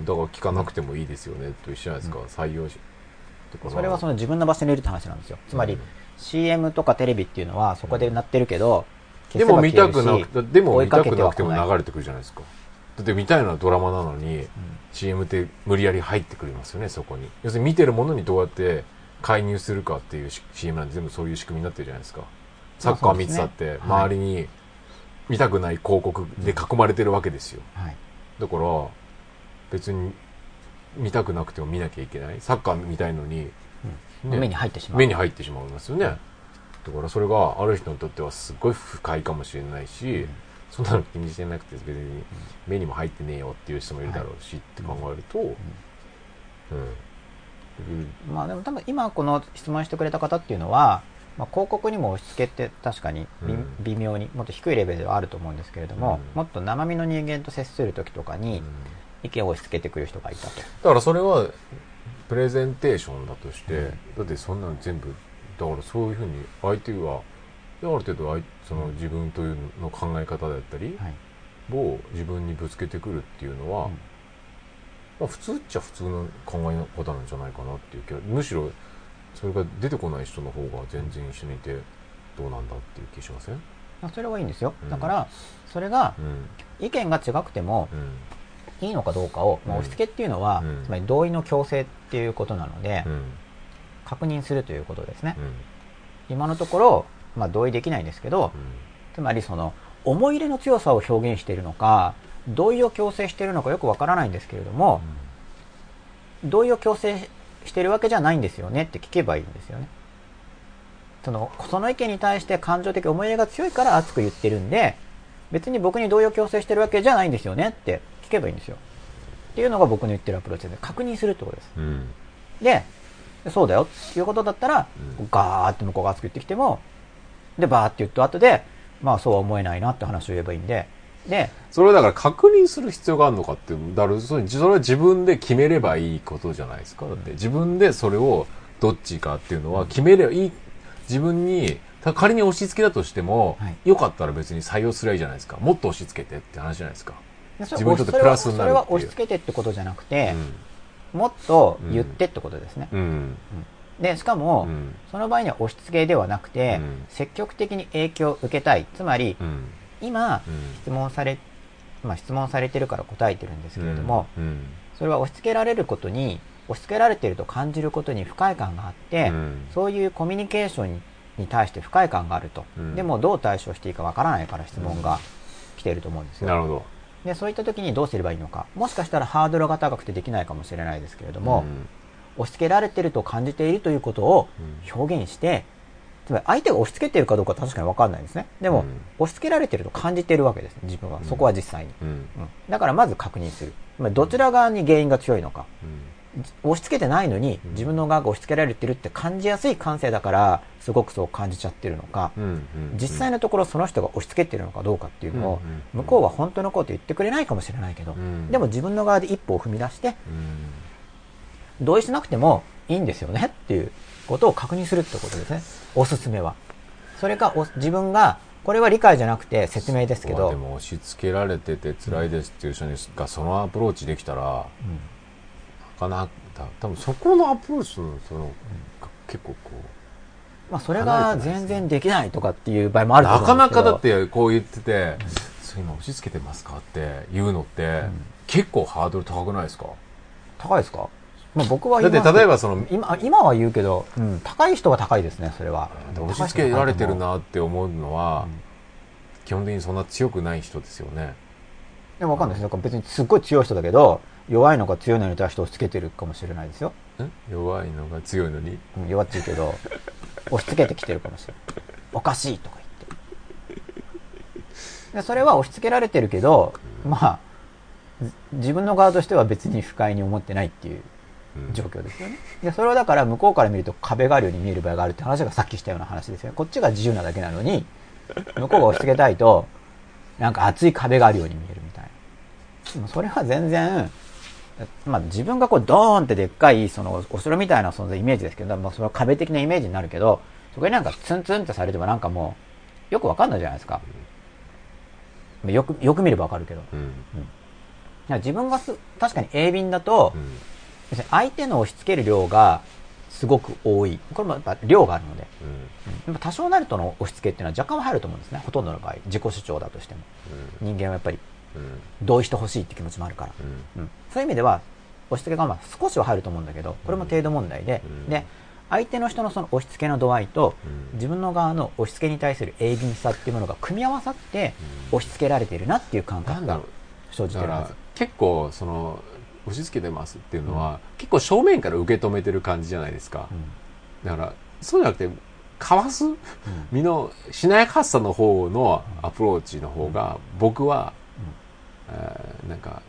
だから聞かなくてもいいですよねと一緒じゃないですか、うん、採用しとか。それはその自分の場所にいるって話なんですよ。つまり、うん、シーエム とかテレビっていうのはそこでなってるけど、 うん、でも見たくなくでも見たくなくても流れてくるじゃないですか。だって見たいのはドラマなのに、うん、シーエム って無理やり入ってくりますよね、そこに。要するに見てるものにどうやって介入するかっていう シーエム なんて全部そういう仕組みになってるじゃないですか。サッカー見てたって周りに見たくない広告で囲まれてるわけですよ、はい、だから別に見たくなくても見なきゃいけない。サッカー見たいのに、 うんね、目に入ってしまう目に入ってしまいますよね、うん、だからそれがある人にとってはすごい不快かもしれないし、うん、そんなの気にしてなくて別に目にも入ってねえよっていう人もいるだろうし、はい、って考えると、うんうんうん、まあでも多分今この質問してくれた方っていうのは、まあ、広告にも押し付けって確かに微妙にもっと低いレベルではあると思うんですけれども、うん、もっと生身の人間と接する時とかに意見を押し付けてくる人がいたと。 だからそれはプレゼンテーションだとして、うん、だってそんなの全部だからそういうふうに相手はある程度その自分というの考え方だったりを自分にぶつけてくるっていうのは、うん、まあ、普通っちゃ普通の考え方なんじゃないかなっていう気は、むしろそれが出てこない人の方が全然一緒にいてどうなんだっていう気しません？ それはいいんですよ、うん、だからそれが意見が違くてもいいのかどうかを、うん、まあ、押し付けっていうのは、うん、つまり同意の強制っていうことなので、うん、確認するということですね、うん、今のところ、まあ、同意できないんですけど、つまりその思い入れの強さを表現しているのか同意を強制しているのかよくわからないんですけれども、同意を強制してるわけじゃないんですよねって聞けばいいんですよね。その、その意見に対して感情的思い入れが強いから熱く言ってるんで、別に僕に同意を強制してるわけじゃないんですよねって聞けばいいんですよ。っていうのが僕の言ってるアプローチで、確認するってことです。うん、で、そうだよっていうことだったら、うん、ガーって向こうが熱く言ってきても、で、バーって言った後で、まあそうは思えないなって話を言えばいいんで、で、 それはだから確認する必要があるのかって、だからそれは自分で決めればいいことじゃないですか。だって自分でそれをどっちかっていうのは決めればいい、自分に仮に押し付けだとしても、はい、よかったら別に採用すればいいじゃないですか。もっと押し付けてって話じゃないですか。自分にとってプラスになるっていう。それは押し付けてってことじゃなくて、うん、もっと言ってってことですね。うんうん、でしかも、うん、その場合には押し付けではなくて、うん、積極的に影響を受けたい。つまり、うん、今、うん、質問され、まあ、質問されてるから答えてるんですけれども、うんうん、それは押し付けられることに、押し付けられていると感じることに不快感があって、うん、そういうコミュニケーションに、に対して不快感があると、うん、でもどう対処していいかわからないから質問が来ていると思うんですよ。 なるほど。 で、そういった時にどうすればいいのか、もしかしたらハードルが高くてできないかもしれないですけれども、うん、押し付けられていると感じているということを表現して、つまり相手が押し付けているかどうかは確かに分かんないですね。でも、うん、押し付けられていると感じているわけです、自分は。そこは実際に。うんうん、だからまず確認する。つまりどちら側に原因が強いのか。 押し付けてないのに自分の側が押し付けられてるって感じやすい感性だからすごくそう感じちゃってるのか、うんうんうん、実際のところその人が押し付けてるのかどうかっていうのを、うんうんうん、向こうは本当のこと言ってくれないかもしれないけど、うん、でも自分の側で一歩を踏み出して、うん、同意しなくてもいいんですよねっていうことを確認するってことですね、おすすめは。それか自分がこれは理解じゃなくて説明ですけど、 でも押し付けられてて辛いですっていう人がそのアプローチできたら、うんかな、多分そこのアプローチのその、うん、結構こう、 まあ、それが全然できないとかっていう場合もあると思うんですけど、 なかなかだってこう言ってて、うん、それ今押し付けてますかって言うのって、うん、結構ハードル高くないですか？ 高いですか？まあ、僕はだって例えばその今, 今は言うけど、うん、高い人は高いですね。それは押し付けられてるなって思うのは、うん、基本的にそんな強くない人ですよね。 でも分かんないです。別にすっごい強い人だけど弱いのか強いのに対して押し付けてるかもしれないですよ。 弱いのが強いのに、 うん、弱っちいけど押し付けてきてるかもしれない。おかしいとか言ってでそれは押し付けられてるけど、うん、まあ自分の側としては別に不快に思ってないっていう状況ですよね。でそれはだから向こうから見ると壁があるように見える場合があるって話がさっきしたような話ですよね。こっちが自由なだけなのに向こうが押し付けたいとなんか厚い壁があるように見えるみたいな。でもそれは全然、まあ、自分がこうドーンってでっかいそのお城みたいな存在イメージですけど、まあ、それは壁的なイメージになるけど、そこになんかツンツンってされてもなんかもうよくわかんないじゃないですか。よくよく見ればわかるけど、うんうん、自分がす確かに鋭敏だと、うん、相手の押し付ける量がすごく多い。これもやっぱ量があるので、うん、多少なるとの押し付けっていうのは若干は入ると思うんですね。ほとんどの場合自己主張だとしても、うん、人間はやっぱり同意してほしいって気持ちもあるから、うんうん、そういう意味では押し付けがまあ少しは入ると思うんだけど、これも程度問題で、うん、で相手の人のその押し付けの度合いと、うん、自分の側の押し付けに対する鋭敏さっていうものが組み合わさって、うん、押し付けられているなっていう感覚が生じてるはず。 結構その押し付けてますっていうのは、うん、結構正面から受け止めてる感じじゃないですか、うん、だからそうじゃなくてかわす、うん、身のしなやかさの方のアプローチの方が僕は、うんえー、なんか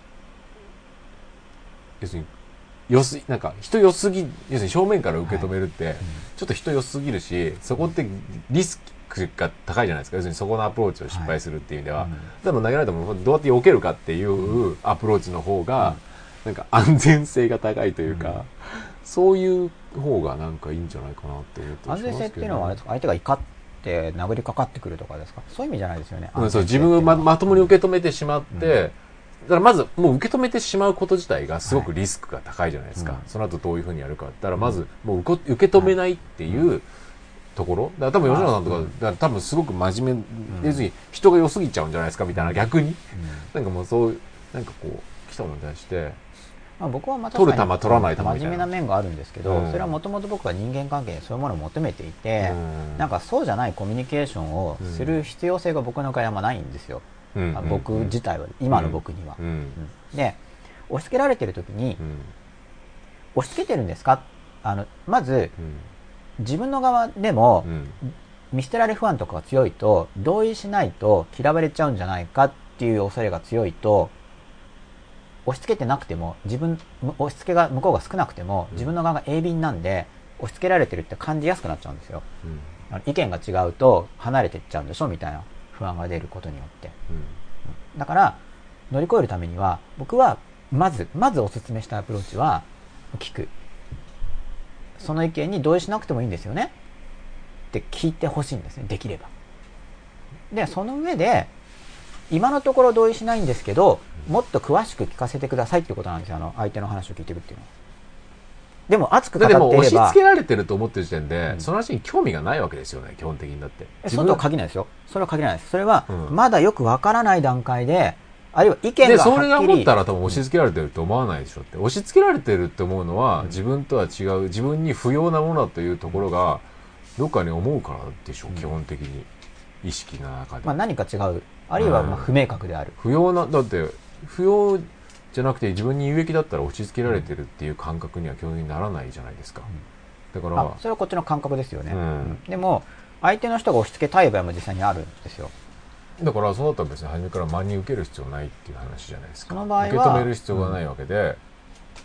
要するによすなんか人良すぎ、要するに正面から受け止めるって、はい、ちょっと人良すぎるし、そこってリスクが高いじゃないですか。要するにそこのアプローチを失敗するっていう意味では、はいうん、でも投げられたものどうやって避けるかっていうアプローチの方が、うん、なんか安全性が高いというか、うん、そういう方がなんかいいんじゃないかなって思ってますけど、ね、 安全性っていうのはあれですか、相手が怒って殴りかかってくるとかですか？そういう意味じゃないですよね。 うん、そう自分を ま, まともに受け止めてしまって、うんだからまずもう受け止めてしまうこと自体がすごくリスクが高いじゃないですか、はいうん、その後どういうふうにやるかだったらまずもう受け止めないっていうところだから多分吉野さんとか、だから多分すごく真面目、うん、要するに人が良すぎちゃうんじゃないですかみたいな逆に、うん、なんかもうそうなんかこう来たものに対してまあ、僕はまた取る球取らない球みたいな真面目な面があるんですけど、うん、それはもともと僕は人間関係にそういうものを求めていて、うん、なんかそうじゃないコミュニケーションをする必要性が僕の会はないんですよ、うん、僕自体は今の僕には、うんうん、で押し付けられてる時に、うん、押し付けてるんですか、あのまず、うん、自分の側でも、うん、見捨てられ不安とかが強いと同意しないと嫌われちゃうんじゃないかっていう恐れが強いと押し付けてなくても自分押し付けが向こうが少なくても自分の側が鋭敏なんで押し付けられてるって感じやすくなっちゃうんですよ、うん、意見が違うと離れていっちゃうんでしょみたいな不安が出ることによって、うん、だから乗り越えるためには僕はまずまずお勧めしたアプローチは聞く、その意見に同意しなくてもいいんですよねって聞いてほしいんですね、できれば。でその上で今のところ同意しないんですけどもっと詳しく聞かせてくださいっていうことなんですよ、あの相手の話を聞いていくっていうのは。でも熱く語っていればでも押し付けられてると思ってる時点で、うん、その話に興味がないわけですよね基本的に。だってそうとは限らないですよ。それは限らないです。それはまだよくわからない段階で、あるいは意見がはっきりでそれが思ったら多分押し付けられてると思わないでしょって、うん、押し付けられてるって思うのは、うん、自分とは違う自分に不要なものだというところがどっかに思うからでしょう、うん、基本的に意識の中で、 まあ、何か違う、あるいはまあ不明確である、 うん、不要なだって不要じゃなくて自分に有益だったら押し付けられてるっていう感覚には基本的にならないじゃないですか、うん、だからそれはこっちの感覚ですよね、うんうん、でも相手の人が押し付けたい場合も実際にあるんですよ。 だからそうだったら別に初めから真に受ける必要ないっていう話じゃないですか。その場合は受け止める必要がないわけで、 うん、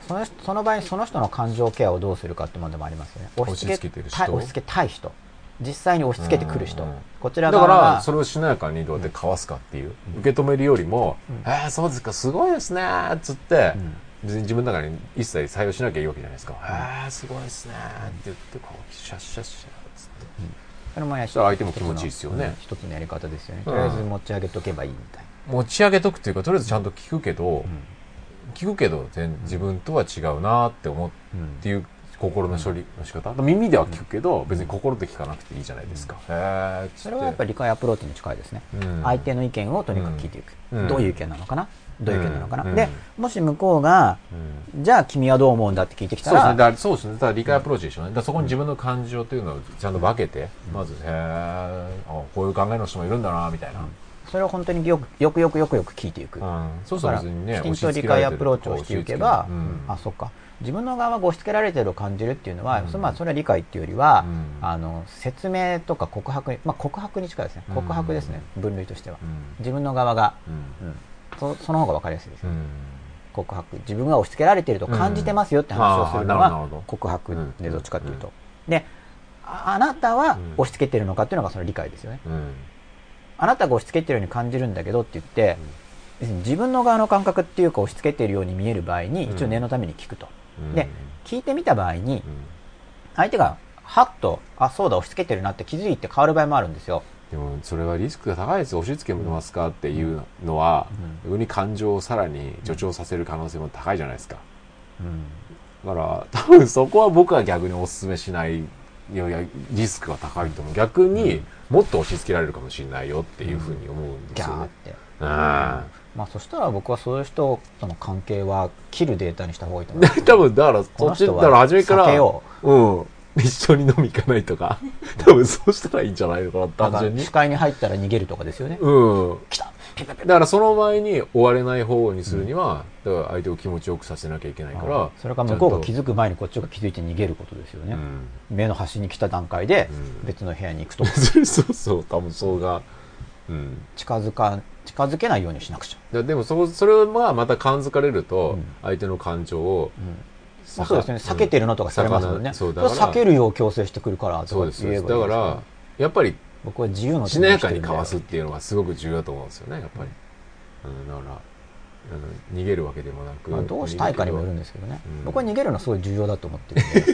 そのその場合にその人の感情ケアをどうするかってものでもありますよね。押し付けたい押し付けたい人、実際に押し付けてくる人、うんうん、こちら側がだからそれをしなやかにどうやってかわすかっていう、うん、受け止めるよりも、うん、えー、そうですかすごいですねっつって、うん、別に自分の中に一切採用しなきゃいいわけじゃないですか、うん、えー、すごいですねって言ってこうシャッシャッシャッつって、 うん、それもや相手も気持ちいいですよね。 一つのやり方ですよね。とりあえず持ち上げとけばいいみたいな、持ち上げとくっていうかとりあえずちゃんと聞くけど、うん、聞くけど自分とは違うなって思っていう、うん、心の処理の仕方、うん、耳では聞くけど、うん、別に心で聞かなくていいじゃないですか、うん、へそれはやっぱり理解アプローチに近いですね、うん、相手の意見をとにかく聞いていく、うん、どういう意見なのかな、どういう意見なのかな、うん、でもし向こうが、うん、じゃあ君はどう思うんだって聞いてきたら、 そうですね、だからそうですね、だから理解アプローチでしょうね。だからそこに自分の感情というのをちゃんと分けて、うん、まずへえこういう考えの人もいるんだなみたいな、うん、 それを本当によくよくよくよくよく聞いていく、うん、 そうそう、別にね、 きちんと理解アプローチをしていけば、うん、あ、そっか、自分の側が押し付けられてるを感じるっていうのは、うん、そ, まあそれは理解っていうよりは、うん、あの説明とか告白、まあ、告白に近いですね、告白ですね、分類としては、うん、自分の側が、うんうん、そ, その方が分かりやすいです、うん、告白、自分が押し付けられてると感じてますよって話をするのは告白で、どっちかっていうと、うん、で あ, あなたは押し付けてるのかっていうのがその理解ですよね、うん、あなたが押し付けてるように感じるんだけどって言って、うん、自分の側の感覚っていうか押し付けているように見える場合に一応念のために聞くと、うん、で聞いてみた場合に相手がハッと、あ、そうだ押し付けてるなって気づいて変わる場合もあるんですよ。 でもそれはリスクが高いです。押し付けますかっていうのは、うん、より感情をさらに助長させる可能性も高いじゃないですか、うん、だから多分そこは僕は逆にお勧めしない、いやいやリスクが高いと思う。逆にもっと押し付けられるかもしれないよっていうふうに思うんですよね、 うん、まあ、そしたら僕はそういう人との関係は切るデータにした方がいいと思います。 多分だからそっちだから初めからうん一緒に飲み行かないとか多分そうしたらいいんじゃないのかな、単純に視界に入ったら逃げるとかですよね。 うん、来ただからその前に追われない方にするには、うん、だから相手を気持ちよくさせなきゃいけないから、 それから向こうが気づく前にこっちが気づいて逃げることですよね、うん、目の端に来た段階で別の部屋に行くとか、 うん、そうそう多分そうが、うん、 近づか近づけないようにしなくちゃ。 でも そ, それはまた感づかれると相手の感情を、うんまあ、そうですね、避けてるのとかされますもんね、うん、そうだから避けるよう強制してくるからとか言えばいいですよね。 そうです、だからやっぱり僕は自由のしなやかにかわすっていうのがすごく重要だと思うんですよね、やっぱり、うん、だからあの逃げるわけでもなく、 まあ、どうしたいかにもよるんですけどね、うん、僕は逃げるのはすごい重要だと思ってるんで、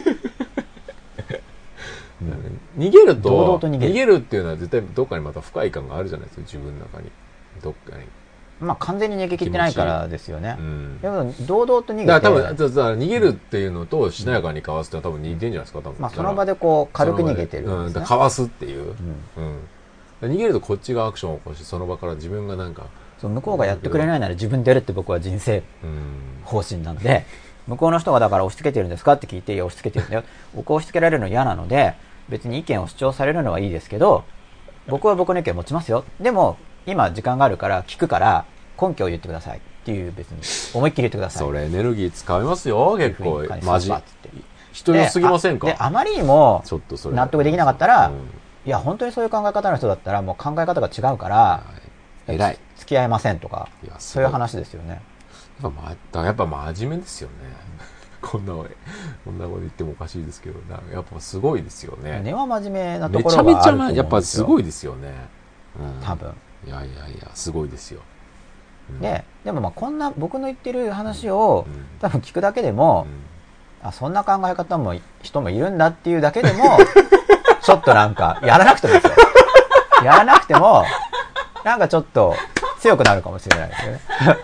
うん、逃げると堂々と逃げる逃げるっていうのは絶対どっかにまた不快感があるじゃないですか、自分の中にどっかに。 まあ完全に逃げ切ってないからですよね。うん、でも堂々と逃げて、 だから多分だから逃げるっていうのとしなやかにかわすってのは多分似てるんじゃないですか、多分。 まあその場でこう軽く逃げてるんですね。 うん、だかわすっていう、うんうん、逃げるとこっちがアクションを起こしてその場から自分がなんかそう向こうがやってくれないなら自分でやるって僕は人生方針なんで、向こうの人がだから押し付けてるんですかって聞いて、いや押し付けてるんだよ、僕押し付けられるの嫌なので別に意見を主張されるのはいいですけど、僕は僕の意見を持ちますよ、でも今時間があるから聞くから根拠を言ってくださいっていう、別に思いっきり言ってください。 それエネルギー使いますよ結構マジ人良すぎませんか。 で あ, であまりにも納得できなかったら、うん、いや本当にそういう考え方の人だったらもう考え方が違うから偉い付き合えませんとか、そういう話ですよね。 やっぱ、ま、やっぱ真面目ですよねこんなこんなこと言ってもおかしいですけど、やっぱすごいですよね。 根は真面目なところがあると思うんですよ。めちゃめちゃやっぱすごいですよね、 うん、多分。 いやいやいやすごいですよ。 で, でもまあこんな僕の言ってる話を多分聞くだけでも、うん、あそんな考え方も人もいるんだっていうだけでもちょっとなんかやらなくてもですよやらなくてもなんかちょっと強くなるかもしれないですよね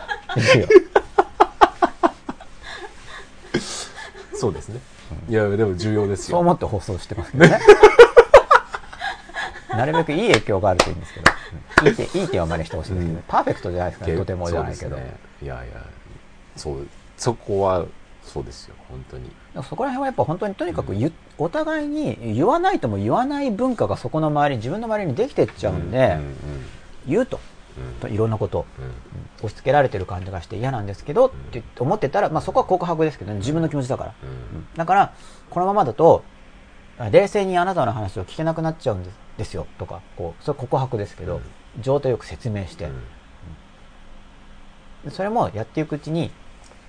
そうですね、うん、いやでも重要ですよ。 そう思って放送してますけどねなるべくいい影響があるといいんですけど、うん、いい手いい手は真似してほしいですけど、うん、パーフェクトじゃないですかね、とてもじゃないけど、ね、 いやいやそうそこはそうですよ本当に。 そこら辺はやっぱ本当にとにかく、うん、お互いに言わないとも言わない文化がそこの周りに自分の周りにできてっちゃうんで、うんうんうん、言うと、うん、いろんなこと、うん、押し付けられてる感じがして嫌なんですけど、うん、って思ってたら、まあ、そこは告白ですけどね、自分の気持ちだから、うんうん、だからこのままだと冷静にあなたの話を聞けなくなっちゃうんですですよとか、こうそれ告白ですけど、うん、状態よく説明して、うん、それもやっていくうちに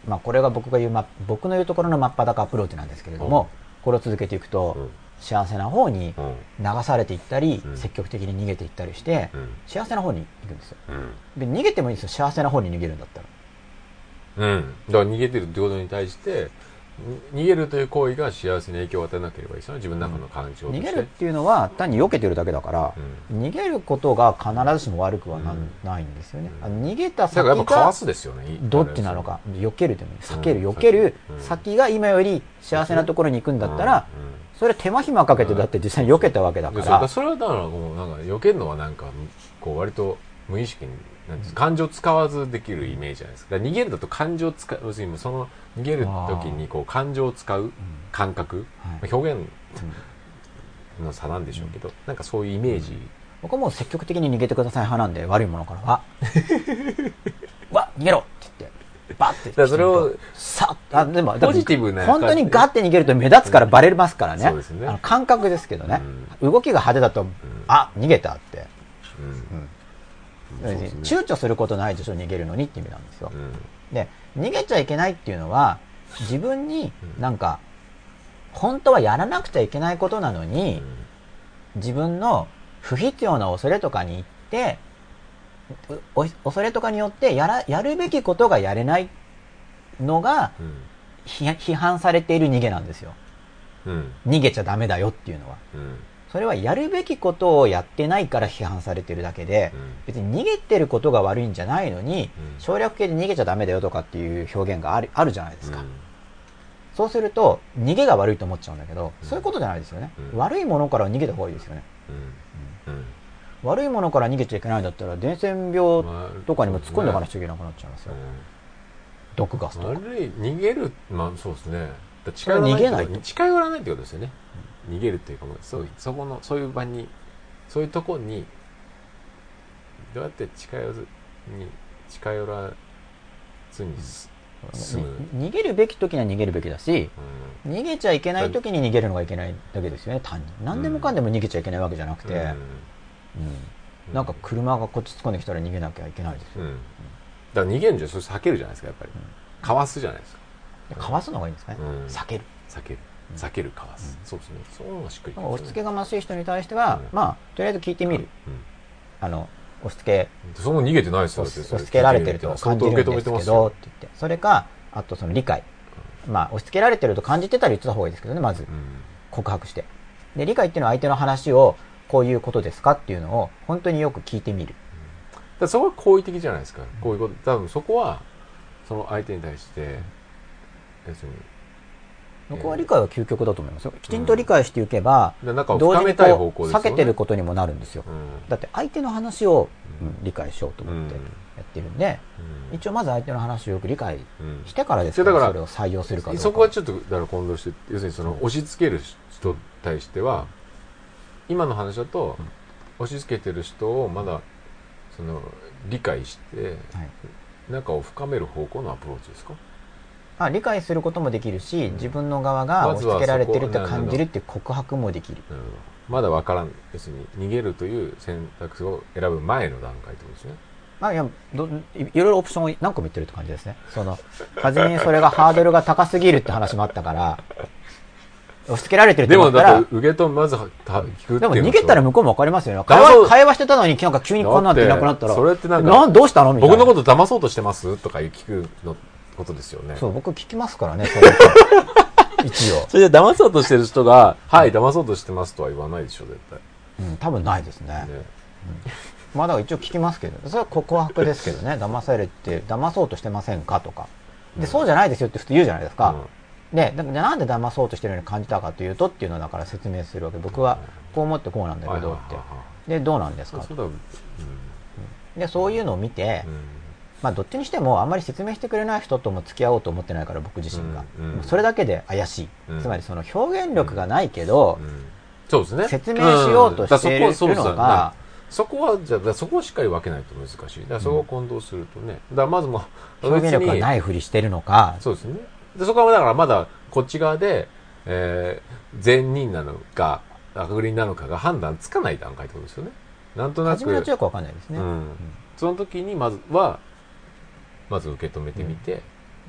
まあ、これが僕が言う、ま、僕の言うところの真っ裸アプローチなんですけれども、これを続けていくと、うん、幸せな方に流されていったり、うん、積極的に逃げていったりして、うん、幸せな方に行くんですよ、うん、で逃げてもいいんですよ、幸せな方に逃げるんだったら。うん。だから逃げてるってことに対して、逃げるという行為が幸せに影響を与えなければいいですよね、自分の中の感情として、 うん、逃げるっていうのは単に避けてるだけだから、うん、逃げることが必ずしも悪くは な,、うん、ないんですよね、うん、逃げた先がだからやっぱかわすですよね、 どっちなのか、避けるでもいい、避ける、避ける先が今より幸せなところに行くんだったら、それ手間暇かけてだって実際に避けたわけだから、 うん、それはだからもうなんか避けるのはなんかこう割と無意識に感情使わずできるイメージじゃないですか。だから逃げるだと感情を使う、要するにその逃げる時にこう感情を使う感覚、うんはい、表現の差なんでしょうけど、うん、なんかそういうイメージ、うん、 僕はもう積極的に逃げてください派なんで、悪いものからはわ逃げろって言ってバッて、だからそれをさあでもポジティブな本当にガッて逃げると目立つからバレますからね、 うん、そうですね、 あの感覚ですけどね、うん、動きが派手だと、うん、あ逃げたって、うんうんね、躊躇することないでしょ、逃げるのにって意味なんですよ、うん、で逃げちゃいけないっていうのは自分になんか本当はやらなくちゃいけないことなのに、うん、自分の不必要な恐れとかに行って恐れとかによってやらやるべきことがやれないのが、うん、批判されている逃げなんですよ、うん、逃げちゃダメだよっていうのは、うんそれはやるべきことをやってないから批判されてるだけで、うん、別に逃げてることが悪いんじゃないのに、うん、省略形で逃げちゃダメだよとかっていう表現がある、あるじゃないですか、うん、そうすると逃げが悪いと思っちゃうんだけど、うん、そういうことじゃないですよね、うん、悪いものから逃げた方がいいですよね、うんうん、悪いものから逃げちゃいけないんだったら伝染病とかにも突っ込んでおかなくちゃいけなくなっちゃいますよ、まあね、毒ガスとか。 悪い逃げる、まあそうですね、 近寄らないと近寄らないってことですよね、逃げるっていうか、そうそこのそういう場にそういうところにどうやって近寄らずに近寄らずに進む、逃げるべき時には逃げるべきだし、うん、逃げちゃいけない時に逃げるのがいけないだけですよね、単に何でもかんでも逃げちゃいけないわけじゃなくて、うんうん、なんか車がこっち突っ込んできたら逃げなきゃいけないですよ、うん、 だから逃げるんじゃそれ避けるじゃないですか、やっぱり、うん、かわすじゃないですか、 かわすのがいいんですかね、うん、避ける避ける避けるかわす、うん、そうですね、そういうのがしっかり、ね、 押し付けがましい人に対しては、うん、まあとりあえず聞いてみる、うん、あの押し付けその逃げてないですよ、 押し付けられてると感じるんですけどって言って、それかあとその理解、うん、まあ押し付けられてると感じてたら言ってた方がいいですけどね、まず、うん、告白して、で理解っていうのは相手の話をこういうことですかっていうのを本当によく聞いてみる、 うん、だそこは好意的じゃないですか、こういうこと、多分そこはその相手に対して要するに僕は理解は究極だと思いますよ。きちんと理解していけば、 うん、同時にこう避けてることにもなるんですよ、うん、だって相手の話を、うん、理解しようと思ってやってるんで、うん、一応まず相手の話をよく理解してからですから、うん、それを採用するかどうか。 そこはちょっとだから混同して、要するにその押し付ける人に対しては、今の話だと、押し付けてる人をまだその理解して、はい、仲を深める方向のアプローチですか？ あ理解することもできるし、うん、自分の側が押し付けられてるって感じるっていう告白もできる。 まだ分からん、要するに逃げるという選択肢を選ぶ前の段階ってことですね。 まあ、いやどいろいろオプションを何個も言ってるって感じですね。その初めにそれがハードルが高すぎるって話もあったから押し付けられてるって思ったら、 でもだって受けとまず聞くっていうの。 でも逃げたら向こうも分かりますよね。会話会話してたのになんか急にこんなんていなくなったら、 それってなんかなんどうしたのみたいな。 僕のこと騙そうとしてますとか聞くのことですよね。 そう、僕聞きますからね。そ一応。 それで騙そうとしてる人が、はい、騙そうとしてますとは言わないでしょ、絶対。 うん、多分ないですね。ね、うん、まあだから一応聞きますけど、それは告白ですけどね。騙されて、騙そうとしてませんかとか。で、うん、そうじゃないですよって普通言うじゃないですか。うん、で、でなんで騙そうとしてるように感じたかというとっていうのをだから説明するわけ。僕はこう思ってこうなんだけどって。で、どうなんですか、うん、で、そういうのを見て、うんまあどっちにしてもあんまり説明してくれない人とも付き合おうと思ってないから僕自身が、うんうん、それだけで怪しい、うん、つまりその表現力がないけど、うんうん、 そうですね、 説明しようとしているのが、 そこはじゃあそこをしっかり分けないと難しい。だからそこを混同するとね、だからまずも表現力がないふりしてるのか、 そうですね。でそこはだからまだこっち側で、えー、善人なのか悪人なのかが判断つかない段階ってことですよね。なんとなく初めはよく分かんないですね、 うんうん、その時にまずはまず受け止めてみて、うん、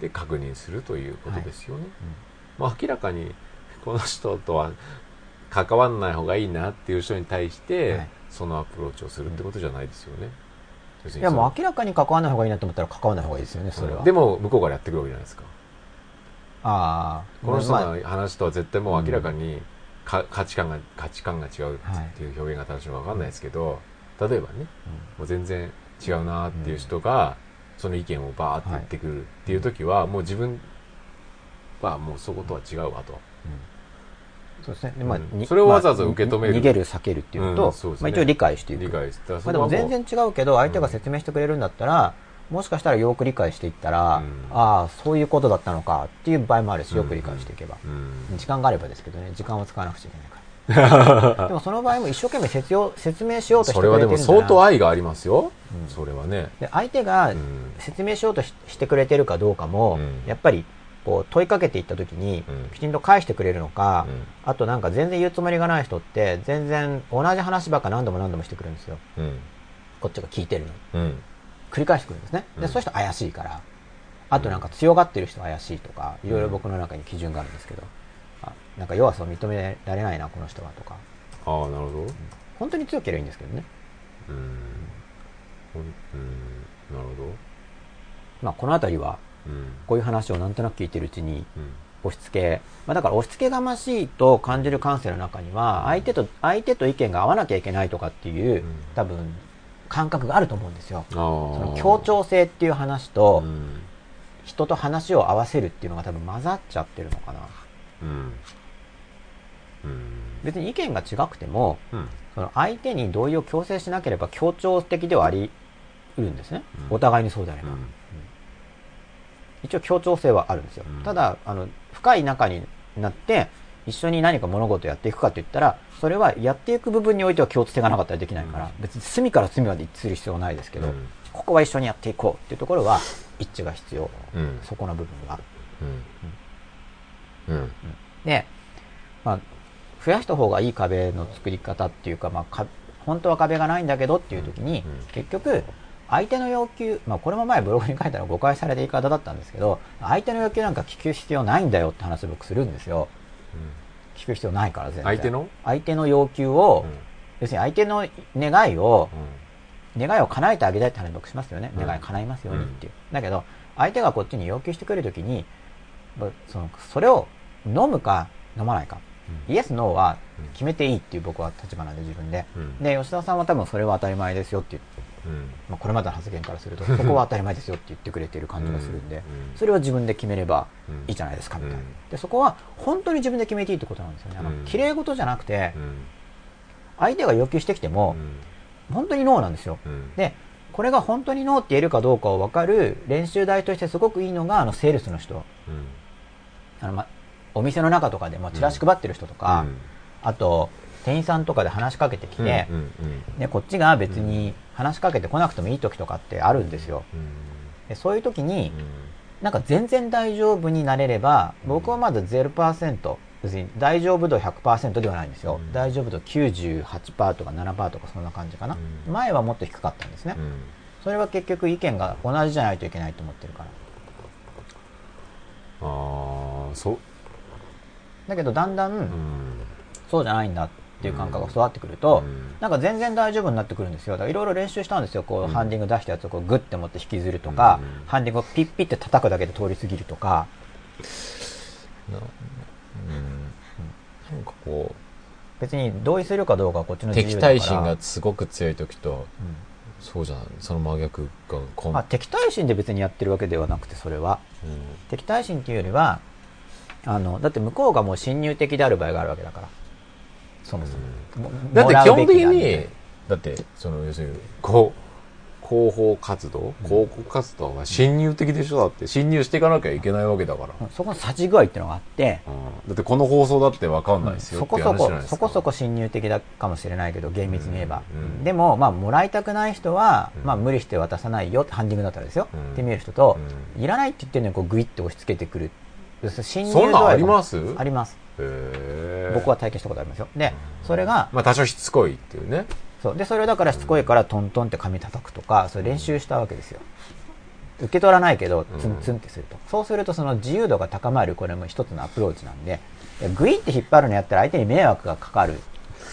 で確認するということですよね、 はい、 まあ、明らかにこの人とは関わらない方がいいなっていう人に対して、はい、そのアプローチをするってことじゃないですよね、 うん、いやもう明らかに関わらない方がいいなと思ったら関わらない方がいいですよね、それは、 うん、でも向こうからやってくるわけじゃないですか。 ああ、 この人の話とは絶対もう明らかにか価値観が価値観が違うっていう表現が正しいのか分かんないですけど、はい、例えばね、うん、もう全然違うなっていう人がその意見をバーって言ってくるっていう時は、もう自分はもうそことは違うわと、うん、 そうですね。でまあうん、それをわざわざ受け止める、 まあ、逃げる避けるっていうと、うん、ね、まあ、一応理解していく。 理解まあ、でも全然違うけど相手が説明してくれるんだったら、うん、もしかしたらよく理解していったら、うん、ああそういうことだったのかっていう場合もあるし、よく理解していけば、うん、時間があればですけどね、時間を使わなくちゃいけないからでもその場合も一生懸命説用説明しようとしてくれてるんだな。 それはでも相当愛がありますよ、うん、それはね。 で相手が説明しようと し, してくれてるかどうかも、うん、やっぱりこう問いかけていったときにきちんと返してくれるのか、うん、あとなんか全然言うつもりがない人って全然同じ話ばっか何度も何度もしてくるんですよ、うん、こっちが聞いてるのに、うん、繰り返してくるんですね。で、うん、そういう人怪しいから、あとなんか強がってる人怪しいとか、いろいろ僕の中に基準があるんですけど、あなんか弱さを認められないなこの人はとか。 ああ、なるほど、うん、 本当に強ければいいんですけどね。 うん、うん、なるほど。 まあこのあたりはこういう話をなんとなく聞いてるうちに押し付け、まあ、だから押し付けがましいと感じる感性の中には相手と相手と意見が合わなきゃいけないとかっていう多分感覚があると思うんですよ。その協調性っていう話と人と話を合わせるっていうのが多分混ざっちゃってるのかな、うんうん、別に意見が違くても、うん、その相手に同意を強制しなければ協調的ではあり得るんですね、うん、お互いにそうであれば、うん、一応協調性はあるんですよ、うん、ただあの深い仲になって一緒に何か物事をやっていくかといったらそれはやっていく部分においては共通性がなかったらできないから、うん、別に隅から隅まで一致する必要はないですけど、うん、ここは一緒にやっていこうっていうところは一致が必要、うん、そこの部分が、うんうんうん、で、まあ、増やした方がいい壁の作り方っていうか、まあ、か本当は壁がないんだけどっていう時に、うんうん、結局相手の要求、まあ、これも前ブログに書いたら誤解された言い方だったんですけど、相手の要求なんか聞く必要ないんだよって話を僕するんですよ、うん、聞く必要ないから全然相手の相手の要求を、うん、要するに相手の願いを、うん、願いを叶えてあげたいって話を僕しますよね、うん、願い叶いますようにっていう、うん、だけど相手がこっちに要求してくるときにそのそれを飲むか飲まないか、うん、イエスノーは決めていいっていう僕は立場なんで自分で、うん、で吉田さんは多分それは当たり前ですよって言って、うんまあ、これまでの発言からするとそこは当たり前ですよって言ってくれている感じがするんで、うん、それは自分で決めればいいじゃないですかみたいな、うん、でそこは本当に自分で決めていいってことなんですよね。あの綺麗事じゃなくて、うん、相手が要求してきても、うん、本当にノーなんですよ、うん、でこれが本当にノーって言えるかどうかを分かる練習台としてすごくいいのがあのセールスの人、うん、あのまお店の中とかでもチラシ配ってる人とか、うん、あと店員さんとかで話しかけてきて、うんうんうん、でこっちが別に話しかけてこなくてもいい時とかってあるんですよ、うん、でそういう時に、うん、なんか全然大丈夫になれれば、うん、僕はまだ ゼロパーセント、別に大丈夫度 ひゃくパーセント ではないんですよ、うん、大丈夫度 きゅうじゅうはちパーセント とか ななパーセント とかそんな感じかな、うん、前はもっと低かったんですね、うん、それは結局意見が同じじゃないといけないと思ってるから。 ああ、そうだけどだんだん、うん、そうじゃないんだっていう感覚が育ってくると、うん、なんか全然大丈夫になってくるんですよ。だからいろいろ練習したんですよ。こう、うん、ハンディング出したやつをこうグッて持って引きずるとか、うん、ハンディングをピッピッて叩くだけで通り過ぎるとか、 な、うん、なんかこう別に同意するかどうかはこっちの自由だから。 敵対心がすごく強い時と、うん、そうじゃない、その真逆がこん、 まあ、敵対心で別にやってるわけではなくて、それは、うん、敵対心っていうよりはあのだって向こうがもう侵入的である場合があるわけだから、そもそも、うん、 だって基本的にだってその要するにこう広報活動、広告活動が侵入的でしょ。だって侵入していかなきゃいけないわけだから、 うん、そこの差し具合っていうのがあって、 うん、だってこの放送だって分かんないですよ、うん、 そこそこそこそこ侵入的だかもしれないけど厳密に言えば、うんうん、でもまあもらいたくない人は、うん、まあ無理して渡さないよってハンディングだったらですよ、うん、って見える人と、うん、いらないって言ってるのにこうグイッと押し付けてくる、侵入そんなんあります？ あります。 へー、 僕は体験したことありますよ。で、それがまあ多少しつこいっていうね。 そうで、それをだからしつこいからトントンって紙叩くとか、それ練習したわけですよ。 受け取らないけどツンツンってすると、うん、そうするとその自由度が高まるこれも一つのアプローチなんで、グイって引っ張るのやったら相手に迷惑がかかる、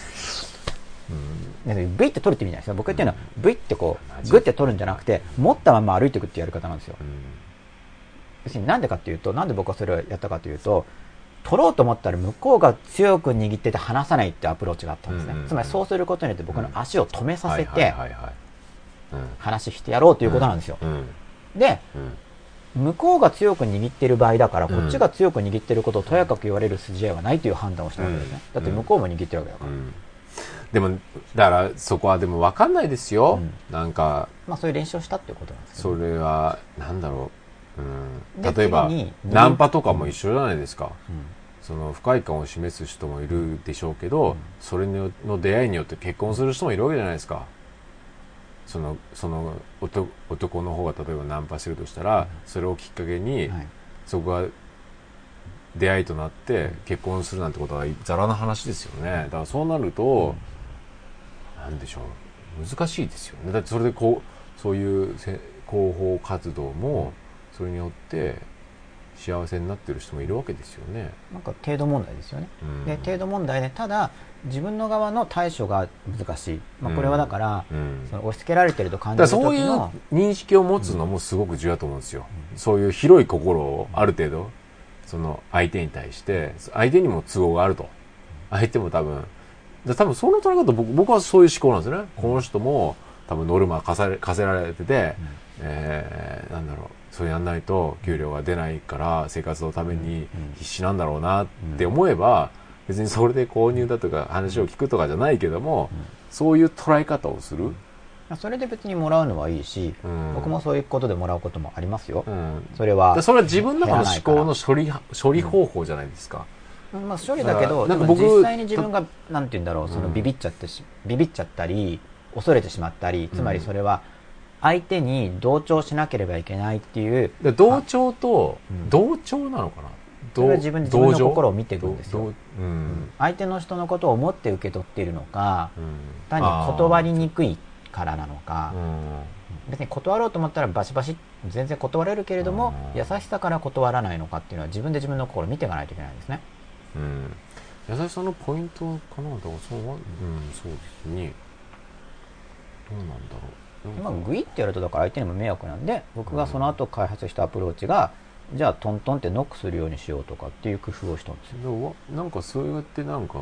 うん、グイって取るって意味じゃないですよ。僕っていうのはグイってこうグイって取るんじゃなくて持ったまま歩いていくってやり方なんですよ、うん、要するになんでかっていうと、なんで僕はそれをやったかというと、取ろうと思ったら向こうが強く握ってて離さないってアプローチがあったんですね、うんうんうん、つまりそうすることによって僕の足を止めさせて話してやろうということなんですよ、うんうん、で、うん、向こうが強く握ってる場合だから、こっちが強く握ってることをとやかく言われる筋合いはないという判断をしたわけですね、うん、だって向こうも握ってるわけだから、うん、 でもだからそこはでも分かんないですよ、うん、なんかまあそういう練習をしたっていうことなんですけど、 それはなんだろう、うん、例えばナンパとかも一緒じゃないですか、うん、その不快感を示す人もいるでしょうけど、うん、それの出会いによって結婚する人もいるわけじゃないですか。そのその 男, 男の方が例えばナンパしてるとしたら、うん、それをきっかけに、はい、そこが出会いとなって結婚するなんてことはざらな話ですよね。だからそうなると、うん、なんでしょう、難しいですよね。だってそれでこうそういう広報活動もそれによって幸せになってる人もいるわけですよね。 なんか程度問題ですよね、うん、で程度問題で、ただ自分の側の対処が難しい、まあ、これはだから、うん、その押し付けられてると感じる時のそういう認識を持つのもすごく重要だと思うんですよ、うん、そういう広い心をある程度その相手に対して相手にも都合があると、相手も多分多分その捉え方、僕、僕はそういう思考なんですよね、うん、この人も多分ノルマ課せ課せられてて、うん、えー、なんだろう、それやんないと給料が出ないから生活のために必死なんだろうなって思えば、別にそれで購入だとか話を聞くとかじゃないけども、そういう捉え方をする、 それで別にもらうのはいいし、うん、僕もそういうことでもらうこともありますよ、うん、それはそれは自分の中の思考の処理、処理方法じゃないですか、 うん、まあ、処理だけど、でも実際に自分がなんて言うんだろう、そのビビっちゃってし、ビビっちゃったり恐れてしまったり、つまりそれは相手に同調しなければいけないっていう、 同調と同調なのかな、 それは自分自分の心を見ていくんですよ、うん、相手の人のことを思って受け取っているのか、うん、単に断りにくいからなのか、うん、別に断ろうと思ったらバシバシ全然断れるけれども、優しさから断らないのかっていうのは自分で自分の心を見ていかないといけないんですね、 うん、優しさのポイントかな、だからそう、うん、そうですね、どうなんだろう、 まあ、グイってやるとだから相手にも迷惑なんで、僕がその後開発したアプローチが、じゃあトントンってノックするようにしようとかっていう工夫をしたんですよ。 なんかそうやってなんか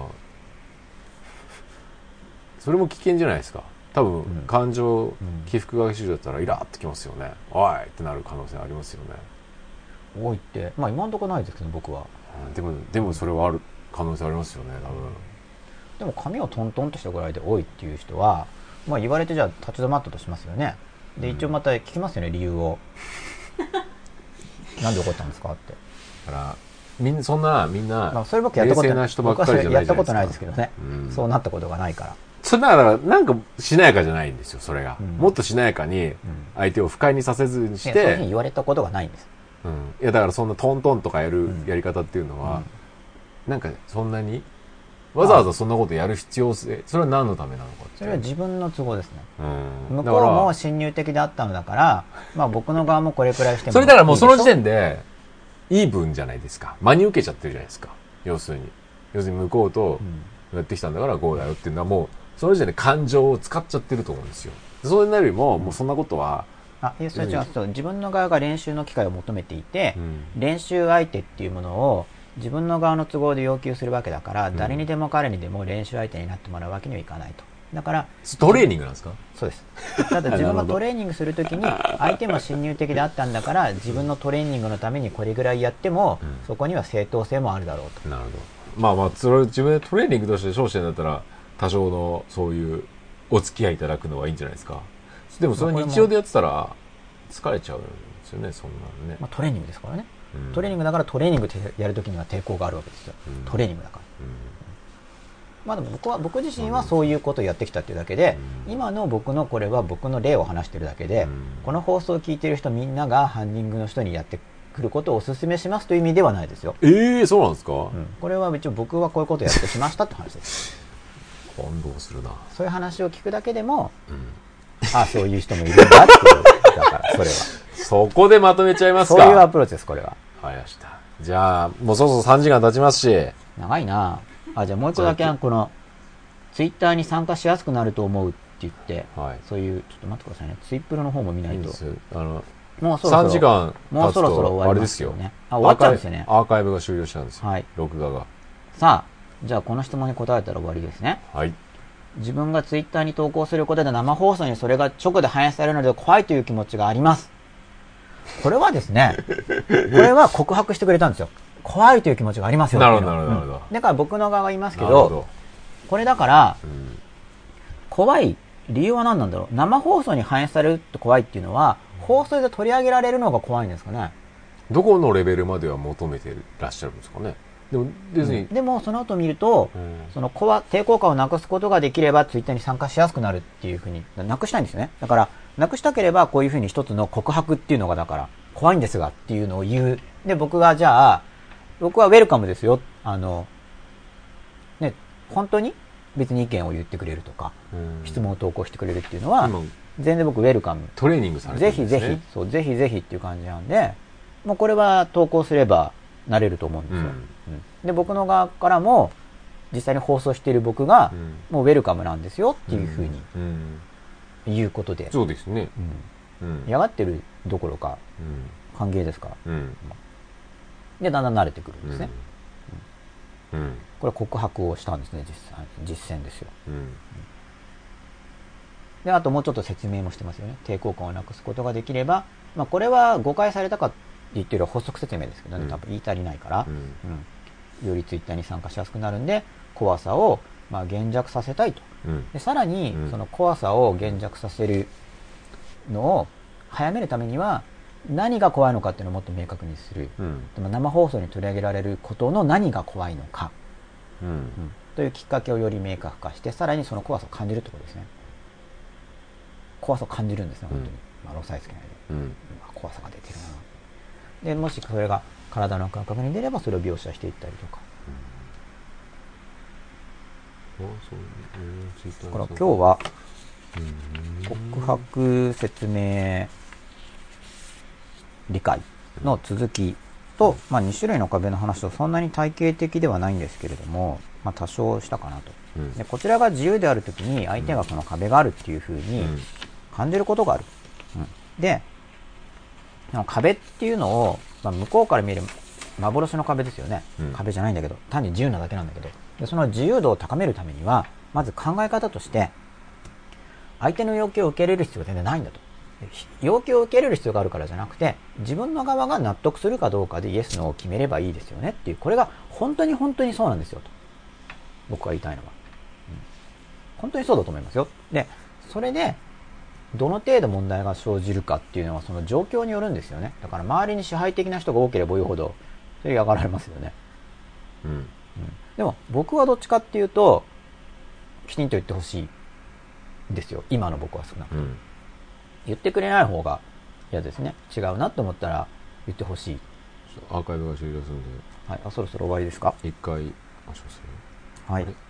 それも危険じゃないですか。多分、うん、感情起伏が激しいだったらイラッときますよね、おいってなる可能性ありますよね。 おいって、まあ今のところないですけど僕は、 うん、でもでもそれはある可能性ありますよね、多分。 でも髪をトントンとしたぐらいでおいっていう人は、まあ、言われてじゃあ立ち止まったとしますよね。で一応また聞きますよね、理由をなんで怒ったんですかって。 だからみんなそんなみんな、 まあ、それ僕やったことない、僕はそれやったことないですけどね、うん、そうなったことがないから。 それだからなんかしなやかじゃないんですよ、それが、うん、もっとしなやかに相手を不快にさせずにして、うん、そういうふうに言われたことがないんです、 うん、いやだからそんなトントンとかやるやり方っていうのは、うん、なんかそんなにわざわざそんなことやる必要性、それは何のためなのかって。 それは自分の都合ですね、うん、向こうも侵入的であったのだから、まあ、僕の側もこれくらいしてもいいでしょ。 それだからもうその時点でイーブンじゃないですか、真に受けちゃってるじゃないですか。要するに要するに向こうとやってきたんだからこうだよっていうのはもうその時点で感情を使っちゃってると思うんですよ。それなるよりも、もうそんなことは、 あ、いや、それ違う、そう、自分の側が練習の機会を求めていて、うん、練習相手っていうものを自分の側の都合で要求するわけだから、うん、誰にでも彼にでも練習相手になってもらうわけにはいかないと。だからトレーニングなんですか？ そうです。ただ自分がトレーニングするときに相手も侵入的であったんだから自分のトレーニングのためにこれぐらいやっても、うん、そこには正当性もあるだろうと。 なるほど。まあまあそれ自分でトレーニングとして称してんだったら多少のそういうお付き合いいただくのはいいんじゃないですか。でもそれ日常でやってたら疲れちゃうんですよね、そんなのね。 まあ、トレーニングですからね、うん、トレーニングだからトレーニングやるときには抵抗があるわけですよ、うん、トレーニングだから、うん、まあでも僕は僕自身はそういうことをやってきたっていうだけで、うん、今の僕のこれは僕の例を話してるだけで、うん、この放送を聞いてる人みんながハンディングの人にやってくることをお勧めしますという意味ではないですよ。 えー、そうなんですか、うん、 これは一応僕はこういうことをやってきましたって話です感動するな。 そういう話を聞くだけでも、うん、ああそういう人もいるんだっていうだからそれはそこでまとめちゃいますか。 そういうアプローチです、これは。 わかりました。じゃあ、もうそろそろさんじかん経ちますし。 長いなあ。じゃあもう一個だけ、この、ツイッターに参加しやすくなると思うって言って、はい、そういう、ちょっと待ってくださいね。ツイップルの方も見ないと。いいんですよ。あの、もうそろそろ。さんじかん経つと、あれですよ。 あ、終わっちゃうんですよね。アーカイブが終了したんですよ。はい。録画が。 さあ、じゃあこの質問に答えたら終わりですね。はい。自分がツイッターに投稿することで生放送にそれが直で反映されるので怖いという気持ちがあります。これはですね、これは告白してくれたんですよ。怖いという気持ちがありますよ。 なるほど、なるほど、なるほど。 だから僕の側が言いますけど、これだから、うん、怖い理由は何なんだろう。生放送に反映されるって怖いっていうのは、放送で取り上げられるのが怖いんですかね。 どこのレベルまでは求めてらっしゃるんですかね。でも、別に、 うん、でもその後見ると、うん、その怖抵抗感をなくすことができればツイッターに参加しやすくなるっていうふうになくしたいんですよね。だからなくしたければこういうふうに一つの告白っていうのがだから怖いんですがっていうのを言う。で僕がじゃあ僕はウェルカムですよ。あのね本当に別に意見を言ってくれるとか、うん、質問を投稿してくれるっていうのは全然僕ウェルカム。 トレーニングされてるんですね。 ぜひぜひそうぜひぜひっていう感じなんで、もうこれは投稿すればなれると思うんですよ。うんで僕の側からも実際に放送している僕が、うん、もうウェルカムなんですよっていうふうに言うことで、うん、 そうですね、 うん、嫌がってるどころか、うん、歓迎ですから、うん、でだんだん慣れてくるんですね、うんうん、これは告白をしたんですね。実際実践ですよ、うんであともうちょっと説明もしてますよね。抵抗感をなくすことができれば、まあ、これは誤解されたかって言ってる補足説明ですけどね、多分言い足りないから、うんうん、よりツイッターに参加しやすくなるんで怖さをまあ減弱させたいと、うん、でさらにその怖さを減弱させるのを早めるためには何が怖いのかっていうのをもっと明確にする、うん、でも生放送に取り上げられることの何が怖いのか、うんうん、というきっかけをより明確化して、さらにその怖さを感じるってことですね。怖さを感じるんですね、本当に、まあ、ロサイスケないで、うん、怖さが出てるな。でもしそれが体の感覚に出ればそれを描写していったりとか、うん、だから今日は告白説明理解の続きと、まあ、に種類の壁の話とそんなに体系的ではないんですけれども、まあ、多少したかなと、うん、でこちらが自由であるときに相手がその壁があるっていうふうに感じることがある、うん、で壁っていうのを、まあ、向こうから見る幻の壁ですよね、うん、壁じゃないんだけど単に自由なだけなんだけど、でその自由度を高めるためにはまず考え方として相手の要求を受け入れる必要は全然ないんだと。要求を受け入れる必要があるからじゃなくて自分の側が納得するかどうかでイエスノーを決めればいいですよねっていう、これが本当に本当にそうなんですよと僕が言いたいのは、うん、本当にそうだと思いますよ。でそれでどの程度問題が生じるかっていうのはその状況によるんですよね。だから周りに支配的な人が多ければ多いほどそれ嫌がられますよね、うんうん、でも僕はどっちかっていうときちんと言ってほしいんですよ、今の僕は少なくとも、うん、言ってくれない方が嫌ですね。違うなと思ったら言ってほしい。 アーカイブが終了するんで、 はい、あそろそろ終わりですか。 一回、あ、そうですね。 はい。